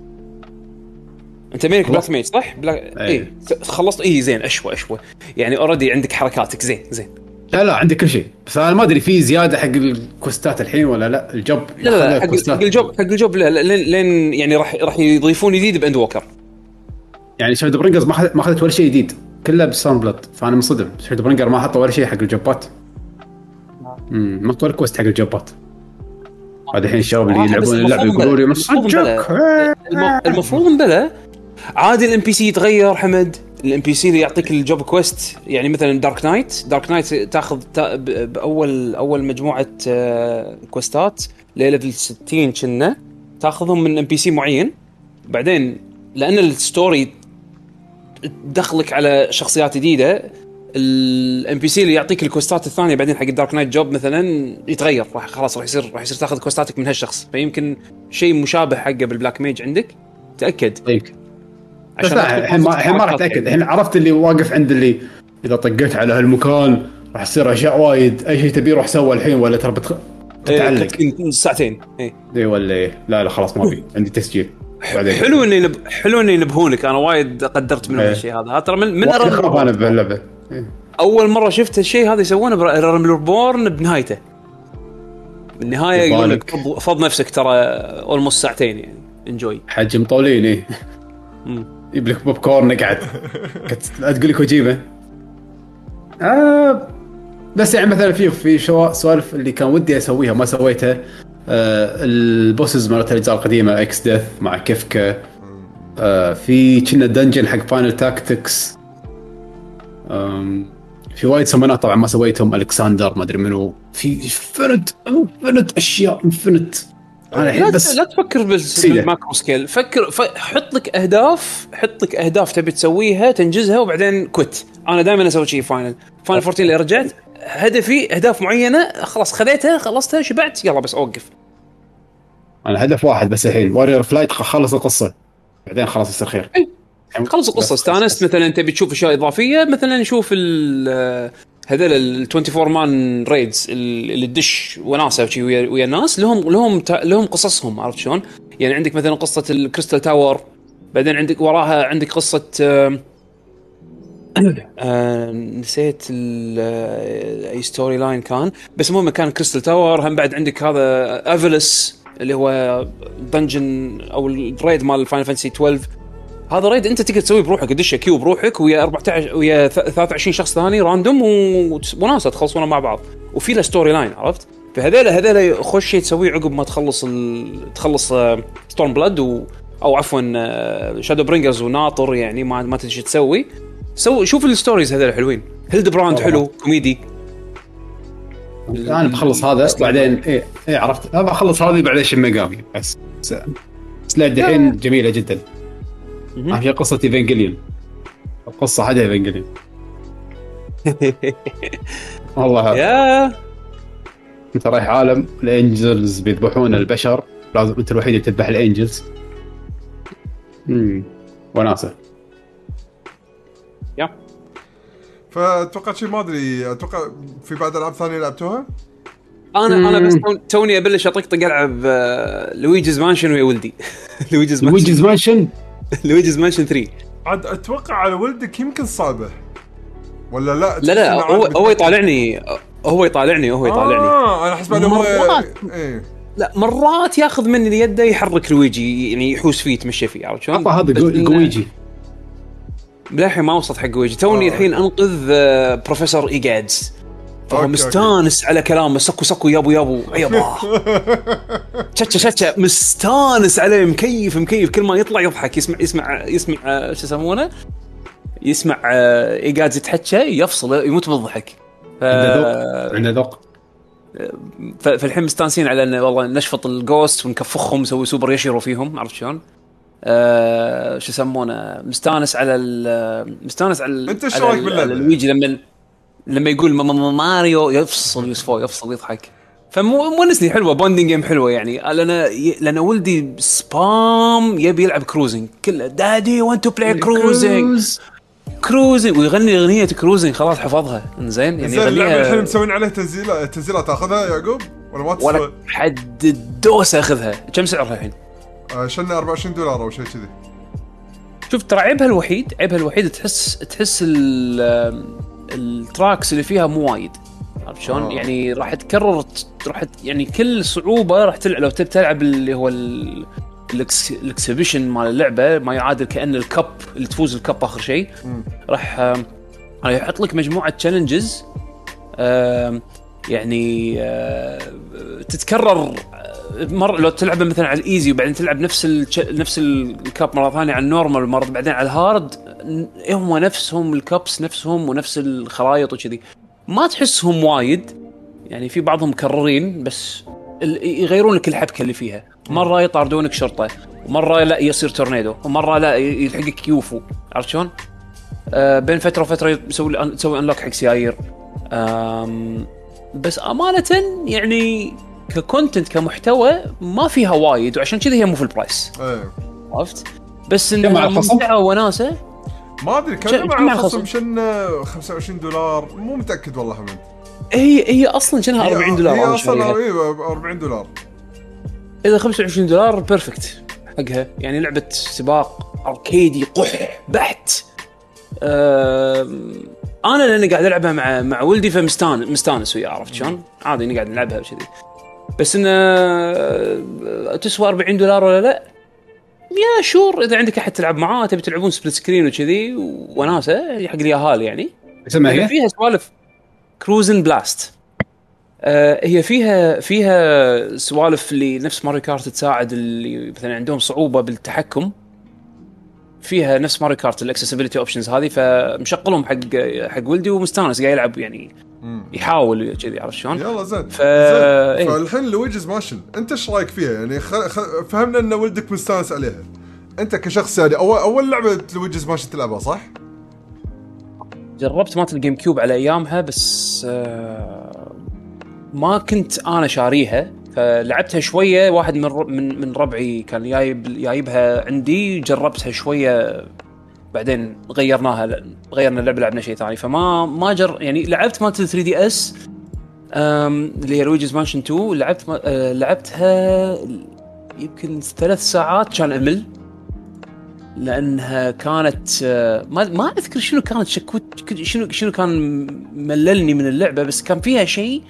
انت مينك بلاك ميج صح؟ اي خلصت. زين اشوى يعني اوريدي عندك حركاتك زين. لا عندي كل شيء. بس انا ما ادري في زياده حق الكوستات الحين ولا لا. الجوب لا حق الجوب لين يعني راح يضيفون جديد باند ووكر. يعني شادو برينجرز ما اخذت ولا شيء جديد كله بستورم بلاد. فانا منصدم. شادو برينجر ما حطوا ولا شيء حق الجوبات. ما حطوا الكوست حق الجوبات. هذا الحين الشباب اللي يلعبون اللعبه يقولوا لي المفروض مبلا عادي. الام بي سي يتغير حمد. الام بي سي اللي يعطيك الجوب كويست يعني مثلا دارك نايت تاخذ باول مجموعه كويستات ليفل 60 كنا تاخذهم من ام بي سي معين. بعدين لان الستوري تدخلك على شخصيات جديده الام بي سي اللي يعطيك الكوستات الثانيه بعدين حق الدارك نايت جوب مثلا يتغير. راح يصير تاخذ كوستاتك من هالشخص. فيمكن شيء مشابه حقه بالبلاك ميج عندك. تاكد عشان الحين ما راح اتاكد. الحين عرفت اللي واقف عند اللي اذا طقيت على هالمكان راح يصير اشياء وايد. اي شيء تبي روح سوى الحين ولا ترى تتعلق ساعتين. اي ولا لا خلاص ما في عندي تسجيل. حلو اني ينبهونك. انا وايد قدرت منهم الشيء هذا. ترى من انا بهاللعبه اول مره شفت الشيء هذا يسوونه برامبلر بورن بنهايته. بالنهايه يقول لك فض نفسك ترى اولموست ساعتين يعني انجوي حجم طولين. يجيب لك بوب كورن قاعد تقول لك وجيبه. بس يعني مثلا في سوالف اللي كان ودي اسويها ما سويتها. البوسز مالت الاجزاء القديمه اكس ديث مع كيفكا. في كنا دنجن حق فاينل تاكتكس. في وايد سمنات طبعا ما سويتهم، الكسندر ما ادري منو، في انفنت اشياء انفنت. انا الحين بس لا تفكر بالماكرو سكيل، حط لك اهداف تبي تسويها تنجزها وبعدين كوت. انا دائما اسوي شيء فاينل 14 اللي رجعت هدفي اهداف معينه خلاص خذيتها خلصتها شبعت يلا بس اوقف. انا هدف واحد بس الحين واريور فلايت، خلص القصه بعدين خلاص يصير خير. خلص القصه استانست مثلا تبي تشوف اشياء اضافيه مثلا نشوف هذول ال 24 مان ريدز اللي تدش وناسه ويا الناس لهم قصصهم، عرفت شلون؟ يعني عندك مثلا قصه الكريستال تاور، بعدين عندك وراها عندك قصه نسيت اي ستوري لاين كان، بس المهم كان كريستال تاور. هم بعد عندك هذا افلس اللي هو دنجن او الريد مال فاينل فانتسي 12. هذا ريد انت تقدر تسوي بروحك، تدش كيو بروحك ويا 14 ويا 23 شخص ثاني راندوم وناسه تخلصون مع بعض، وفي له ستوري لاين، عرفت؟ فهذول خوش شيء تسويه عقب ما تخلص ستورم بلاد او عفوا شادو برينجرز وناطر، يعني ما تدري ايش تسوي. شوف الستوريز هذول حلوين. هيلد براند حلو كوميدي. انا بخلص هذا بعدين ايه عرفت، انا بخلص هذه بعدين شن ميجامي بس الحين جميله جدا. هي قصه ايفانجيليون، القصه حاجه ايفانجيليون والله. يا انت رايح عالم الانجلز بيذبحون البشر، لازم انت الوحيد اللي تذبح الانجلز. وناسه يا فاتوقع شيء ما ادري، اتوقع في بعض العاب ثانيه لعبتوها. انا بس توني ابلش اطقطق العب لويجيز مانشن ويا ولدي. لويجيز مانشن 3 عاد اتوقع على ولدك يمكن صعبه ولا لا؟ لا هو يطالعني انا حسب انه هو لا مرات ياخذ مني يده يحرك لويجي، يعني يحوس فيه يتمشى فيه، عرفت شلون؟ هذا جويجي بلاحي ما وصلت حق ويجي. توني الحين انقذ بروفيسور ايجادز، فهو مستانس على كلامه، سكو يابو عيبا تشا مستانس عليه، مكيف كل ما يطلع يضحك، يسمع شو يسمونه، يسمع ايجادز يتحكى يفصل يموت بالضحك. عنده ذوق. فالحين مستانسين على انه والله نشفط الجوست ونكفخهم نسوي سوبر يشيرو فيهم، عرفت شلون؟ شو يسمونه، مستانس على انت ايش رايك باللعبه؟ الويجي لما يقول ماريو يفصل يضحك، فمونسني حلوه، بوندينج جيم حلوه يعني. لأن ولدي سبام يبي يلعب كروزنج، كله دادي وانت تو بلاي كروزنج ويغني اغنيه كروزنج، خلاص حفظها زين يعني. يغنيها الحين مسوين عليه تنزيلات تاخذها يعقوب ولا ما تسوي؟ ولا حد الدوسه اخذها. كم سعرها الحين؟ شلنا $24 او شيء كذي. شوف ترى عيبها الوحيد تحس التراكس اللي فيها مو وايد، عرفت شلون؟ يعني راح تكرر، يعني كل صعوبه راح لو تلعب اللي هو الاكسبيشن مال اللعبه، ما يعادل كأن الكب اللي تفوز الكب اخر شيء. راح يحط لك مجموعه تشالنجز يعني تتكرر مره. لو تلعب مثلا على الايزي وبعدين تلعب نفس الكاب مره ثانيه على النورمال، مره بعدين على الهارد، هم نفسهم الكابس نفسهم ونفس الخرائط وكذي، ما تحسهم وايد يعني. في بعضهم مكررين بس يغيرون لك الحبكه اللي فيها. مره يطاردونك شرطه، ومره لا يصير تورنيدو، ومره لا يلحقك يوفو، عرفت شلون؟ بين فتره وفتره تسوي انلوك حق سيايير. بس امانه يعني ككونتنت كمحتوى ما فيها وايد، وعشان كذا هي مو في البرايس. عرفت؟ بس انه ممتعه وناسه. ما ادري كم مع الخصم شن $25، مو متاكد والله حمد. هي اصلا شنها $40. هي اصلا $40. اذا $25 بيرفكت حقها، يعني لعبه سباق اركيدي قح بحت. انا لاني قاعد العبها مع ولدي فمستانس وياه، عرفت شلون؟ عادي نقعد نلعبها وكذي. بس انه تسوى $40 ولا لا؟ يا شور اذا عندك احد تلعب معاه تبي تلعبون سبليت سكرين وكذي وناسه حق الياهال يعني. اسمها فيها سوالف كروزن بلاست. هي فيها سوالف اللي نفس ماريو كارت تساعد اللي مثلا عندهم صعوبه بالتحكم، فيها نفس ماريو كارت الاكسسبيليتي اوبشنز هذه، فمشغلهم حق ولدي ومستانس قاعد يلعب يعني يحاول كذي، عرفت شلون؟ يلا زين. فالحين لويجيز ماشن انت ايش رايك فيها؟ يعني فهمنا ان ولدك مستانس عليها، انت كشخص يعني اول لعبه لويجيز ماشن تلعبها صح؟ جربت مات الجيم كيوب على ايامها، بس ما كنت انا شاريها، فلعبتها شويه. واحد من ربعي كان جايبها عندي، جربتها شويه بعدين غيرنا اللعبه، لعبنا شيء ثاني. فما يعني لعبت مالت 3 دي اس اللي هي لويجيز مانشن 2، لعبتها يمكن 3 ساعات، كان امل لانها كانت ما اذكر شنو كانت شكوت، شنو كان مللني من اللعبه، بس كان فيها شيء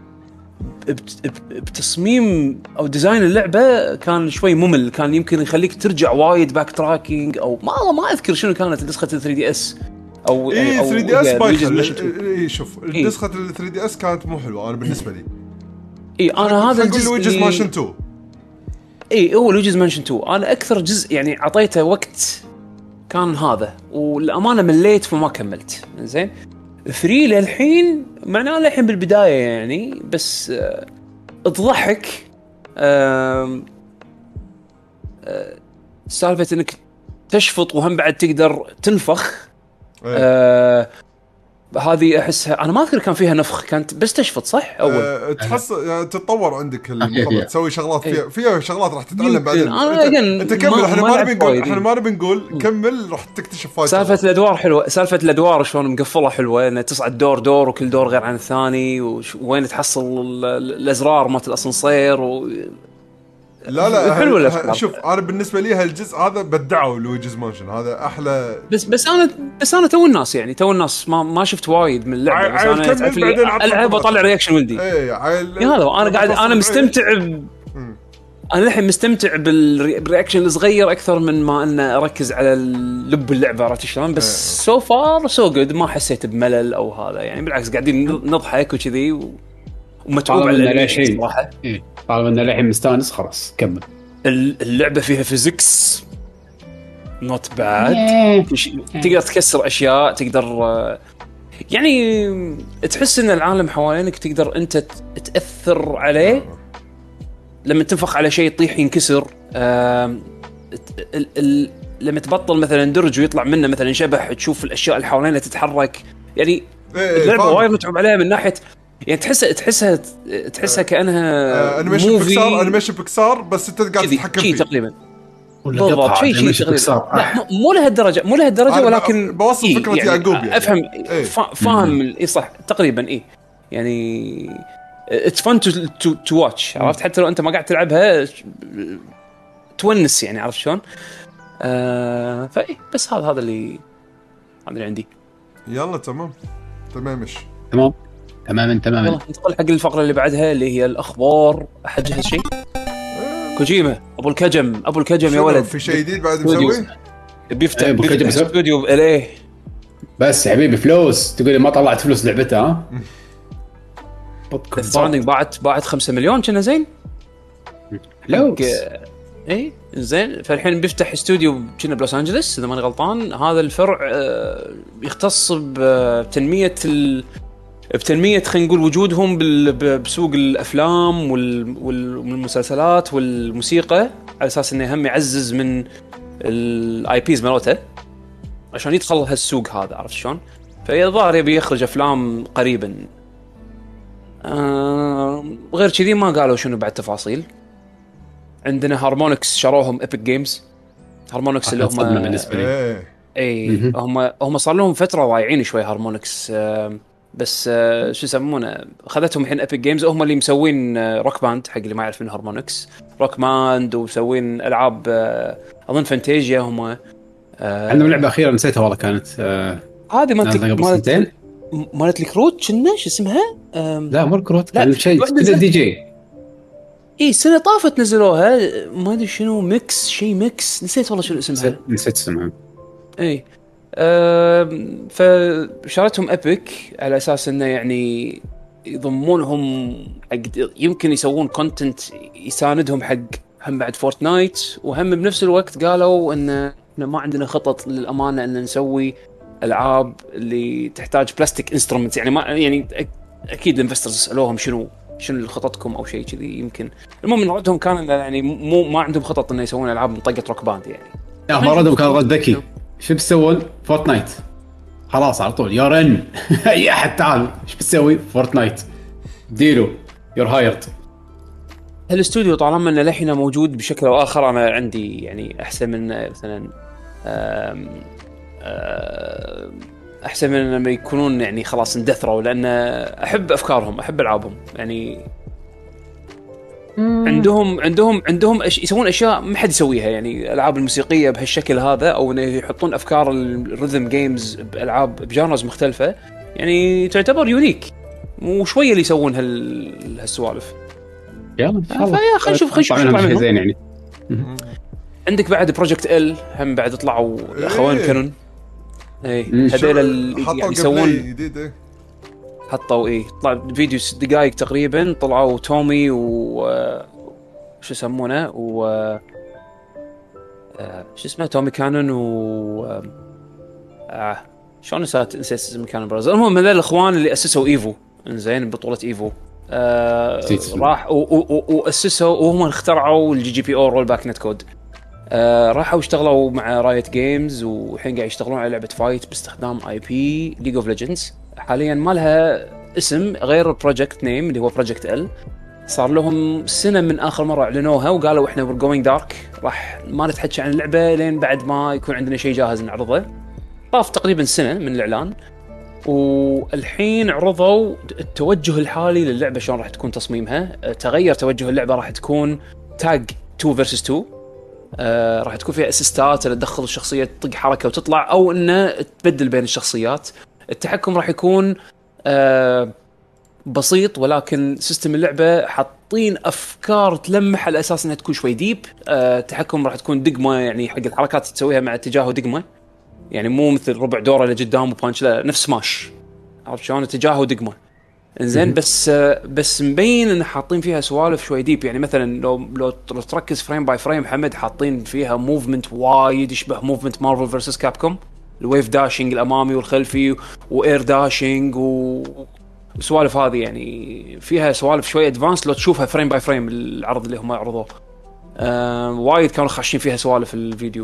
بتصميم او ديزاين اللعبه كان شوي ممل، كان يمكن يخليك ترجع وايد باك تراكينج، او ما اذكر شنو كانت نسخه 3 دي اس او يعني او 3 دي اس بايخ. شوف نسخه 3 دي اس كانت مو حلوه انا بالنسبه لي. انا هذا الجزء لويجيز مانشن 2 هو لويجيز مانشن 2 انا اكثر جزء يعني عطيته وقت كان هذا، والامانه مليت فما كملت. زين 3 للحين معناه الحين بالبدايه يعني، بس تضحك سالفه انك تشفط وهم بعد تقدر تنفخ. هذه احسها انا ما اذكر كان فيها نفخ، كانت بس تشفط صح اول. تحس يعني تتطور عندك المخبط، تسوي شغلات فيها شغلات راح تتعلم بعدين. انت كمل، احنا ما نبي نقول كمل، راح تكتشف فايده. سالفه الادوار حلوه، سالفه الادوار شلون مقفله حلوه، ان تصعد دور وكل دور غير عن الثاني، وين تحصل الازرار مالت الاسانسير لا حلو. شوف انا بالنسبه لي هالجزء هذا بدعوا لويجيز مانشن هذا احلى. بس انا تو الناس ما شفت وايد من اللعبه، بس انا تعرف العب واطلع رياكشن ولدي. هذا انا قاعد انا مستمتع انا الحين مستمتع بالرياكشن الصغير اكثر من ما ان اركز على لب اللعبه، عرفت شلون؟ بس سو فار سو جود، ما حسيت بملل او هذا يعني، بالعكس قاعدين نضحك وكذي ومتعوب على شيء صراحه. طالما ان الحين مستانس خلاص كمل. اللعبه فيها فيزيكس نوت باد، تقدر تكسر اشياء، تقدر يعني تحس ان العالم حوالينك تقدر انت تاثر عليه. لما تنفخ على شيء يطيح ينكسر، لما تبطل مثلا درج ويطلع منه مثلا شبح، تشوف الاشياء اللي حوالينها تتحرك يعني. اللعبه وايد متعوب عليها من ناحيه يعني تحسها كانها انيميشن بيكسار بس انت قاعد تتحكم فيه تقريبا. بالضبط شيء تقريبا، مو لهالدرجه ولكن بوصل فكره يعني يعقوب يعني. افهم فاهم اي صح تقريبا اي يعني it's fun to watch. عرفت حتى لو انت ما قاعد تلعبها تونس يعني، عرفت شلون؟ فاي بس هذا اللي عندي. يلا تمام مش تمام يلا ننتقل حق الفقره اللي بعدها اللي هي الاخبار. احد جهز شيء؟ كوجيما ابو الكجم يا ولد، في شيء جديد بعد مسوي؟ بيفتح استوديو بLA. بس يا حبيبي فلوس، تقولي ما طلعت فلوس لعبتها ها؟ ستراندينج باعت 5 مليون كنا زين لو اي زين. فالحين بيفتح استوديو كنا بلوس انجلس اذا ماني غلطان. هذا الفرع يختص بتنميه خلينا نقول وجودهم بسوق الافلام والمسلسلات والموسيقى، على اساس انه هم يعزز من الاي بيز مالته عشان يدخل هالسوق هذا، عرفت شلون؟ فيظهر يبي يخرج افلام قريبا. غير كذي ما قالوا شنو بعد تفاصيل. عندنا هارمونكس شروهم ايبك جيمز. هارمونكس اللي هم بالنسبه لي اي هم صار لهم فتره ضايعين شوي هارمونكس، بس شو يسمونه، اخذتهم الحين ايبك جيمز. هم اللي مسوين روك باند، حق اللي ما يعرفين هارمونكس روك باند، ومسوين العاب اظن فانتازيا. هم عندهم لعبه اخيره نسيتها والله، كانت هذه مالت الكروت كنا شو اسمها؟ لا مو الكروت، كان شيء دي جي. اي سنه طافت نزلوها ما ادري شنو، ميكس نسيت والله شنو اسمها، نسيت اسمها. اي فشارتهم ابيك على اساس انه يعني يضمونهم حق، يمكن يسوون كونتنت يساندهم حق هم بعد فورتنايت، وهم بنفس الوقت قالوا ان احنا ما عندنا خطط للامانه ان نسوي العاب اللي تحتاج بلاستيك انسترومنتس، يعني ما يعني اكيد الانفسترز سالوهم شنو خططكم او شيء كذي. يمكن المهم ان ردهم كان يعني ما عندهم خطط انه يسوون العاب من طقه روك باند يعني. لا ما ردهم كان رد ذكي. شو بتسوون؟ فورتنايت خلاص على طول يورن. اي احد تعال ايش بتسوي؟ فورتنايت ديرو يور هايرد. الاستوديو طالما انه لحين موجود بشكل او اخر انا عندي يعني احسن من مثلا احسن من لما يكونون يعني خلاص اندثروا، لان احب افكارهم احب العابهم يعني. عندهم يسوون اشياء ما حد يسويها، يعني الالعاب الموسيقيه بهالشكل هذا، او انه يحطون افكار الريذم جيمز بالعاب بجانرز مختلفه، يعني تعتبر يونيك. وشويه اللي يسوون هالسوالف. يلا خلينا نشوف شيء زين يعني. عندك بعد بروجكت ال هم بعد طلعوا الاخوان كانون. اي هذول يعني يسوون حطوا طلع فيديو 6 دقائق تقريبا، طلعوا تومي و شو يسمونه و شو اسمه تومي كانون و شلون نسيت اسم كانون براز. المهم هذول الاخوان اللي اسسوا ايفو، انزين بطولة ايفو راح واسسوا وهم اخترعوا الجي جي بي او رول باك نت كود. راحوا اشتغلوا مع رايت جيمز، وحين قاعد يشتغلون على لعبة فايت باستخدام اي بي ليج اوف ليجندز. حاليا ما لها اسم غير بروجكت نيم اللي هو بروجكت ال. صار لهم سنة من آخر مرة اعلنوها وقالوا احنا we're going dark، راح ما نتحكي عن اللعبة لين بعد ما يكون عندنا شيء جاهز نعرضه. طاف تقريبا سنة من الإعلان، والحين عرضوا التوجه الحالي للعبة شلون راح تكون تصميمها. تغير توجه اللعبة، راح تكون تاج 2 versus 2. راح تكون فيها اسيستات اللي تدخل الشخصية تطق حركة وتطلع، أو إنه تبدل بين الشخصيات. التحكم راح يكون بسيط، ولكن سيستم اللعبة حاطين أفكار تلمح على أساس إنها تكون شوي ديب. التحكم راح تكون دقمة، يعني حق الحركات تسويها مع اتجاه ودقمة، يعني مو مثل ربع دورة لقدام وبانش، لا نفس سماش، عرفت شلون اتجاه ودقمة. إنزين بس مبين إن حاطين فيها سوالف شوي ديب. يعني مثلا لو تركز فريم باي فريم حمد، حاطين فيها موفمنت وايد يشبه موفمنت مارفل فيرسس كابكوم، الويف داشينج الأمامي والخلفي وإير داشينج وسوالف هذه. يعني فيها سوالف شوي أدفانس لو تشوفها فريم باي فريم العرض اللي هم عرضوه. وايد كانوا خاشين فيها سوالف الفيديو.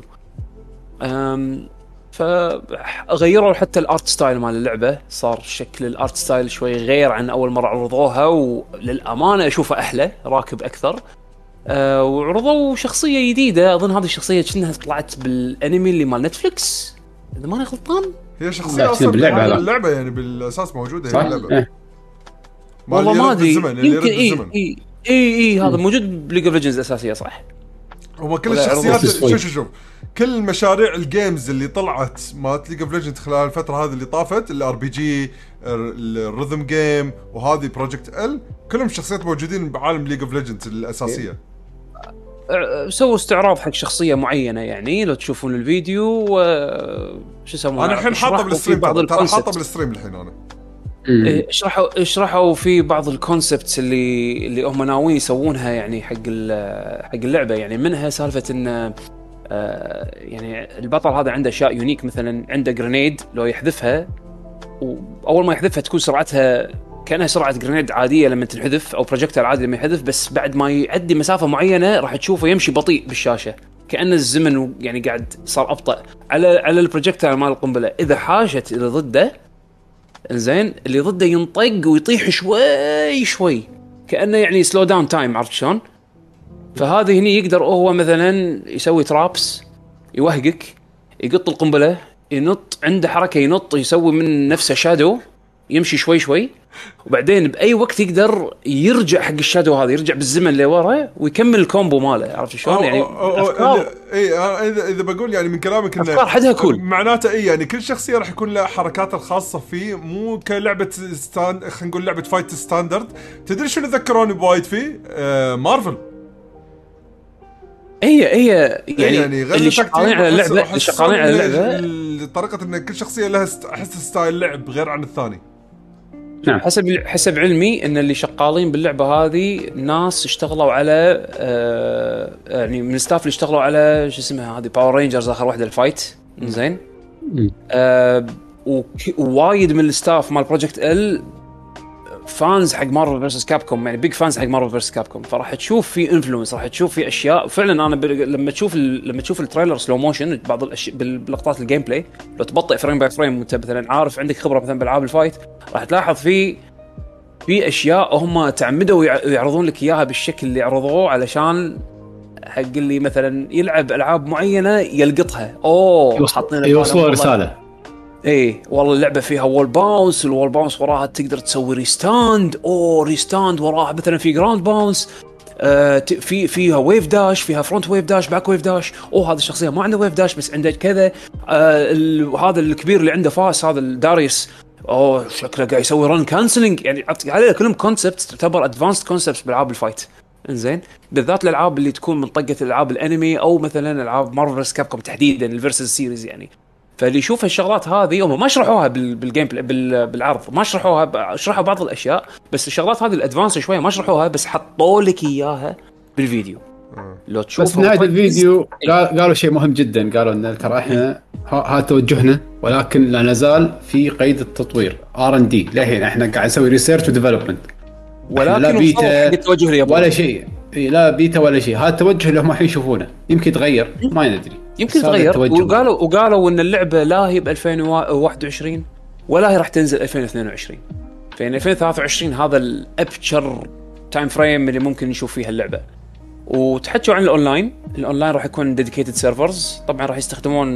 فغيروا حتى الارت ستايل مال اللعبة، صار شكل الارت ستايل شوي غير عن أول مرة عرضوها، وللأمانة أشوفها أحلى راكب أكثر. وعرضوا شخصية جديدة، أظن هذه الشخصية كأنها طلعت بالأنمي اللي مال نتفليكس إذا ماني غلطان. هي شخصية أصلا باللعبة يعني بالأساس موجودة هي باللعبة. والله ما أدري، يمكن إيه هذا موجود بليج اوف ليجندز أساسية صح. هما كل الشخصيات شوف كل مشاريع الجيمز اللي طلعت مالت ليج اوف ليجندز خلال الفترة هذه اللي طافت، الار بي جي الريذم جيم وهذه بروجكت ال، كلهم شخصيات موجودين بعالم ليج اوف ليجندز الأساسية. سووا استعراض حق شخصية معينة، يعني لو تشوفون الفيديو شو يسمونه. أنا الحين حاطه بالستريم، ترى حاطه بالستريم الحين أنا. اشرحوا في بعض الكونسبتس اللي هم ناويين يسوونها يعني حق اللعبة. يعني منها سالفة إن يعني البطل هذا عنده أشياء يونيك، مثلا عنده جرينيد لو يحذفها، وأول ما يحذفها تكون سرعتها كأنها سرعة جرينيد عادية لما تنحذف، أو بروجيكتيل عادي لما يحذف، بس بعد ما يعدي مسافة معينة راح تشوفه يمشي بطيء بالشاشة، كأن الزمن يعني قاعد صار أبطأ على البروجيكتيل مال القنبلة. إذا حاشت إلى ضده إنزين اللي ضده ينطق ويطيح شوي كأنه يعني سلو داون تايم، عرفت شلون؟ فهذه هني يقدر هو مثلا يسوي ترابس، يوهقك، يقط القنبلة، ينط عنده حركة، ينط يسوي من نفسه شادو، يمشي شوي وبعدين بأي وقت يقدر يرجع حق الشادو هذا، يرجع بالزمن اللي وراه ويكمل الكومبو ماله، عرفت شلون؟ يعني إذا بقول يعني من كلامك إنه أفكار حدها كول، معناته يعني كل شخصية راح يكون لها حركات الخاصة فيه، مو كلعبة خلينا نقول لعبة فايت ستاندرد. تدري شنو ذكروني بوايد فيه؟ مارفل. هي يعني اللي شغالين على اللعبة طريقة إن كل شخصية لها أحس ستايل لعب غير عن الثاني. نعم. حسب علمي ان اللي شغالين باللعبه هذه ناس اشتغلوا على يعني من الستاف اللي اشتغلوا على شو اسمها هذه باور رينجرز اخر واحده الفايت زين. ووايد من الستاف مال بروجكت ال فانز حق مارفل فيرسس كابكوم، يعني بيج فانز حق مارفل فيرسس كابكوم، فراح تشوف في انفلونس، راح تشوف في اشياء فعلا. انا لما تشوف التريلر سلو موشن بعض الاشياء بلقطات الجيم بلاي، لو تبطئ فريم باي فريم وانت مثلا عارف عندك خبره مثلا بالعاب الفايت، راح تلاحظ في اشياء هم تعمدوا يعرضون لك اياها بالشكل اللي عرضوه علشان حق اللي مثلا يلعب العاب معينه يلقطها. حاطين يوصلوا رساله. ايه والله اللعبه فيها وول باونس، الوول باونس وراها تقدر تسوي ريستاند، ريستاند وراها مثلا في جراوند باونس، فيها ويف داش، فيها فرونت ويف داش، باك ويف داش. هذا الشخصيه ما عنده ويف داش بس عنده كذا. هذا الكبير اللي عنده فاس، هذا الداريوس، شكله قاعد يسوي رن كانسلينج. يعني عليه كلهم كونسبت تعتبر ادفانسد كونسبتس بالعاب الفايت. انزين بالذات الالعاب اللي تكون من طقه الالعاب الانمي او مثلا العاب مارفل كابكوم تحديدا الفيرسز سيريز يعني. فاللي يشوف الشغلات هذه هم ما شرحوها بالجيم بالعرض، ما شرحوا بعض الاشياء، بس الشغلات هذه الادفانس شويه ما شرحوها، بس حطوا لك اياها بالفيديو. لو تشوف بس نهاية الفيديو قالوا شيء مهم جدا، قالوا ان ترى احنا هذا توجهنا، ولكن لا نزال في قيد التطوير R&D للحين. احنا قاعد نسوي ريسيرش وديفلوبمنت، ولكن لا بيتا التوجه الياباني ولا شيء، لا بيتا ولا شيء. هذا التوجه اللي هم الحين يشوفونه يمكن يتغير، ما ندري، يمكن يتغير. وقالوا ان اللعبه لا هي ب 2021 ولا هي راح تنزل 2022. في 2023 هذا الابشر تايم فريم اللي ممكن نشوف فيها اللعبه. وتحكوا عن الاونلاين راح يكون ديديكيتد سيرفرز، طبعا راح يستخدمون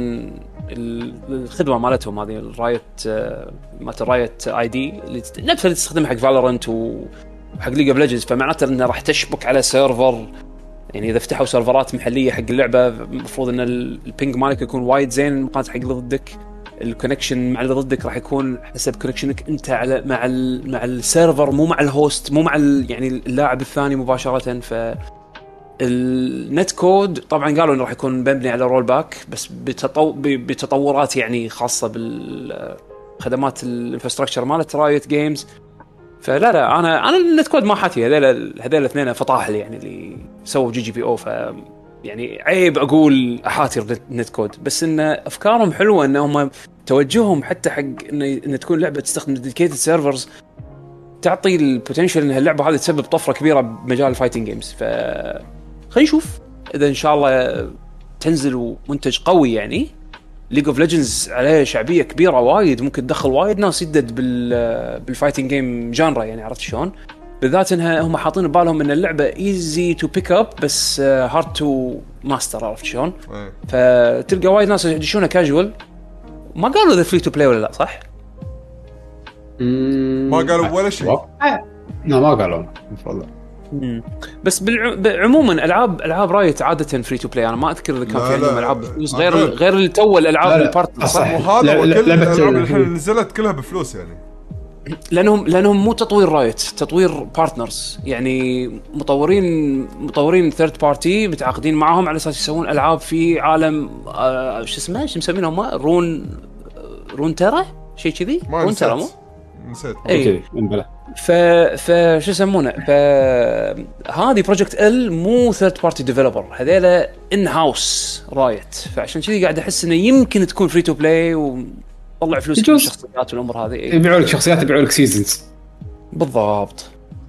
الخدمه مالتهم هذه الرايت مالت الرايت اي دي اللي نفسها اللي تستخدمها حق فالورنت وحق ليج اوف ليجندز. فمعناته انه راح تشبك على سيرفر، يعني اذا فتحوا سيرفرات محليه حق اللعبه المفروض ان البينج مالك يكون وايد زين مقارنه حق اللي ضدك. الكونكشن مع اللي ضدك راح يكون حسب كونكشنك انت على مع السيرفر، مو مع الهوست، مو مع يعني اللاعب الثاني مباشره. ف النت كود طبعا قالوا انه راح يكون مبني على رول باك، بس بتطورات يعني خاصه بالخدمات الانفراستراكشر مالت رايت جيمز. فلا انا النت كود ما حاتي هذول الاثنين فطاحل يعني اللي سووا GGPO. ف يعني عيب اقول احاتي النت كود، بس ان افكارهم حلوه، انهم توجههم حتى حق ان تكون لعبه تستخدم ديديكيتد سيرفرز تعطي البوتنشل ان اللعبه هذه تسبب طفره كبيره بمجال الفايتنج جيمز. ف خلينا نشوف اذا ان شاء الله تنزل منتج قوي. يعني ليج اوف ليجندز عليه شعبيه كبيره وايد، ممكن تدخل وايد ناس يدد بالفايتنج جيم جانرا، يعني عرفت شلون؟ بالذات انها هم حاطين ببالهم ان اللعبه ايزي تو بيك اب بس هارد تو ماستر، عرفت شلون؟ فتلقى وايد ناس يدشونها كاجوال. ما قالوا اذا فري تو بلاي ولا لا، صح؟ ما قالوا ولا شيء. لا ما قالوا المفروض. بس عموما العاب رايت عاده فري تو بلاي. انا ما اذكر اذا كان في عندهم العاب بفلوس غير اللي تو الالعاب البارتنر، صح؟ وهذا وكل الالعاب اللي نزلت كلها بفلوس يعني. لانهم مو تطوير رايت، تطوير بارتنرز، يعني مطورين ثيرد بارتي متعاقدين معهم على اساس يسوون العاب في عالم شو اسمه، شو مسمينهم، رون تيرا شيء كذي. رون تيرا مو نسيت اي شو يسمونه. هذه بروجكت ال مو ثيرد بارتي ديفلوبر، هذيلا ان هاوس رايت. فعشان كذي قاعد احس انه يمكن تكون فري تو بلاي وطلع فلوس من الشخصيات والامور هذه. يبيعوا لك شخصيات، يبيعوا لك سيزونز بالضبط.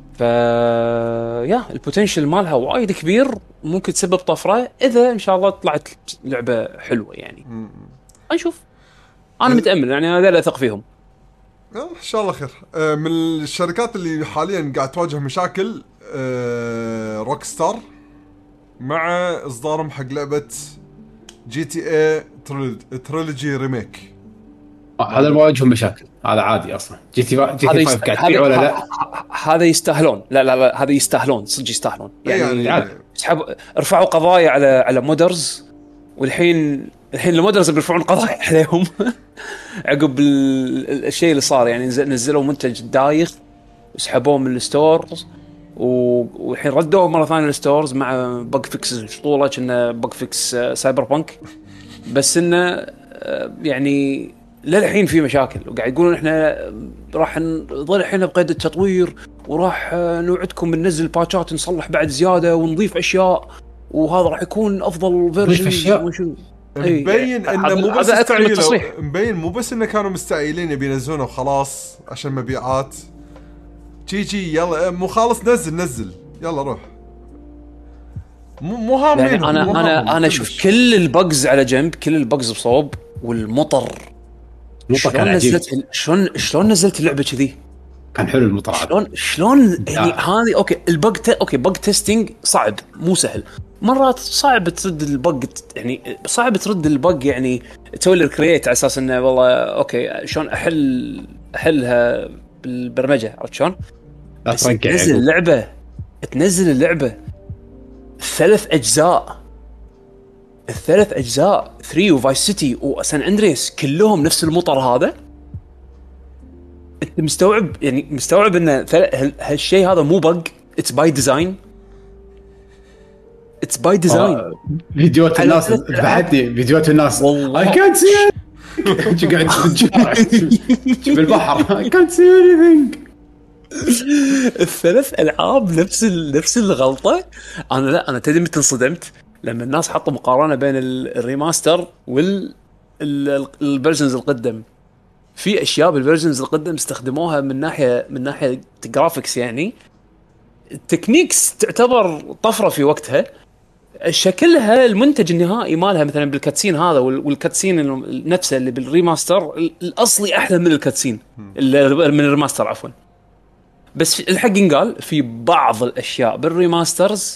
يا البوتنشل مالها وايد كبير، ممكن تسبب طفره اذا ان شاء الله طلعت لعبه حلوه يعني. نشوف. انا متامل يعني، انا لا اثق فيهم ان شاء الله خير. من الشركات اللي حاليا قاعد تواجه مشاكل روك ستار مع اصدارهم حق لعبه GTA تريلوجي ريميك. هذا ما واجههم مشاكل، هذا عادي اصلا. GTA 5 قاعد تبيع ولا لا؟ هذا يستاهلون. لا هذا يستاهلون صدق، يستاهلون يعني رفعوا قضايا على مودرز، والحين المودرز بيرفعون قضايا عليهم عقب الشيء اللي صار. يعني نزلوا منتج دايخ وسحبوه من الستورز، والحين ردوه مره ثانيه للستورز مع بق فيكس شطوله، كنا بق فيكس سايبر بانك. بس انه يعني للحين في مشاكل، وقاعد يقولون احنا راح نظل الحين بقيد التطوير، وراح نوعدكم بننزل باتشات نصلح بعد زياده ونضيف اشياء، وهذا راح يكون افضل فيرجن. مبين انه مو بس مبين مو بس انه كانوا مستعجلين يبي ينزلونه وخلاص عشان مبيعات. جي يلا مو خالص نزل يلا روح. مو هامين يعني انا اشوف كل البجز على جنب، كل البجز بصوب، والمطر شلون نزلت اللعبه كذي؟ كان حلو المطر. شلون يعني هذه اوكي اوكي بج تيستينج صعب مو سهل، مرات صعب ترد البج، يعني صعب ترد البج، يعني تسوي له كرييت على اساس انه والله اوكي شلون احلها بالبرمجه، عرفت شلون؟ تنزل اللعبه 3 أجزاء 3 وفايس سيتي وسان اندريس كلهم نفس المطر هذا. انت مستوعب ان هالشيء هذا مو بق، اتس باي ديزاين. فيديوهات الناس بعدني، فيديوهات الناس I can't see it. قاعد في بالبحر I can't see anything. 3 ألعاب نفس الغلطة. أنا تدري متى انصدمت لما الناس حطوا مقارنة بين الريماستر والفيرجنز القدم. في أشياء بالفيرجنز القدم استخدموها من ناحية جرافيكس، يعني التكنيكس تعتبر طفرة في وقتها. شكلها المنتج النهائي مالها مثلا بالكاتسين هذا والكاتسين نفسه اللي بالريماستر الأصلي أحلى من الكاتسين من الريماستر عفوا. بس الحق قال في بعض الاشياء بالريماسترز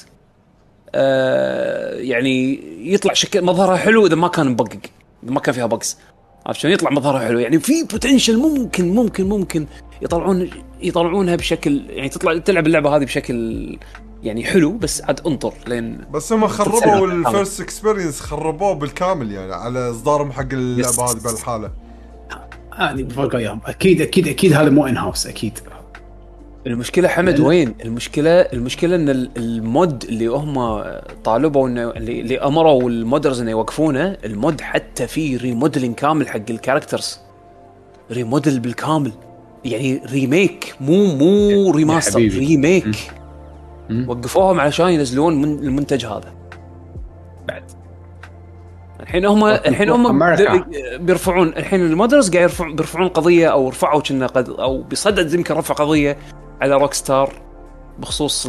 يعني يطلع شكل مظهرها حلو اذا ما كان مبقق، اذا ما كان فيها بقص، عشان يطلع مظهرها حلو. يعني في بوتنشل ممكن يطلعونها بشكل، يعني تلعب اللعبه هذه بشكل يعني حلو، بس عاد انطر لين. بس هم خربوا الفيرست اكسبيرينس، خربوه بالكامل يعني على اصدارهم حق اللعبه هذه بالحاله هذه بفرق ايام. اكيد هذا مو ان هاوس اكيد. المشكلة حمد وين؟ المشكلة ان المود اللي هم طالبوا انه اللي امروا المودرز انه يوقفونه، المود حتى فيه ريموديلينج كامل حق الكاركترز، ريموديل بالكامل، يعني ريميك مو ريماستر، ريميك. وقفوهم علشان ينزلون من المنتج هذا. بعد الحين هم بيرفعون، الحين المودرز قاعد بيرفعون قضية، او رفعوا كنا او بيصدد يمكن رفع قضية على روك ستار بخصوص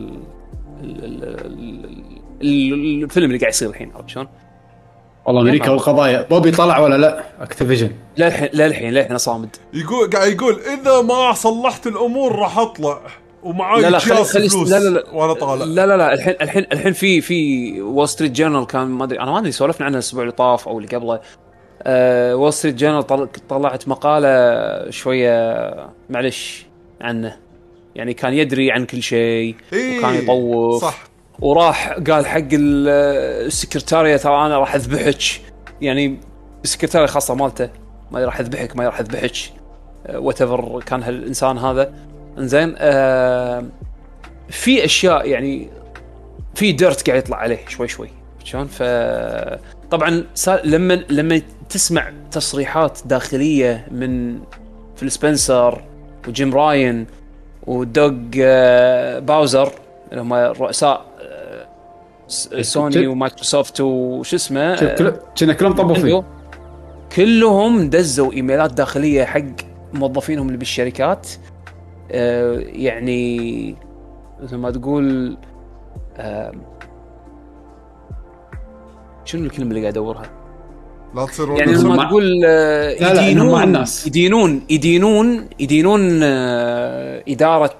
الفيلم اللي قاعد يصير الحين. عرفت شلون؟ والله امريكا والقضايا. بوبي طلع ولا لا؟ اكتيفيجن لا الحين صامد. قاعد يقول اذا ما صلحت الامور راح اطلع ومعاي جهاز فلوس. لا وانا طالع. لا الحين في وول ستريت جورنال كان ما ادري سولفنا عنه الاسبوع اللي طاف او اللي قبله. وول ستريت جورنال طلعت مقاله شويه معلش عنه، يعني كان يدري عن كل شيء وكان يطوف صح. وراح قال حق السكرتارية ترى انا راح اذبحك، يعني السكرتارية خاصه مالته ما راح اذبحك واتفر كان هالانسان هذا. انزين في اشياء يعني في ديرت قاعد يطلع عليه شوي شلون. فطبعا لما تسمع تصريحات داخليه من فيل سبنسر وجيم راين ودوغ باوزر اللي هم رؤساء سوني ومايكروسوفت وش اسمه، كنا كلهم طبوا فيه، كلهم دزوا ايميلات داخليه حق موظفينهم اللي بالشركات. يعني مثل ما تقول شنو الكلمة اللي قاعد أدورها؟ لا تصير يعني لما تقول يدينون إدارة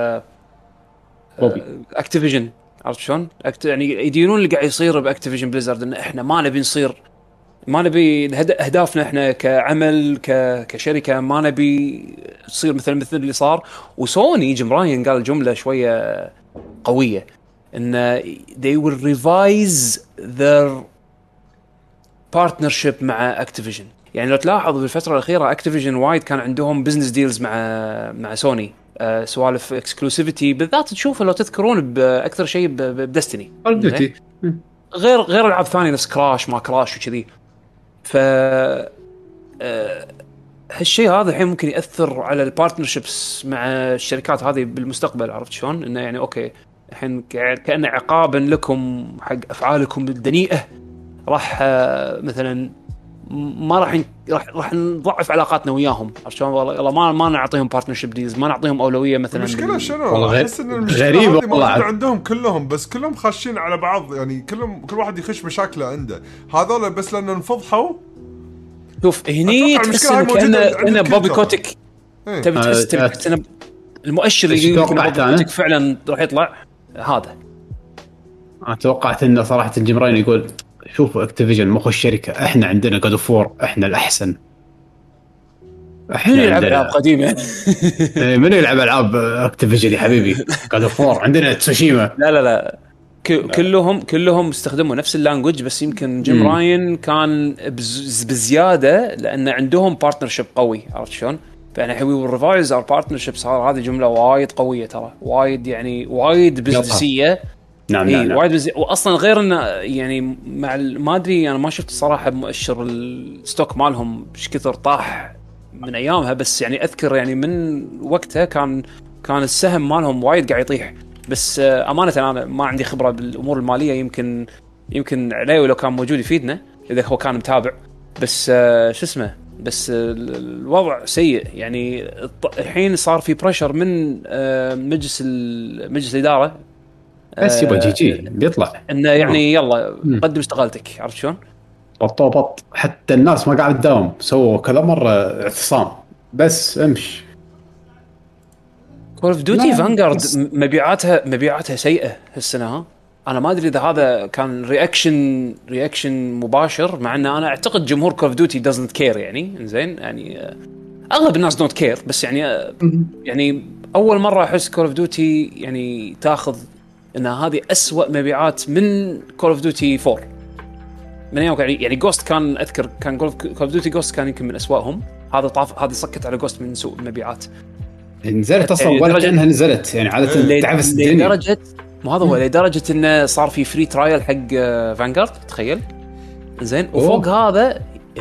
أكتيفيجن، عرفت شلون؟ يعني يدينون اللي قاعد يصير بأكتيفيجن بليزرد، إن إحنا ما نبي أهدافنا إحنا كعمل كشركة ما نبي تصير مثل اللي صار. وسوني جيم راين قال جملة شوية قوية إن they will revise their partnership مع Activision. يعني لو تلاحظ بالفترة الأخيرة Activision وايد كان عندهم business deals مع سوني، سوالف exclusivity بالذات تشوفه لو تذكرون بأكثر شيء بدستني غير ألعاب ثانية نفس كراش ما كراش وكذي. هالشيء هذا الحين ممكن ياثر على البارتنرشيبس مع الشركات هذه بالمستقبل. عرفت شلون؟ انه يعني اوكي الحين كأنه عقابا لكم حق افعالكم الدنيئه راح مثلا ما راح نضعف علاقاتنا وياهم. عرفت شلون؟ والله ما نعطيهم بارتنرشيب ديلز، ما نعطيهم اولويه مثلا. المشكله شنو؟ احس ان المشكله هذه موجوده عندهم كلهم، بس كلهم خاشين على بعض يعني. كل واحد يخش مشاكله عنده. هذول بس لانه انفضحوا. شوف هني تحس ان بوبي كوتك تبي تحس ان المؤشر اللي يقول لك بوبي كوتك فعلا راح يطلع هذا. انا توقعت انه صراحه جيم راين يقول شوفوا اكتيفيجن مخ الشركه، احنا عندنا جود اوف وور، احنا الاحسن، احنا نلعب العاب قديمه. من يلعب العاب اكتيفيجن يا حبيبي؟ جود اوف وور عندنا تسوشيما. لا كلهم استخدموا نفس اللانجوج، بس يمكن جيم راين كان بزياده لان عندهم بارتنرشيب قوي. عرفت شلون؟ فاحنا حبيب الريفايز اور بارتنرشيب صار هذه جمله وايد قويه ترى، وايد يعني وايد بزنسيه. نعم. وايد واصلا غير انه يعني مع ما ادري انا ما شفت الصراحه مؤشر الستوك مالهم ايش كثر طاح من ايامها، بس يعني اذكر يعني من وقتها كان السهم مالهم وايد قاعد يطيح. بس امانه انا ما عندي خبره بالامور الماليه، يمكن علي لو كان موجود يفيدنا اذا هو كان متابع. بس شو اسمه، بس الوضع سيء يعني. الحين صار في بريشر من مجلس الاداره، بس يبغى جي بيطلع انه يعني يلا قدم استقالتك. عرفت شلون؟ بط حتى الناس ما قاعد تداوم، سووا كذا مره اعتصام بس امش. كول اوف ديوتي فانغارد مبيعاتها سيئه هالسنه. ها انا ما ادري اذا هذا كان رياكشن مباشر، مع ان انا اعتقد جمهور كول اوف ديوتي doesn't care يعني. زين يعني اغلب الناس don't care، بس يعني اول مره احس كول اوف ديوتي يعني تاخذ ان هذه أسوأ مبيعات من كول اوف ديوتي 4 من يوم يعني جوست كان اذكر كان كول اوف ديوتي جوست كان يمكن من أسوأهم. هذا سكت على جوست من سوء المبيعات. نزلت اصلا ولا كانها نزلت يعني عاده تعبس الدنيا لدرجه ما هذا هو لدرجه انه صار في فري ترايل حق فانغارد. تخيل زين. وفوق هذا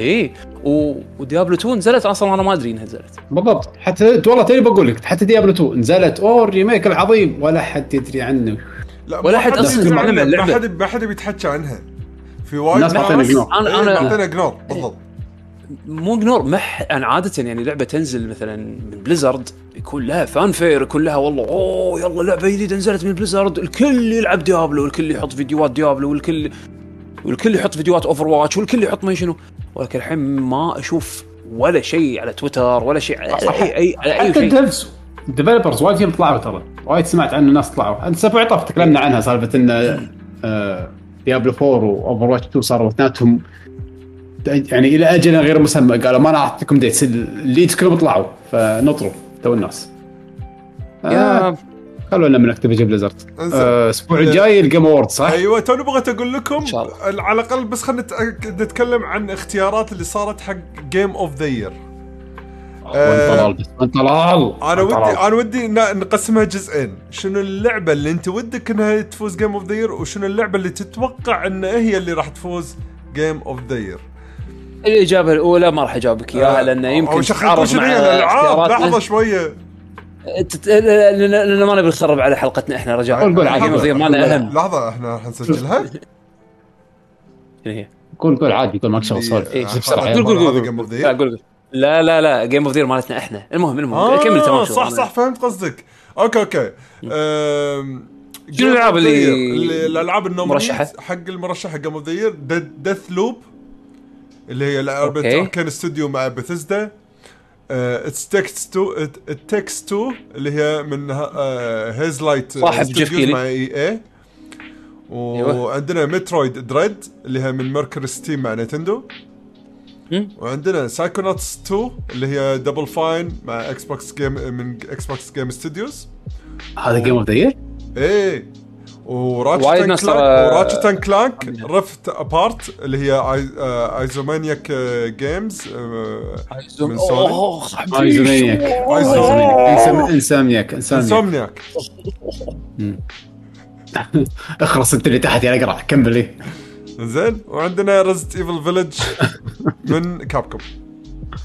وديابلو 2 نزلت اصلا انا ما ادري انها نزلت بالضبط. حتى والله تاني بقول لك حتى ديابلو 2 نزلت الريميك العظيم ولا حد يدري عنه، ولا حد اصلا يسمع عنه. ما حد بيتحكى عنها في وايد ناس. انا اعطينا اجنور بالضبط. مو جنور انا عاده يعني لعبه تنزل مثلا من بليزرد يكون لها فانفير، يكون لها والله يلا لعبه جديده نزلت من بليزرد، الكل يلعب ديابلو، والكل يحط فيديوهات ديابلو، والكل يحط فيديوهات اوفر واتش، والكل يحط ما شنو. ولكن الحين ما اشوف ولا شيء على تويتر ولا شيء اي حتى الديفلوبرز وايد فيهم طلعوا ترى، وايد سمعت عنه ناس طلعوا. انت سبع طرف تكلمنا عنها سالفه ان ديابلو 4 واوفر واتش 2 صاروا اثنيناتهم يعني الى اجل غير مسمى. قالوا ما انا اعطيكم ديتس اللي كلهم طلعوا فنطروا تو الناس. خلونا من اكتيفيجن بليزرد. الاسبوع الجاي الجيم اوورد صح؟ ايوه تو بغيت اقول لكم على الاقل بس خلينا نتكلم عن اختيارات اللي صارت حق جيم اوف ذا يير. انا ودي نقسمها جزئين. شنو اللعبه اللي انت ودك انها تفوز جيم اوف ذا يير، وشنو اللعبه اللي تتوقع ان هي اللي راح تفوز جيم اوف ذا يير. الاجابه الاولى ما راح اجاوبك اياها لان يمكن تتعارض مع الالعاب. لحظه شويه لأن ما نبي نخرب على حلقتنا احنا رجاء. جيم اوف ذا ما أهم. لحظه احنا حنسجلها. هي قول عادي قول ما شغل سولف بسرعه. قول لا جيم اوف ذا يير مالتنا احنا. المهم كمل تمام. صح فهمت قصدك. اوكي شنو الالعاب الالعاب النومينيز حق المرشح جيم اوف ذا يير؟ ديث لوب اللي هي لعبه كان استوديو مع بثيسدا. تكست 2 اللي هي من هيزلايت ستوديوز مع اي. وعندنا مترويد دريد اللي هي من ميركوري ستيم مع نينتندو. وعندنا سايكونوتس 2 اللي هي دبل فاين مع اكس بوكس جيم من اكس بوكس جيم ستوديوز. هذا جيم اوف ذا يير. وراتشت اند كلانك رفت ابارت اللي هي ايزومانياك جيمز من سوني. انسامنياك اخرس انت اللي تحت يا اقرا كمل. زين. وعندنا ريزنت ايفل فيلج من كابكوم.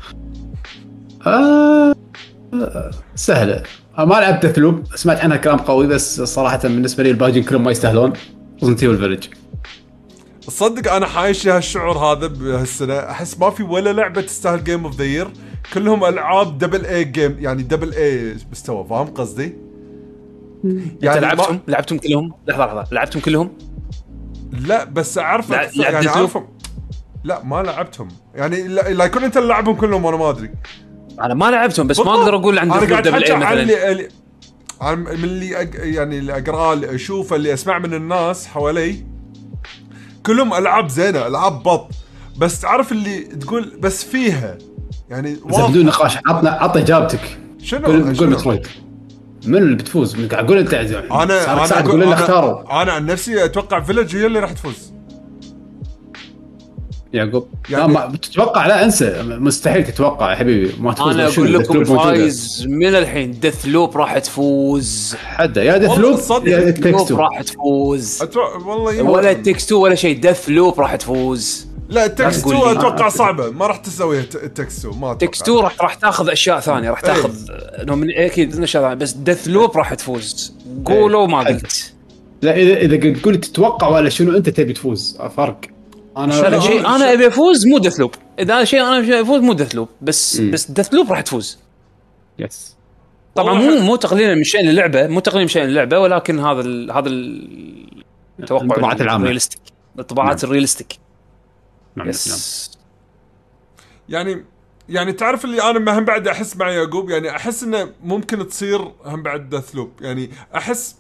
سهله. ما لعبت ديثلوب، سمعت عنها كلام قوي، بس صراحه بالنسبه لي الباجين كلهم ما يستاهلون. ريزنت ايفل فيلج تصدق انا عايش هالشعور هذا بهالسنه، احس ما في ولا لعبه تستاهل جيم اوف ذا يير، كلهم العاب دبل اي جيم، يعني دبل اي مستوى، فاهم قصدي؟ يعني لعبتم كلهم؟ لحظه لعبتم كلهم؟ لا بس اعرف يعني اعرفهم. لا ما لعبتهم، يعني لا يكون انت لعبهم كلهم وانا ما ادري. انا ما لعبتهم بس ما اقدر اقول عن دبل اي مثلا. عن من اللي يعني اللي اقراه اللي اشوفه اللي اسمع من الناس حوالي كلهم العاب زينه، العاب بط، بس تعرف اللي تقول بس فيها يعني بدون نقاش. عطنا اجابتك. شنو قول مترويد من اللي بتفوز؟ من قاعد اقول انت انا اقول اللي اختاروا. انا عن نفسي اتوقع فيلج هي اللي راح تفوز. يعقوب يعني ما بتتوقع؟ لا انسى، مستحيل تتوقع يا حبيبي، ما تفوز. انا اقول لكم الفايز من الحين ديث لوب راح تفوز. حدا يا ديث لوب يا تكستو راح تفوز. والله ولا تكستو ولا شيء، ديث لوب راح تفوز. لا التكستو اتوقع صعبه، ما راح تسويها التكستو. ما تكستو راح تاخذ اشياء ثانيه، راح تاخذ اكيد اشياء ثانيه، بس ديث لوب راح تفوز. قولوا ما قلت. لا اذا تقول تتوقع ولا شنو انت تبي تفوز فرق. انا شيء انا ابي افوز مو ديث لوب، اذا شيء انا ابي افوز مو ديث لوب، بس ديث لوب راح تفوز. يس طبعا مو تقليلا من شأن اللعبه، مو تقليلا من شأن اللعبه، ولكن هذا التوقع الطباعات العامه، الريالستيك، الطباعات الريالستيك. يس. يعني تعرف اللي انا هم بعد احس مع يعقوب، يعني احس انه ممكن تصير هم بعد ديث لوب، يعني احس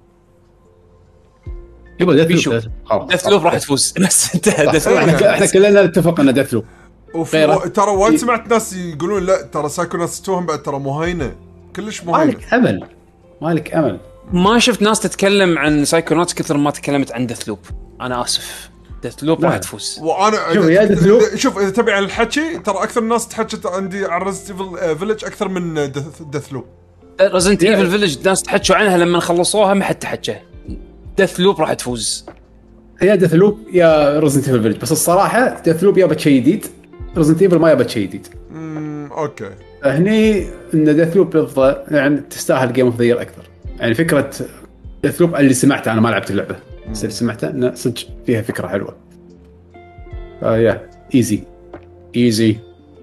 يبغى ديث لوب راح تفوز. بس انتهى ديث لوب. احنا كلنا نتفق ان ديث لوب. ترى وايد سمعت ناس يقولون لا ترى سايكوناس 2 هم بعد ترى مهينه، كلش مهينه. مالك امل. ما شفت ناس تتكلم عن سايكوناتس كثر ما تكلمت عن ديث لوب. انا اسف، ديث لوب راح تفوز. وانا شوف اذا تبي عن الحكي، ترى اكثر الناس تحكت عندي عن ريزنت ايفل فيلج اكثر من ديث لوب. ريزنت ايفل فيلج ناس تحكوا عنها لما خلصوها ما حد تحكى. ديث لوب راح تفوز. يا ديث لوب يا ريزنت ايفل فيلج، بس الصراحه ديث لوب يابا شيء جديد، ريزنت ايفل ما يابا شيء جديد. اوكي هني ان ديث لوب يفضل يعني تستاهل جيم اوف ذا يير اكثر. يعني فكره ديث لوب اللي سمعته، انا ما لعبت اللعبه بس اللي سمعته انه صدق فيها فكره حلوه. يا ايزي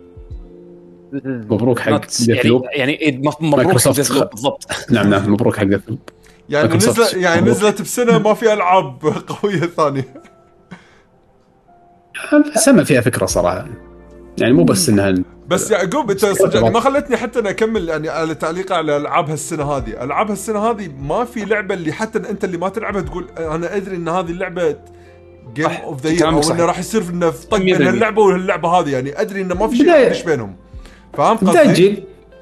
مبروك حق ديث لوب. يعني مبروك حق ديث لوب بالضبط. نعم مبروك حق ديث لوب. يعني نزلت بسنه ما في العاب قويه ثانيه. سمع فيها فكره صراحه، يعني مو بس انها بس يعقوب انت صدق ما خلتني حتى انا اكمل يعني على تعليق على العاب هالسنه هذه. العاب هالسنه هذه ما في لعبه اللي حتى انت اللي ما تلعبها تقول انا ادري ان هذه اللعبه جيم اوف ذا يير، او انه راح يصير في طق بين هاللعبه واللعبه هذه، يعني ادري انه ما في شيء يدش بينهم. فاهم قصدي؟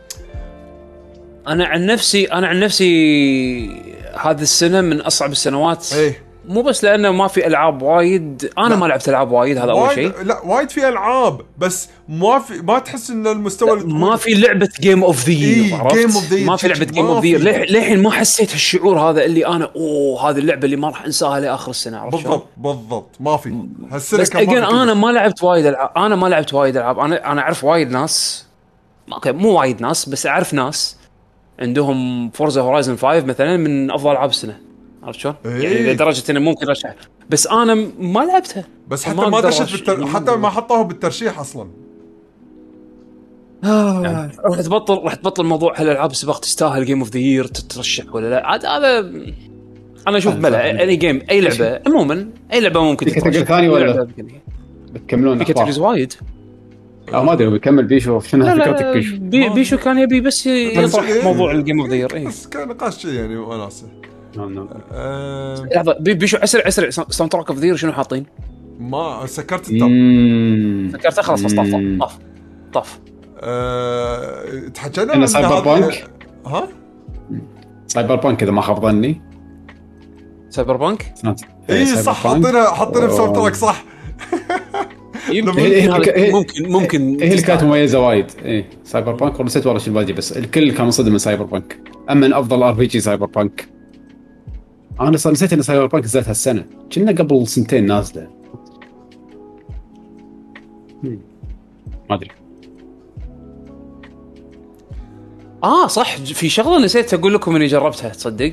انا عن نفسي هذه السنه من اصعب السنوات. مو بس لانه ما في العاب وايد، انا ما لعبت العاب وايد، هذا اول شيء. لا وايد في العاب، بس ما تحس ان المستوى ما في لعبه جيم اوف ذا يير. ما في لعبه جيم اوف ذا يير. للحين ما حسيت هالشعور هذا اللي انا هذه اللعبه اللي ما راح انساها لاخر السنه. عرفت بالضبط ما في هالسنه. بس انا ما لعبت وايد العاب. انا اعرف وايد ناس، مو وايد ناس بس اعرف ناس عندهم فورزا هورايزن 5 مثلا من افضل العاب السنه. عرفت شلون؟ يعني لدرجه انه ممكن ارشح، بس انا ما لعبتها. بس حتى ما دشت حتى ما حطوها بالترشيح اصلا. راح تبطل موضوع هالالعاب السباق تستاهل جيم اوف ذا يير تترشح ولا لا. عاد هذا انا اشوف بلا اي جيم، اي لعبه عموما، اي لعبه ممكن تترشح. ثاني ولا بتكملون كاتيجوريز وايد؟ ما ادري بيكمل بيشو. شنو فكرتك بيشو كان يبي بس يطرح موضوع الجيم اوف ذا يير. بس كان نقاش شيء يعني وناسه. لحظه بيشو اسرع ساوند تراك اوف ذا يير شنو حاطين؟ ما سكرت التوب. سكرته خلاص بس طاف. تحكينا عن سايبر بانك. سايبر بانك اذا ما خاب ظني. سايبر بانك صح، حاطينها بساوند تراك صح. ممكن هي اللي كانت مميزه وايد. سايبر بانك ونسيت والله شو الباقي، بس الكل كان منصدم من سايبر بانك. اما من افضل ار بي جي سايبر بانك. انا نسيت ان سايبر بانك نزلت هالسنه، كنا قبل سنتين نازله. ما ادري. صح، في شغله نسيت اقول لكم اني جربتها تصدق.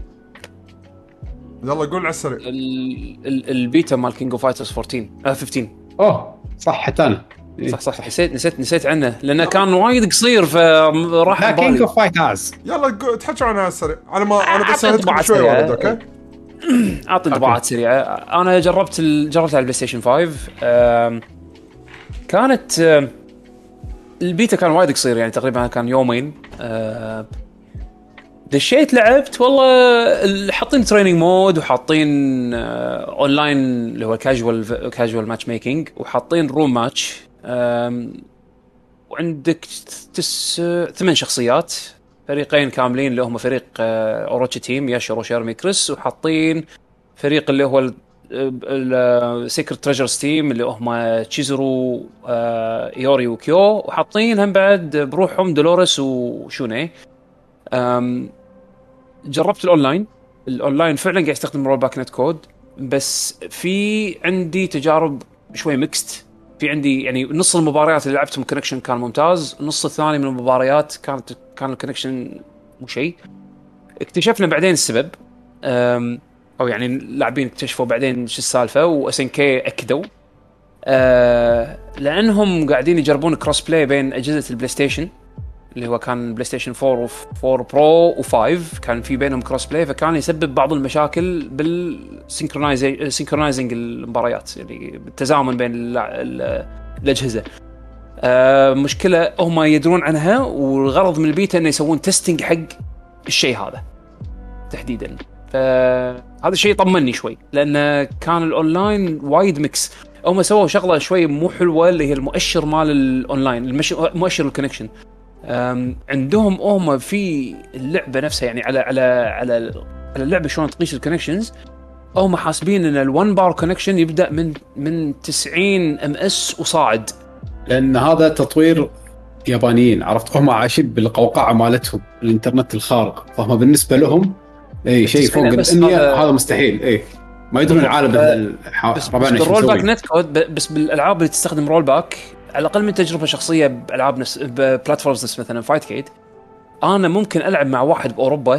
يلا قول على السريع. البيتا مال كينج اوف فايترز 15. صح حتى انا صح نسيت عنه لانه كان وايد قصير فراح كينج اوف فايترز. يلا تحكوا عنها سريع. انا بس انطباعات شوي سريعة. اوكي اعطي انطباعات سريعه. انا جربت على البلاي ستيشن 5. كانت البيتا كان وايد قصير يعني تقريبا كان يومين. دشيت لعبت والله حاطين تريننج مود وحاطين اونلاين اللي هو كاجوال ماتش ميكينج وحاطين روم ماتش. وعندك 8 شخصيات فريقين كاملين اللي هم فريق اوروتشي تيم ياشيرو شيرمي كريس وحاطين فريق اللي هو السيكرت تريجرز تيم اللي هم تشيزرو يوري وكيو وحاطين هم بعد بروحهم دولوريس وشوني. جربت الاونلاين فعلا قاعد استخدم رول باك نت كود بس في عندي تجارب شوي ميكست. في عندي يعني نص المباريات اللي لعبتهم الكونكشن كان ممتاز، النص الثاني من المباريات كان الكونكشن مو شيء. اكتشفنا بعدين السبب او يعني اللاعبين اكتشفوا بعدين شو السالفه واس ان كي اكدوا لانهم قاعدين يجربون كروس بلاي بين اجهزه البلاي ستيشن اللي هو كان بلاي ستيشن 4 برو و5 كان في بينهم كروس بلاي فكان يسبب بعض المشاكل بالسينكرونايزنج المباريات يعني بالتزامن بين الاجهزه. مشكله هم يدرون عنها والغرض من البيتا انه يسوون تيستينج حق الشيء هذا تحديدا. فهذا الشيء طمني شوي لان كان الاونلاين وايد ميكس. هم سووا شغله شوي مو حلوه اللي هي المؤشر مال الاونلاين مؤشر الكونكشن. عندهم هم في اللعبه نفسها يعني على اللعبه شلون تقيس الكونكشنز. هم حاسبين ان الون بار كونكشن يبدا من 90 ام اس وصاعد لان هذا تطوير يابانيين عرفت هم عايشين بالقوقعه مالتهم الانترنت الخارق فهم بالنسبه لهم اي شيء فوق الدنيا هذا مستحيل ما يدرون العالم بس بالرول باك نت كود بس بالالعاب اللي تستخدم رول باك على الاقل من تجربه شخصيه بالعاب بلاتفورمز مثلا فايت كيد انا ممكن العب مع واحد باوروبا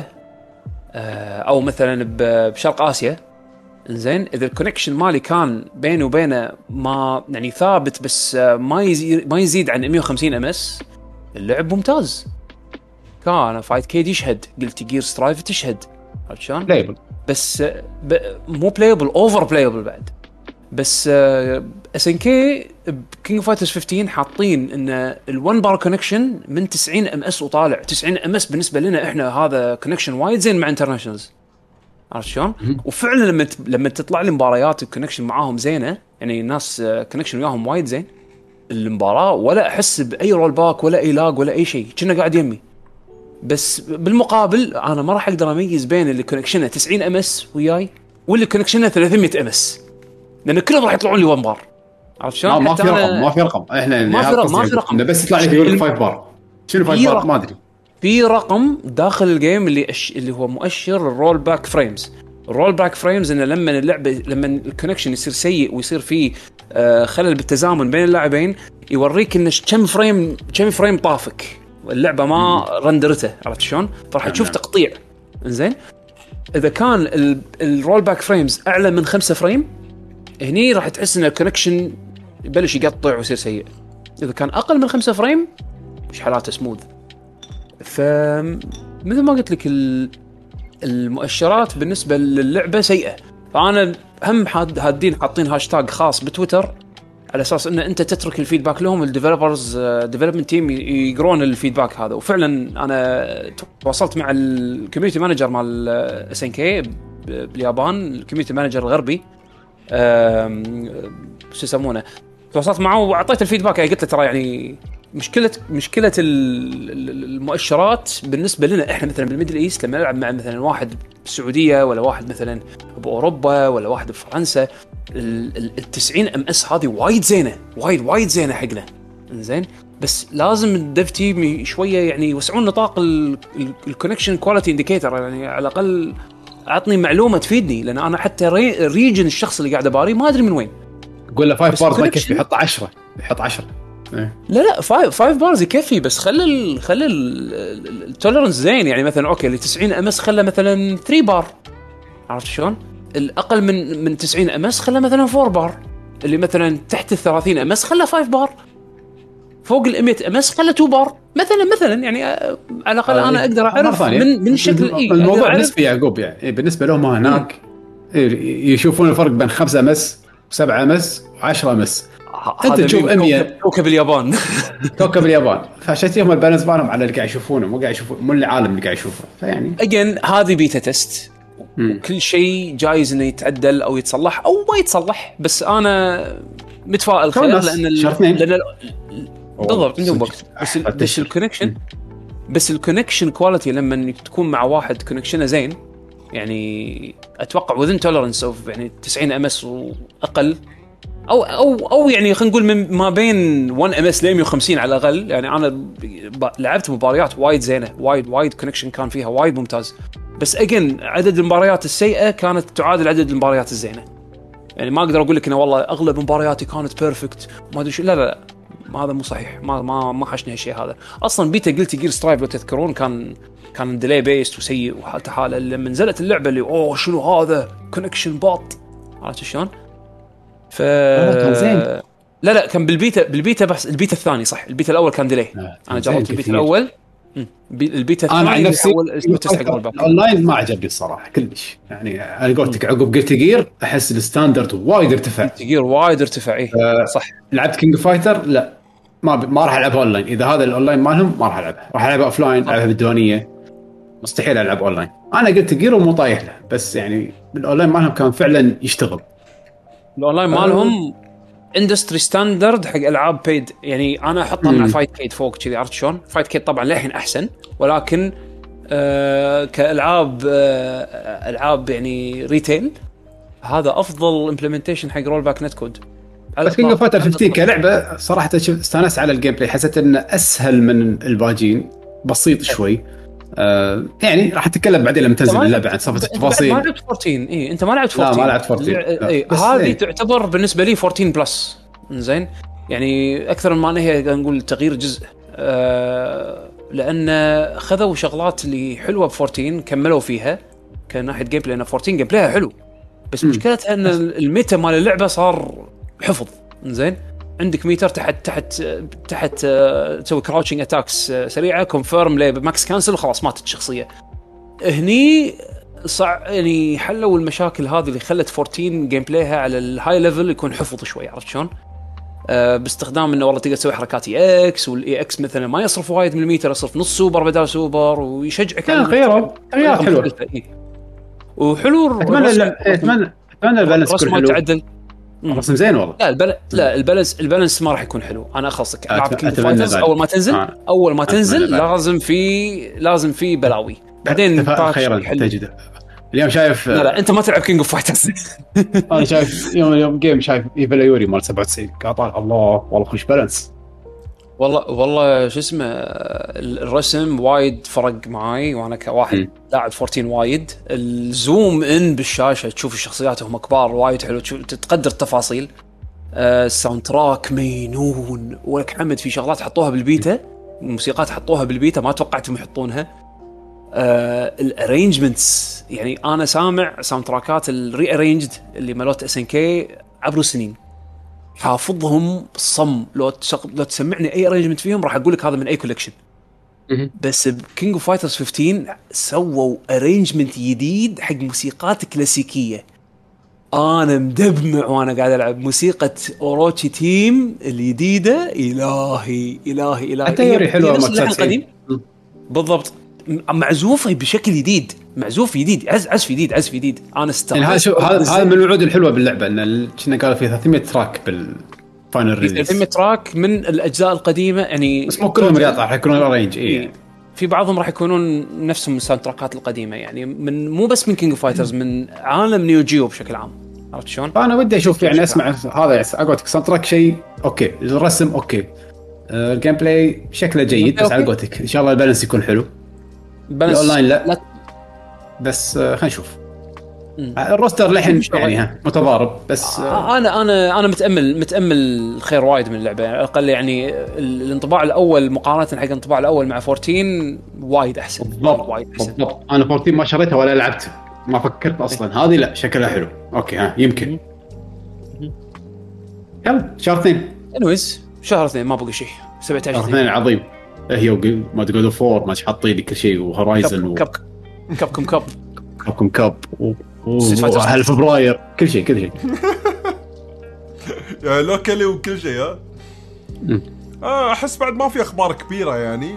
او مثلا بشرق اسيا زين اذا الكونكشن مالي كان بيني وبينه ما يعني ثابت بس ما يزيد عن 150 ام اس اللعب ممتاز. كان فايت كيد يشهد قلت جير سترايف تشهد عشان بلايبل بس مو بلايبل اوفر بلايبل بعد. بس اس ان كي كينج فايترز 15 حاطين ان الون بار كونكشن من 90 ام اس وطالع 90 ام اس بالنسبه لنا احنا هذا كونكشن وايد زين مع انترناشونالز عرفت شلون. وفعلا لما تطلع لي مباريات الكونكشن معاهم زينه يعني الناس كونكشن وياهم وايد زين المباراه ولا احس باي رول باك ولا اي لاج ولا اي شيء كنا قاعد يمي. بس بالمقابل انا ما راح اقدر اميز بين اللي كونكشنه 90 ام اس وياي واللي كونكشنه 300 ام اس لان كلهم راح يطلعون لي 1 بار عرفت شلون. ما في رقم احنا ما في رقم بس يطلع لي يقول 5 بار شنو 5 بار ما ادري. في رقم داخل الجيم اللي هو مؤشر الرول باك فريمز. الرول باك فريمز انه لما الكونكشن يصير سيء ويصير فيه خلل بالتزامن بين اللاعبين يوريك ان كم فريم طافك اللعبه ما رندرته عرفت شلون. فراح تشوف تقطيع زين. اذا كان الرول باك فريمز اعلى من 5 فريم هني راح تحس ان الكونكشن يبلش يقطع ويصير سيء. اذا كان اقل من 5 فريم مش حالاته سموث. فمثل ما قلت لك المؤشرات بالنسبه للعبه سيئه. فانا هم حاطين هاشتاج خاص بتويتر على اساس ان انت تترك الفيدباك لهم الديفلوبرز ديفلوبمنت تيم يقرون الفيدباك هذا. وفعلا انا تواصلت مع الكوميونتي مانجر مال اس ان كي باليابان الكوميونتي مانجر الغربي شو يسمونه تواصلت معه واعطيت الفيدباك. قلت له ترى يعني مشكله المؤشرات بالنسبه لنا احنا مثلا بالميدل ايست لما نلعب مع مثلا واحد بالسعوديه ولا واحد مثلا باوروبا ولا واحد بفرنسا ال 90 ام اس هذه وايد زينه وايد زينه حقنا زين. بس لازم الديف تيم شويه يعني يوسعون نطاق الكونكشن كواليتي انديكيتور يعني على الاقل اعطني معلومه تفيدني لان انا حتى ريجن الشخص اللي قاعد اباري ما ادري من وين. قول له 5 بارز ما كيف يحط 10 يحط 10 لا 5 بارز يكفي، بس خلي التولرنس زين. يعني مثلا اوكي اللي 90 امس خلى مثلا 3 بار، عرفت شلون؟ الاقل من 90 امس خلى مثلا 4 بار، اللي مثلا تحت ال 30 امس خلى 5 بار، فوق ال 100 امس خلى 2 بار مثلا. يعني على الاقل انا اقدر اعرف من الشكل. الموضوع بالنسبه يعقوب يعني بالنسبه لهم هناك يشوفون الفرق بين 5 امس و7 امس و10 امس. انت تشوف 100 كوكب اليابان كوكب اليابان، فعشان البالانس مالهم على اللي قاعد يشوفونه، مو قاعد يشوفون مو العالم اللي قاعد يشوفه. فيعني اجين هذه بيتا تيست، وكل شيء جايز انه يتعدل او يتصلح او ما يتصلح، بس انا متفائل خير لان بالضبط عندهم وقت. بس الكونكشن كواليتي لما تكون مع واحد كونكشنه زين، يعني اتوقع within tolerance of يعني 90 امس واقل، او يعني خلينا نقول من ما بين 1 امس ل 150 على الاقل. يعني انا لعبت مباريات وايد زينه، وايد كونكشن كان فيها وايد ممتاز، بس اجين عدد المباريات السيئه كانت تعادل عدد المباريات الزينه. يعني ما اقدر اقول لك انه والله اغلب مبارياتي كانت بيرفكت ما ادري شو، لا هذا مو صحيح. ما حشني هالشيء هذا. اصلا بيتا قلت جير سترايف لو تذكرون كان ديلي بيست وسيء وحالته حاله. لما نزلت اللعبه اللي شنو هذا كونكشن باط، عرفت شلون؟ كان زين. لا كان بالبيتا بس البيتا الثاني صح. البيتا الاول كان ديلي. انا جربت البيتا الاول، البيتا الثاني انا عن نفسي اونلاين ما عجبني الصراحه كلش. يعني انا قلت عقب قلت جير احس الستاندرد وايد ارتفع. جير وايد ارتفع ايه صح. لعبت كينج فايتر لا ما راح العبها اونلاين. اذا هذا الاونلاين مالهم ما راح العبها، راح العبها اوفلاين، العبها بالديوانيه. مستحيل العب اونلاين. انا قلت جير ومو طايح له، بس يعني الاونلاين مالهم كان فعلا يشتغل. الاونلاين مالهم اندستري ستاندرد حق العاب بيد. يعني انا احطها مع فايت كيد فوق كذي، عرفت شلون؟ فايت كيد طبعا للحين احسن، ولكن كالعاب العاب يعني ريتيل هذا افضل امبلمنتيشن حق رول باك نت كود. بس كينج اوف فايتر 15 كلعبه صراحه استانست على الجيم بلاي، حسيت انه اسهل من الباجين، بسيط شوي. يعني راح اتكلم بعدين لما تنزل اللعبه عن صفه التفاصيل. ما لعبت 14 اي انت ما لعبت 14؟ لا ما لعبت 14. هذه تعتبر بالنسبه لي 14 بلس زين. يعني اكثر من ما هي نقول تغيير جزء، لان خذوا شغلات اللي حلوه ب 14 كملوا فيها كناحيه جيم بلاي. 14 جيم بلايها حلو، بس مشكلتها ان الميتا مال اللعبه صار حفظ زين. عندك ميتر تحت تسوي كراوتشنج اتاكس سريعه، كونفيرم لماكس كانسل، خلاص ماتت الشخصيه. هني يعني حلوا المشاكل هذه اللي خلت 14 جيم بلايها على الهاي ليفل يكون حفظ شوي، عرفت شلون؟ باستخدام انه والله تقدر تسوي حركات اي اكس، والاي اكس مثلا ما يصرف وايد من الميتر، يصرف نص سوبر بدل سوبر، ويشجعك على غيره حلوه. وحلو اتمنى البالانس يكون حلو. تعدل رسم زين والله. لا البالانس ما راح يكون حلو. انا اخلصك العاب كينج فايترز اول ما تنزل لازم في بلاوي. بعدين خيرا تجده. اليوم شايف لا انت ما تلعب كينج اوف فايترز. انا شايف يوم جيم شايف ايفل يوري مال 97 قاطع الله والله خوش بالانس. والله شو اسمه الرسم وايد فرق معاي، وانا كواحد لاعب 14 وايد. الزوم ان بالشاشه تشوف الشخصيات وهم كبار وايد حلو، تقدر التفاصيل. الساوند تراك مينون. ولك حمد في شغلات حطوها بالبيتا، الموسيقات حطوها بالبيتا ما توقعتهم يحطونها. الارينجمنتس يعني انا سامع ساوند تراكات الري ارينجد اللي مالوت اس ان كي عبر السنين، حافظهم بالصم. لو تسمعني اي ارينجمنت فيهم راح اقول لك هذا من اي كولكشن. بس بكينج اوف فايترز 15 سووا ارينجمنت جديد حق موسيقات كلاسيكيه. انا مدمع وانا قاعد العب موسيقى اوروتشي تيم الجديده. الهي حتى حلوه القديم بالضبط، معزوفه بشكل جديد، معزوف جديد، عزف جديد. انا يعني هذا من الوعود الحلوه باللعبه، ان كنا قالوا فيه 300 تراك بالفاينل ريليز. 300 تراك من الاجزاء القديمه يعني، بس مو كلهم راح يكونون رينج. في بعضهم راح يكونون نفسهم من الساوند تراكات القديمه، يعني من مو بس من كينج اوف فايترز، من عالم نيو جيو بشكل عام، عرفت شلون؟ فانا ودي اشوف يعني اسمع هذا اقول لك ساوند تراك شيء اوكي، الرسم اوكي، الجيم بلاي شكله جيد، بس على قولتك ان شاء الله البالانس يكون حلو. اونلاين لا بس خلينا نشوف. الروستر لحين يعني متضارب بس. انا متامل خير وايد من اللعبه، على الاقل يعني الانطباع الاول مقارنه حق الانطباع الاول مع 14 وايد احسن. بالضبط. انا 14 ما شريتها ولا لعبتها، ما فكرت اصلا. هذه لا شكلها حلو. اوكي ها يمكن يلا شهر 2 انويز شهر 2 ما بقى شيء. 17 شهر 2 عظيم. هي ما تقول له 4 ما حاطين لي كل شيء وهورايزن كاب وهل فبراير كل شيء يا لوكالي وكل شيء. احس بعد ما في اخبار كبيره يعني.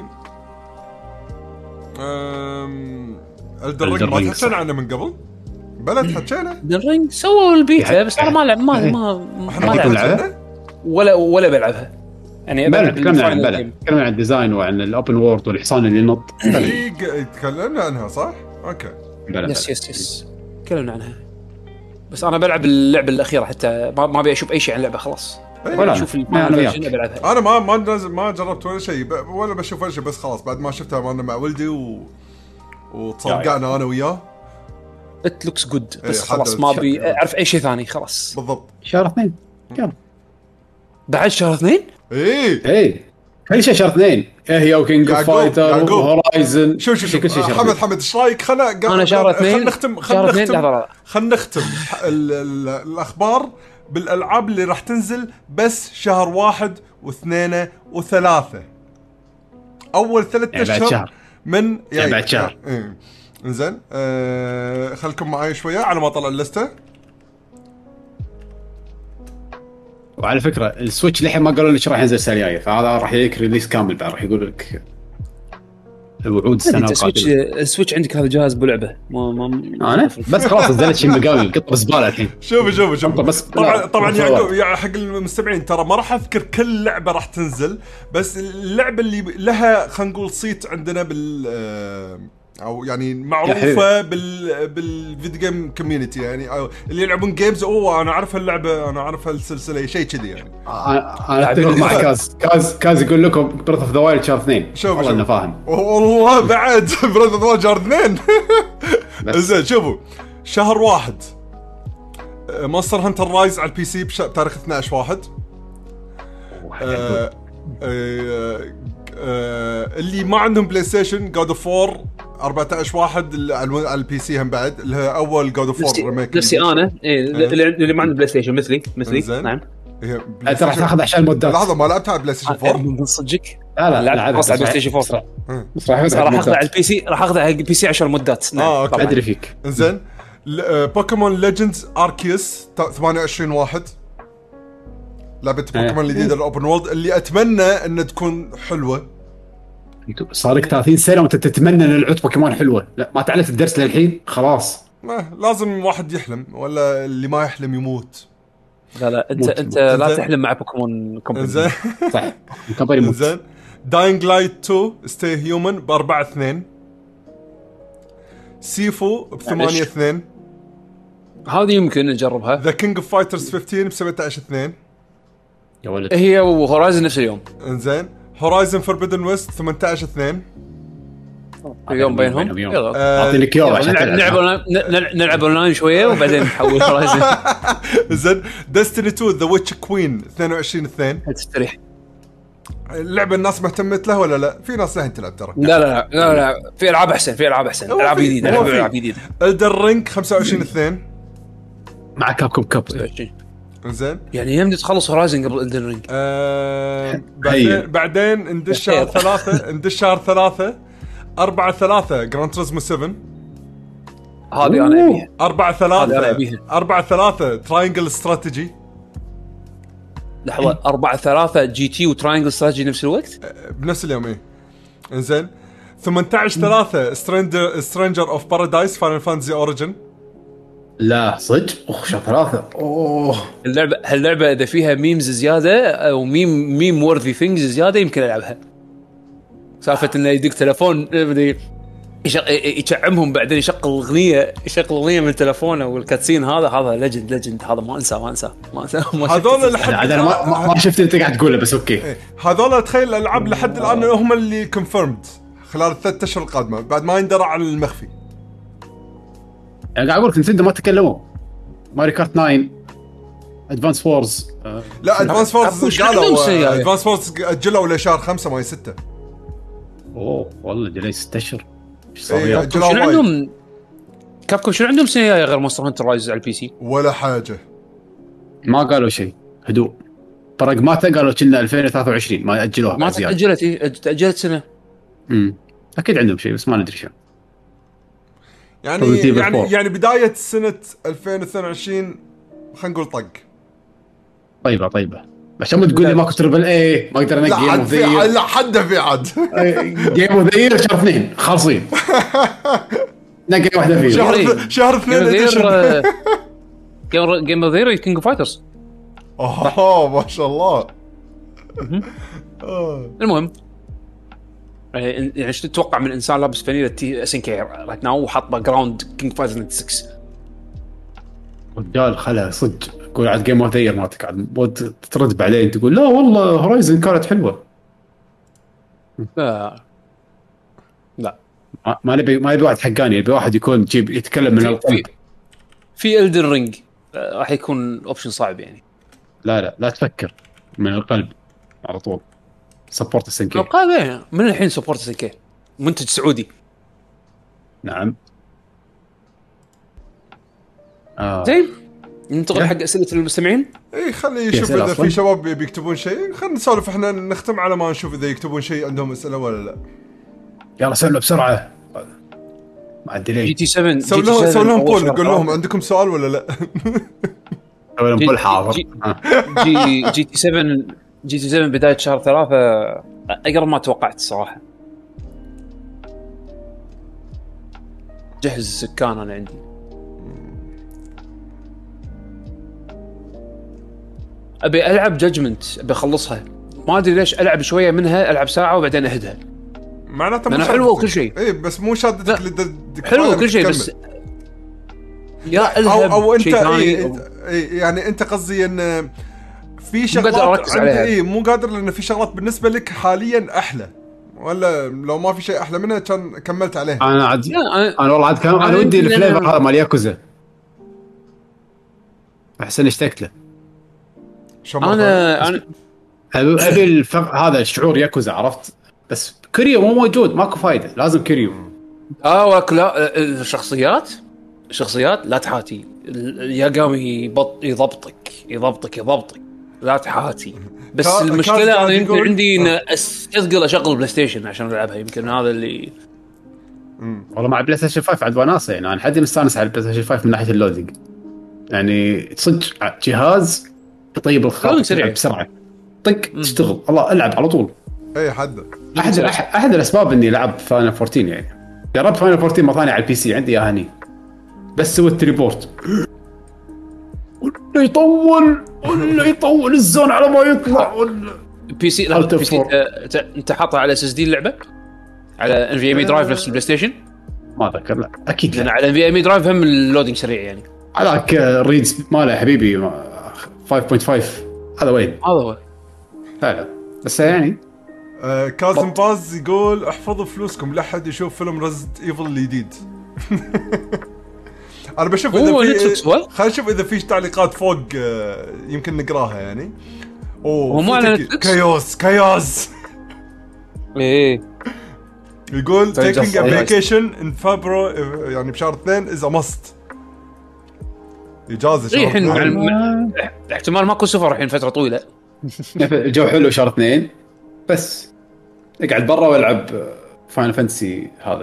الدرينج ما تحكينا عنه من قبل. بلد حكينا الدرينج سووا البيتا بس انا ما لعبها ولا بلعبها يعني. تكلمنا عن الديزاين وعن الاوبن وورد والحصان اللي ينط. تكلمنا عنها صح؟ اوكي يس تكلمنا عنها. بس انا بلعب اللعبه الاخيره حتى ما ابي اشوف اي شيء عن اللعبه خلاص. ولا اشوف بلعبها. انا ما جربت ولا شيء ولا بشوف ولا شيء، بس خلاص بعد ما شفتها مع ولدي وتصدقنا انا وياه. It looks good بس خلاص ما ابي اعرف اي شيء ثاني خلاص. بالضبط. شهر 2 يلا بعد شهر 2 ايه كل شيء شهر 2 هي وكينج اوف فايتر وهورايزن. شوف حمد ايش رايك؟ انا شهر 2 خلينا نختم الاخبار بالالعاب اللي راح تنزل بس شهر 1 و2 و3 اول 3 اشهر من يعني بعد شهر. انزين خلكم معي شويه على ما طلع اللسته. وعلى فكره السويتش لحين ما قالوا لك راح ينزل السنه الجايه، فهذا راح يجيك ريليس كامل بعد، راح يقول لك الوعود السنه القادمه. السويتش عندك هذا جهاز بلعبه انا بس خلاص نزلت شيء مقاوي قطر زباله الحين. شوف بس طبعا يا حق المستمعين ترى ما راح اذكر كل لعبه راح تنزل، بس اللعبه اللي لها خلينا نقول صيت عندنا او يعني معروفه بالفيديو جيم كوميونتي يعني، أو اللي يلعبون جيمز انا اعرف اللعبه انا اعرف السلسله شيء كذي يعني. انا اتفق مع كاز يقول لكم بريث اوف ذا وايلد شهر 2. والله انه فاهم والله بعد بريث اوف ذا وايلد شهر 2. زين شوفوا شهر 1 مونستر هانتر رايز على البي سي بتاريخ 12/1. اللي ما عندهم بلاي ستيشن جود اوف 4 14/1 على البي سي هم بعد، اللي هي اول جود اوف 4 ريميك. نفسي انا اللي ما عنده بلاي ستيشن مثلي نعم. انت راح تاخذ عشان المودات. لحظه ما لعبتها على بلاي ستيشن 4 من صدقك؟ لا لعبت على بلاي ستيشن 4 راح اخذها على البي سي، راح اخذها على البي سي عشان المودات. نعم ادري فيك. زين بوكيمون ليجندز اركيوس 28/1 لعبه بوكيمون الجديده الاوبن وورلد اللي اتمنى ان تكون حلوه. صار لك 30 سنه وانت تتمنى ان العود بوكيمون حلوه، لا ما تعلمت الدرس للحين خلاص. ما لازم واحد يحلم، ولا اللي ما يحلم يموت. لا انت لا تحلم مع بوكيمون كومباني. زين صح كومباني. زين داينج لايت 2 ستي هيومن ب 4/2 سيفو ب 8/2 هذه يمكن نجربها. ذا كينج اوف فايترز 15 ب 17/2 يا ولد. هي وهورايزن نفس اليوم. انزين هورايزن فوربيدن ويست 18/2 اليوم بينهم. يلا اعطيني يوم عشان نلعب اونلاين شويه وبعدين نحول هورايزن. زين ديستني 2 ذا ويتش كوين 22/2 تستريح. اللعبه الناس مهتمت لها ولا لا؟ في ناس لهن تلعب ترى. لا في العاب احسن، العاب جديده. الدر رينج 25/2 مع كاب. زين يعني يمدي تخلص هورايزن قبل الدن رينج. بعدين ندش شهر 3 4/3 جراند توريزمو 7 هذه انا ابيها. 4/3 تراينجل استراتيجي. لحظه 4/3 جي تي وتراينجل استراتيجي نفس الوقت بنفس اليوم. ايه انزين 18/3 سترينجر اوف بارادايس فاينل فانتسي اوريجن. لا صدق شهر 3 اللعبه اذا فيها ميمز زياده او ميم وورثي ثينجز زياده يمكن العبها. سالفه انه يدق تلفون يشعمهم بعدين يشغل اغنيه من تلفونه والكاتسين هذا ليجند هذا ما انسى هذول لحد ما شفت انت قاعد تقوله بس اوكي. هذول تخيل الالعاب لحد الان هم اللي كونفيرمد خلال 3 اشهر القادمه بعد ما يندرى عن المخفي. يعني قاعد اقول لك نتندو ما تكلموا. ماري كارت 9 ادفانس فورز لا ادفانس فورز قالوا ادفانس فورز اجلوا لشهر 5 ما 6. اوه والله جلي 6 اشهر. ايش صار إيه شنو عندهم كابكوم؟ شنو عندهم سنه جايه غير مونستر هانتر رايز على البي سي؟ ولا حاجه، ما قالوا شيء. هدوء. براغماتا قالوا كنا 2023 ما اجلوها. ما تاجلت سنه. اكيد عندهم شيء بس ما ندري شو. يعني بدايه سنه 2022 خلينا نقول طق. طيبه عشان ما تقول لي ماكو تربل اي ما اقدر انقي جيم اوف ذا. لا حد في عاد جيم اوف ذا شهر 2 خالصين. نقي واحده فيه شهر 2 جيم اوف ذا كينج اوف فايترز. ما شاء الله. المهم يعني ايش تتوقع من انسان لابس فانيله تي اس ان كي رايت ناو وحاط باك جراوند كينج فايترز 6؟ رجال خلا صدق. تقول عاد جيم اوف ذا ما تقعد ترد بعدين تقول لا والله هورايزن كانت حلوه. لا ما نبي واحد حقاني. يبي واحد يكون جيب يتكلم من القلب. في إلدن رينج راح يكون اوبشن صعب يعني. لا تفكر من القلب على طول. سبورت اس ان كي من الحين سبورت اس ان كي منتج سعودي. نعم. زين ننتقل حق اسئله المستمعين. اي خلي يشوف اذا في شباب بيكتبون شيء. خلينا نسولف احنا نختم على ما نشوف اذا يكتبون شيء عندهم اسئله ولا لا. يلا سولوا بسرعه مع الديلي. جي تي 7 سووا لهم بول نقول لهم عندكم سؤال ولا لا. سووا لهم بول حاضر. جي تي 7 بدايه شهر 3 اقرب ما توقعت الصراحه. جهز السكان انا عندي. ابي العب جاجمنت ابي اخلصها. ما ادري ليش العب شويه منها العب ساعه وبعدين اهدها. معناته مو حلوه وكل شيء. اي بس مو شادتك لدك. حلوه كل شيء بس يا الهب او انت يعني انت قصدي ان في شغلات عندي مو قادر لان في شغلات بالنسبه لك حاليا احلى ولا لو ما في شيء احلى منها كان كملت عليها. انا والله عاد كان انا ودي الفليفر هذا مال ياكوزا. احسن اشتقت له. انا ابي هذا الشعور ياكوزا عرفت. بس كريو مو موجود ماكو فايده. لازم كريو. لا الشخصيات لا تحاتي. ياغامي يضبطك لا تحاتي. بس المشكله انا يمكن عندي ان استثقل اشغل بلاي ستيشن عشان العبها. يمكن هذا اللي والله مع بلاي ستيشن 5 عاد وناسه. يعني انا حدي مستانس على البلاي ستيشن 5 من ناحيه اللودينج. يعني صدق جهاز يطيب الخاطر بسرعه طق تشتغل. الله العب على طول. اي حد احد الاسباب اني لعب فاينل 14. يعني جربت فاينل 14 مره ثانيه على البي سي عندي يا هني. بس سويت ريبورت ولا يطول الزون على ما يطلع البي سي. انت حاطها على اس اس دي اللعبه على ان في ام اي درايف نفس البلاي ستيشن؟ ما اذكر. لا اكيد انا على ان في ام اي درايف هم اللودينج سريع يعني. هذاك الريدز ماله حبيبي 5.5 هذا وين هذا هو. لا بس يعني كاظم باز يقول احفظوا فلوسكم لا حد يشوف فيلم ريزد ايفل الجديد. انا بشوف اذا في خلينا نشوف اذا في تعليقات فوق يمكن نقراها يعني. هو مو على كايوس ايه يقول taking a vacation in February يعني بشهر 2 is a must. إجازة شهر 2. احتمال ماكو سفر الحين فترة طويلة. الجو حلو شهر 2 بس اقعد برا والعب فاينل فانتسي هذا.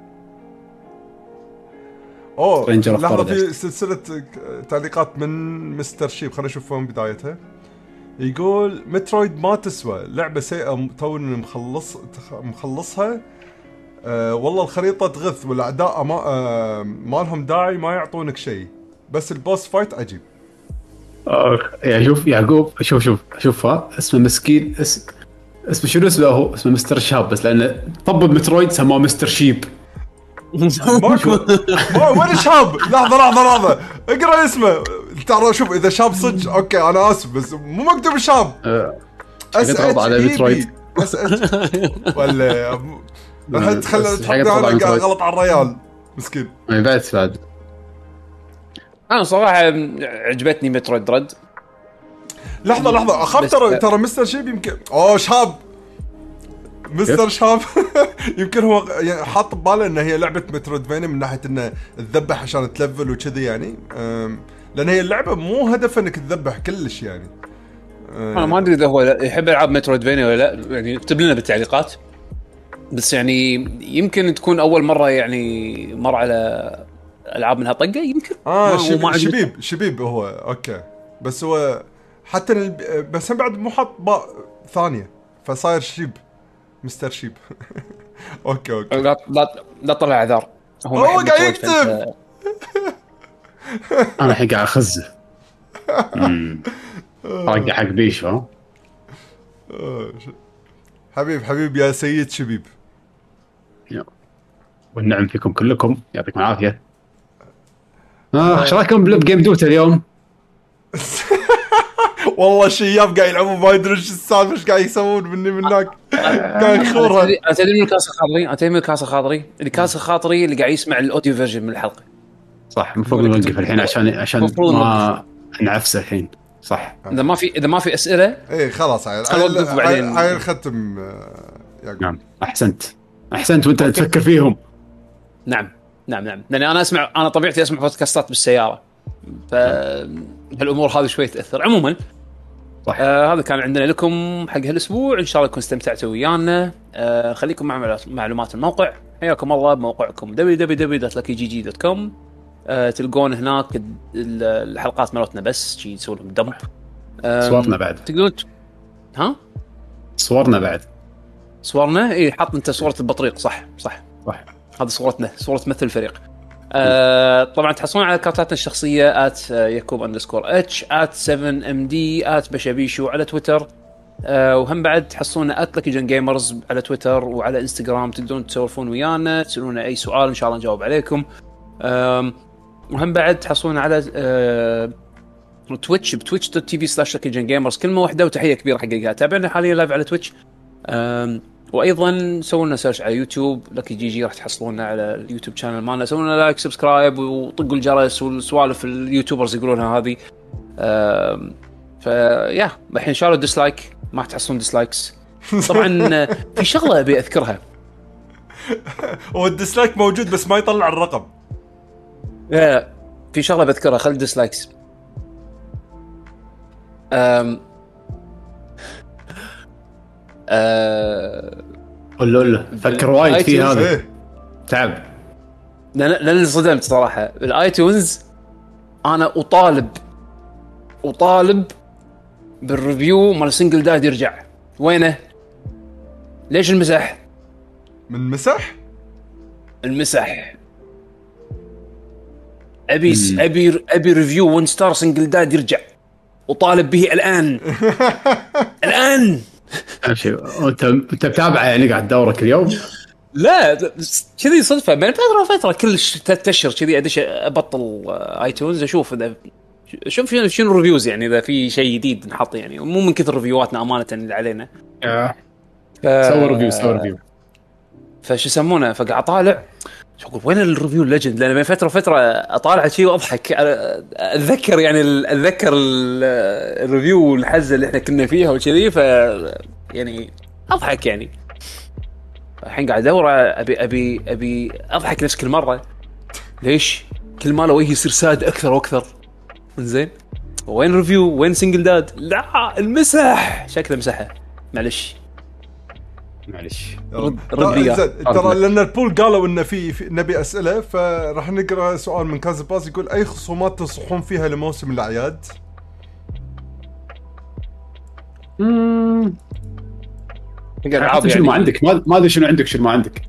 لحظة في سلسلة تعليقات من مستر شيب خلينا نشوف وين بدايتها. يقول مترويد ما تسوى لعبة سيئة توني مخلصها. والله الخريطة تغث والأعداء ما لهم داعي ما يعطونك شيء بس البوس فايت عجيب. يا شوف يعقوب شوف اسمه مسكين اسمه شنو اسمه هو اسمه مستر شاب بس لأنه طبب مترويد سماه مستر شيب. وين شاب؟ لحظة اقرأ اسمه ترى شوف إذا شاب صدق أوكي أنا آسف بس مو مكتوب شاب. أسأل على مترويد ولا راح تخلي غلط على الريال مسكين. بعد انا صراحه عجبتني مترويد دريد. لحظه اخاف ترى مستر شيب يمكن شاب مستر شاب يمكن هو يعني حاط بباله ان هي لعبه مترويدفانيا من ناحيه انه تذبح عشان تلفل وكذي يعني، لان هي اللعبه مو هدفها انك تذبح كلش يعني. انا ما ادري اذا هو يحب العاب مترويدفانيا ولا لا، يعني اكتب لنا بالتعليقات. بس يعني يمكن تكون اول مره يعني مر على العاب منها طقه يمكن. شبيب هو اوكي، بس هو حتى بس هم بعد مو حاط باء ثانيه فصاير شيب مستر شيب. اوكي لا طلع اعذار، هو قاعد يكتب. انا الحين قاعد اخزه طاقة حق بيشو. حبيب يا سيد شبيب، والنعم فيكم كلكم، يعطيكم العافيه. ايش رايكم بلب جيم دوتا اليوم؟ والله الشياب قاعد يلعبون ما يدري ايش السالفه، ايش قاعد يسوون مني من هناك. قاعد يخورها. انت تدري من كاسه خاطري اللي كاسه خاطري اللي قاعد يسمع الاوديو فيرجن من الحلقه. صح، المفروض نوقف الحين عشان ما نعفسه الحين. صح، اذا ما في اسئله ايه خلاص عيل ختم. نعم احسنت وانت تفكر فيهم. نعم لاني انا طبيعتي اسمع بودكاستات بالسياره، فالامور هذه شوي تاثر. عموما صح. هذا كان عندنا لكم حق هالاسبوع، ان شاء الله تكونوا استمتعتوا ويانا. خليكم مع معلومات الموقع. حياكم الله بموقعكم www.luckygg.com. تلقون هناك الحلقات مالتنا، بس شي تسوي لهم دمب. صورنا بعد تقدرون صورنا اي حط انت صورة البطريق. صح هذه صورتنا، صورة مثل الفريق. طبعا تحصلون على كارتاتنا الشخصية @yakub_h @7md @بشابيشو على تويتر، وهم بعد تحصلون @luckygengamers على تويتر وعلى انستغرام. تقدرون تسولفون ويانا، تسألونا اي سؤال ان شاء الله نجاوب عليكم. وهم بعد تحصلون على تويتش بtwitch.tv/luckygengamers كلمة واحدة. وتحية كبيرة حق اللي قاعد تابعنا حاليا لايف على تويتش. وايضا سووا لنا سيرش على يوتيوب لكي جي راح تحصلوننا على اليوتيوب شانل مالنا. سووا لنا لايك سبسكرايب وطقوا الجرس والسوالف اليوتيوبرز يقولونها هذه. فيا الحين شالوا ديسلايك، ما تحصلون ديسلايكس. طبعا في شغله ابي اذكرها. هو الديسلايك موجود بس ما يطلع الرقم. في شغله بذكرها، خل ديسلايكس. قول فكر وايد في هذا تعب. لأن انصدمت صراحة بالايتونز. أنا أطالب بالريفيو مال سنجل داد يرجع. وينه؟ ليش المسح؟ من المسح أبي ريفيو 1 ستار سنجل داد يرجع. أطالب به الآن. امشي انت بتابعه يعني قاعد تدورك اليوم؟ لا كذي صدفه بين فتره كل 3 اشهر كذي ادش ابطل ايتونز اشوف اذا شنو ريفيوز، يعني اذا في شيء جديد نحط، يعني مو من كثر ريفيواتنا امانه اللي علينا. سوي ريفيو فش يسمونه، فقاعد طالع شو اقول وين الريفيو الليجند، لان بين فتره اطالع شيء واضحك اتذكر الريفيو الحزه اللي احنا كنا فيها وكذي، ف يعني اضحك يعني. الحين قاعد ادور ابي اضحك نفس كل مره. ليش كل ما لو يصير ساد اكثر واكثر؟ زين وين ريفيو؟ وين سنجل داد؟ لا المسح شكله مسحه. معلش ترى لان البول قالوا انه في نبي اسئله، فراح نقرا سؤال من كاز باز يقول اي خصومات تنصحون فيها لموسم الاعياد؟ شنو ما عندك؟ ما ادري شنو عندك شنو ما عندك.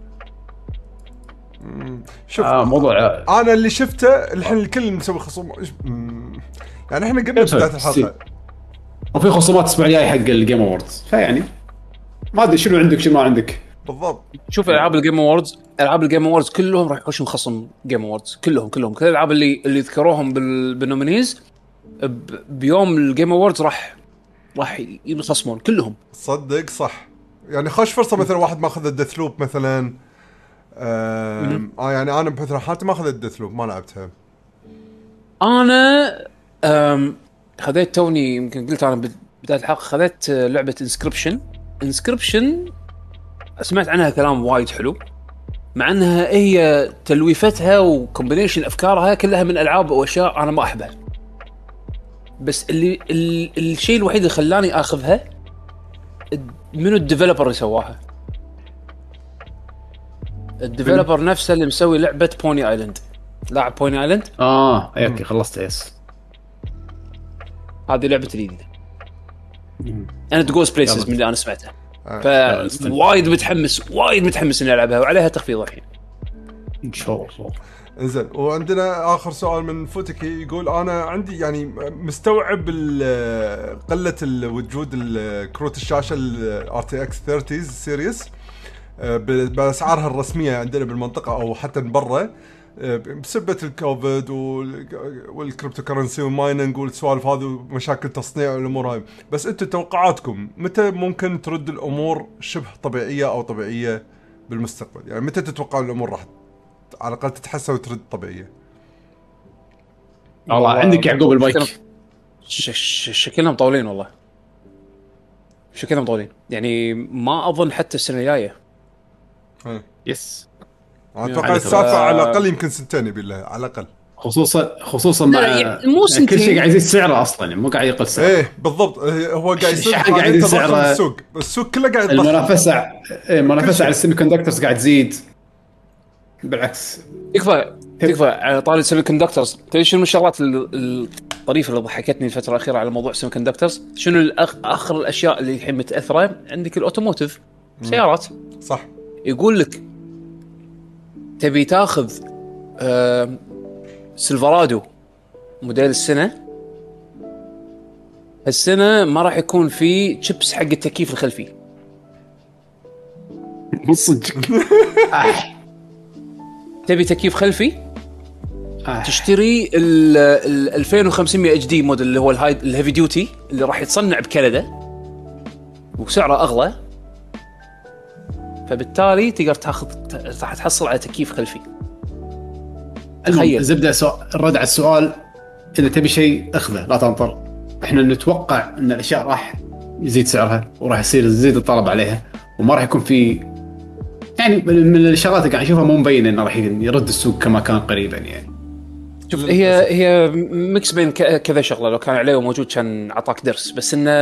شوف موضوع انا اللي شفته الحين الكل مسوي خصوم، يعني احنا قلنا بدايه الحلقه وفي خصومات الاسبوع الجاي حق الجيم اووردز، فيعني ما ادري شنو عندك شنو ما عندك بالضبط. شوف العاب الجيم اووردز كلهم راح يخشون خصم جيم اووردز، كلهم كل الالعاب اللي ذكروهم بالنومينيز بيوم الجيم اووردز راح يخصمون كلهم. صدق صح، يعني خوش فرصه مثلا واحد ما اخذ الديث لوب مثلا. يعني انا بحث حالتي ما اخذت الديث لوب، ما لعبتها. انا خذيت توني يمكن قلت انا بدايه الحلقه خذيت لعبه انسكربشن سمعت عنها كلام وايد حلو، مع انها هي تلويفتها وكومبينيشن افكارها كلها من العاب واشياء انا ما احبها، بس الشيء الوحيد اللي خلاني اخذها منو الديفلوبر اللي سواها. الديفلوبر نفسه اللي مسوي لعبه بوني ايلاند. لاعب بوني ايلاند؟ اوكي خلصت. يس هذه لعبه جديده انا تجوز بليسز من اللي انا سمعته، فوايد متحمس اني العبها وعليها تخفيض الحين ان شاء الله. انزين، وعندنا اخر سؤال من فوتكي يقول انا عندي يعني مستوعب قله وجود كروت الشاشه ال RTX 30 سيريس باسعارها الرسميه عندنا بالمنطقه او حتى برا بسبه الكوفيد والكريبتو كرنسي والمايننج والسوالف هذه ومشاكل تصنيع والامور هاي، بس انتم توقعاتكم متى ممكن ترد الامور شبه طبيعيه او طبيعيه بالمستقبل؟ يعني متى تتوقعون الامور راح على الاقل تتحسن وترد طبيعيه؟ والله عندك يعقوب المايك. شكلنا مطولين والله، شكلنا مطولين يعني ما اظن حتى السنه الجايه. يس اتوقع السالفه على الاقل يمكن سنتين بالله على الاقل، خصوصا مع يعني مو سنتين، كل شيء قاعد يزيد سعره اصلا يعني مو قاعد يقل سعره. ايه بالضبط، هو قاعد يصير قاعد يزيد سعره، السوق كله قاعد يضخم، المنافسه على السيمي كوندكتورز قاعد تزيد. بالعكس تكفى على طاري السيمي كوندكتورز. تدري شنو من الشغلات الطريفه اللي ضحكتني الفتره الاخيره على موضوع السيمي كوندكتورز؟ شنو اخر الاشياء اللي الحين متاثره؟ عندك الاوتوموتيف سيارات، صح؟ يقول لك تبي تاخذ سيلفرادو موديل السنه ما راح يكون في تشيبس حق التكييف الخلفي. صدق تبي تكييف خلفي تشتري ال 2500 اتش دي موديل اللي هو الهيفي ديوتي اللي راح يتصنع بكندا وسعره اغلى، فبالتالي تقدر راح تحصل على تكييف خلفي. تخيل زبده الرد على السؤال، اذا تبي شيء اخذه لا تنطر. احنا نتوقع ان الاشياء راح يزيد سعرها وراح يزيد الطلب عليها وما راح يكون في يعني من الشغلات اللي قاعد نشوفها مو مبين انه راح يرد السوق كما كان قريبا. يعني شوف هي ميكس بين كذا شغله، لو كان عليه موجود كان عطاك درس، بس ان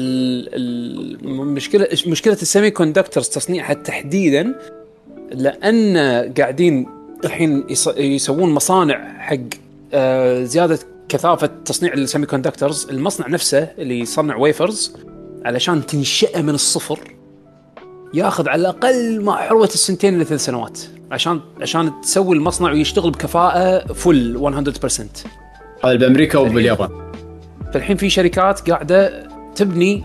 مشكله السيمي كوندكتورز تصنيعها تحديدا لان قاعدين الحين يسوون مصانع حق زياده كثافه تصنيع السيمي كوندكتورز. المصنع نفسه اللي يصنع ويفرز علشان تنشئه من الصفر ياخذ على الاقل ما حروه السنتين ل3 سنوات عشان تسوي المصنع ويشتغل بكفاءه فل 100%. هذا بامريكا وباليابان. فالحين في شركات قاعده تبني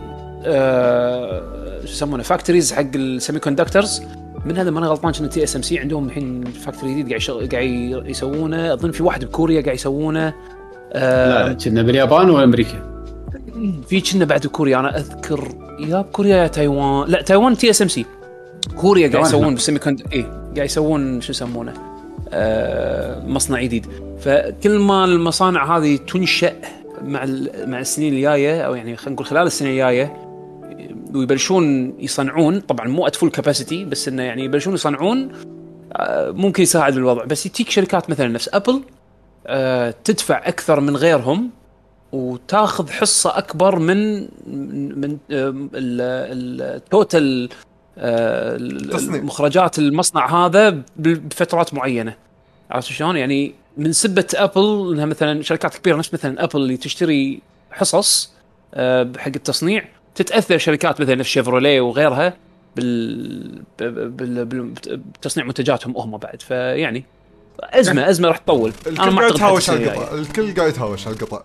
شو يسمونه فاكتوريز حق السيمي كوندكتورز. من هذا ما انا غلطان كنا TSMC عندهم الحين فاكتوري جديد قاعد يسوونه، اظن في واحد بكوريا قاعد يسوونه. لا كنا باليابان وامريكا، في كنا بعد كوريا انا اذكر يا بكوريا يا تايوان. لا تايوان TSMC، كوريا قاعد يسوون بالسيمي قاعد يسوون شو يسمونه مصنع جديد. فكل ما المصانع هذه تنشأ مع السنين الجايه او يعني خلينا نقول خلال السنه الجايه ويبلشون يصنعون، طبعا مو ات فول كاباسيتي بس انه يعني يبلشون يصنعون ممكن يساعد الوضع. بس يتيك شركات مثلا نفس ابل تدفع اكثر من غيرهم وتاخذ حصه اكبر من التوتال مخرجات المصنع هذا بفترات معينه. عرفت شلون؟ يعني من سبه ابل انها مثلا شركات كبيره نفس مثلا ابل اللي تشتري حصص حق التصنيع تتاثر شركات مثلا نفس شيفروليه وغيرها بتصنيع منتجاتهم هم بعد. فيعني ازمه راح تطول. انا ما اعتقد الكل قاعد يتهاوش على القطع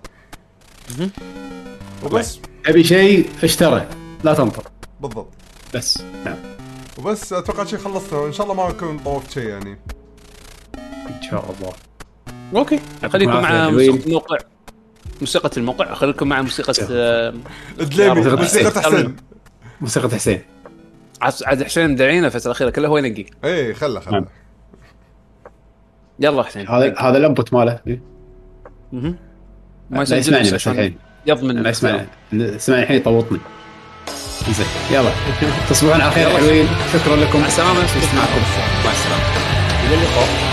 وبس. ابي شيء اشتري لا تنطر. بالضبط بس نعم وبس. اتوقع شيء خلصنا ان شاء الله ما نكون طوفت شيء يعني ان شاء الله. اوكي خليكم مع موسيقى الموقع. خليكم مع موسيقى دليمي موسيقى حسين. موسيقى حسين عاد حسين مدعينا الفترة الأخيرة كله هو ينقي. ايه خله يلا حسين. هذا الانبوت ماله ما يسمعني بس الحين يضمن. لا اسمعني الحين طوطني. زين يلا تصبحون على خير حلوين. شكرا لكم. مع السلامه. مع السلامه. الى اللقاء.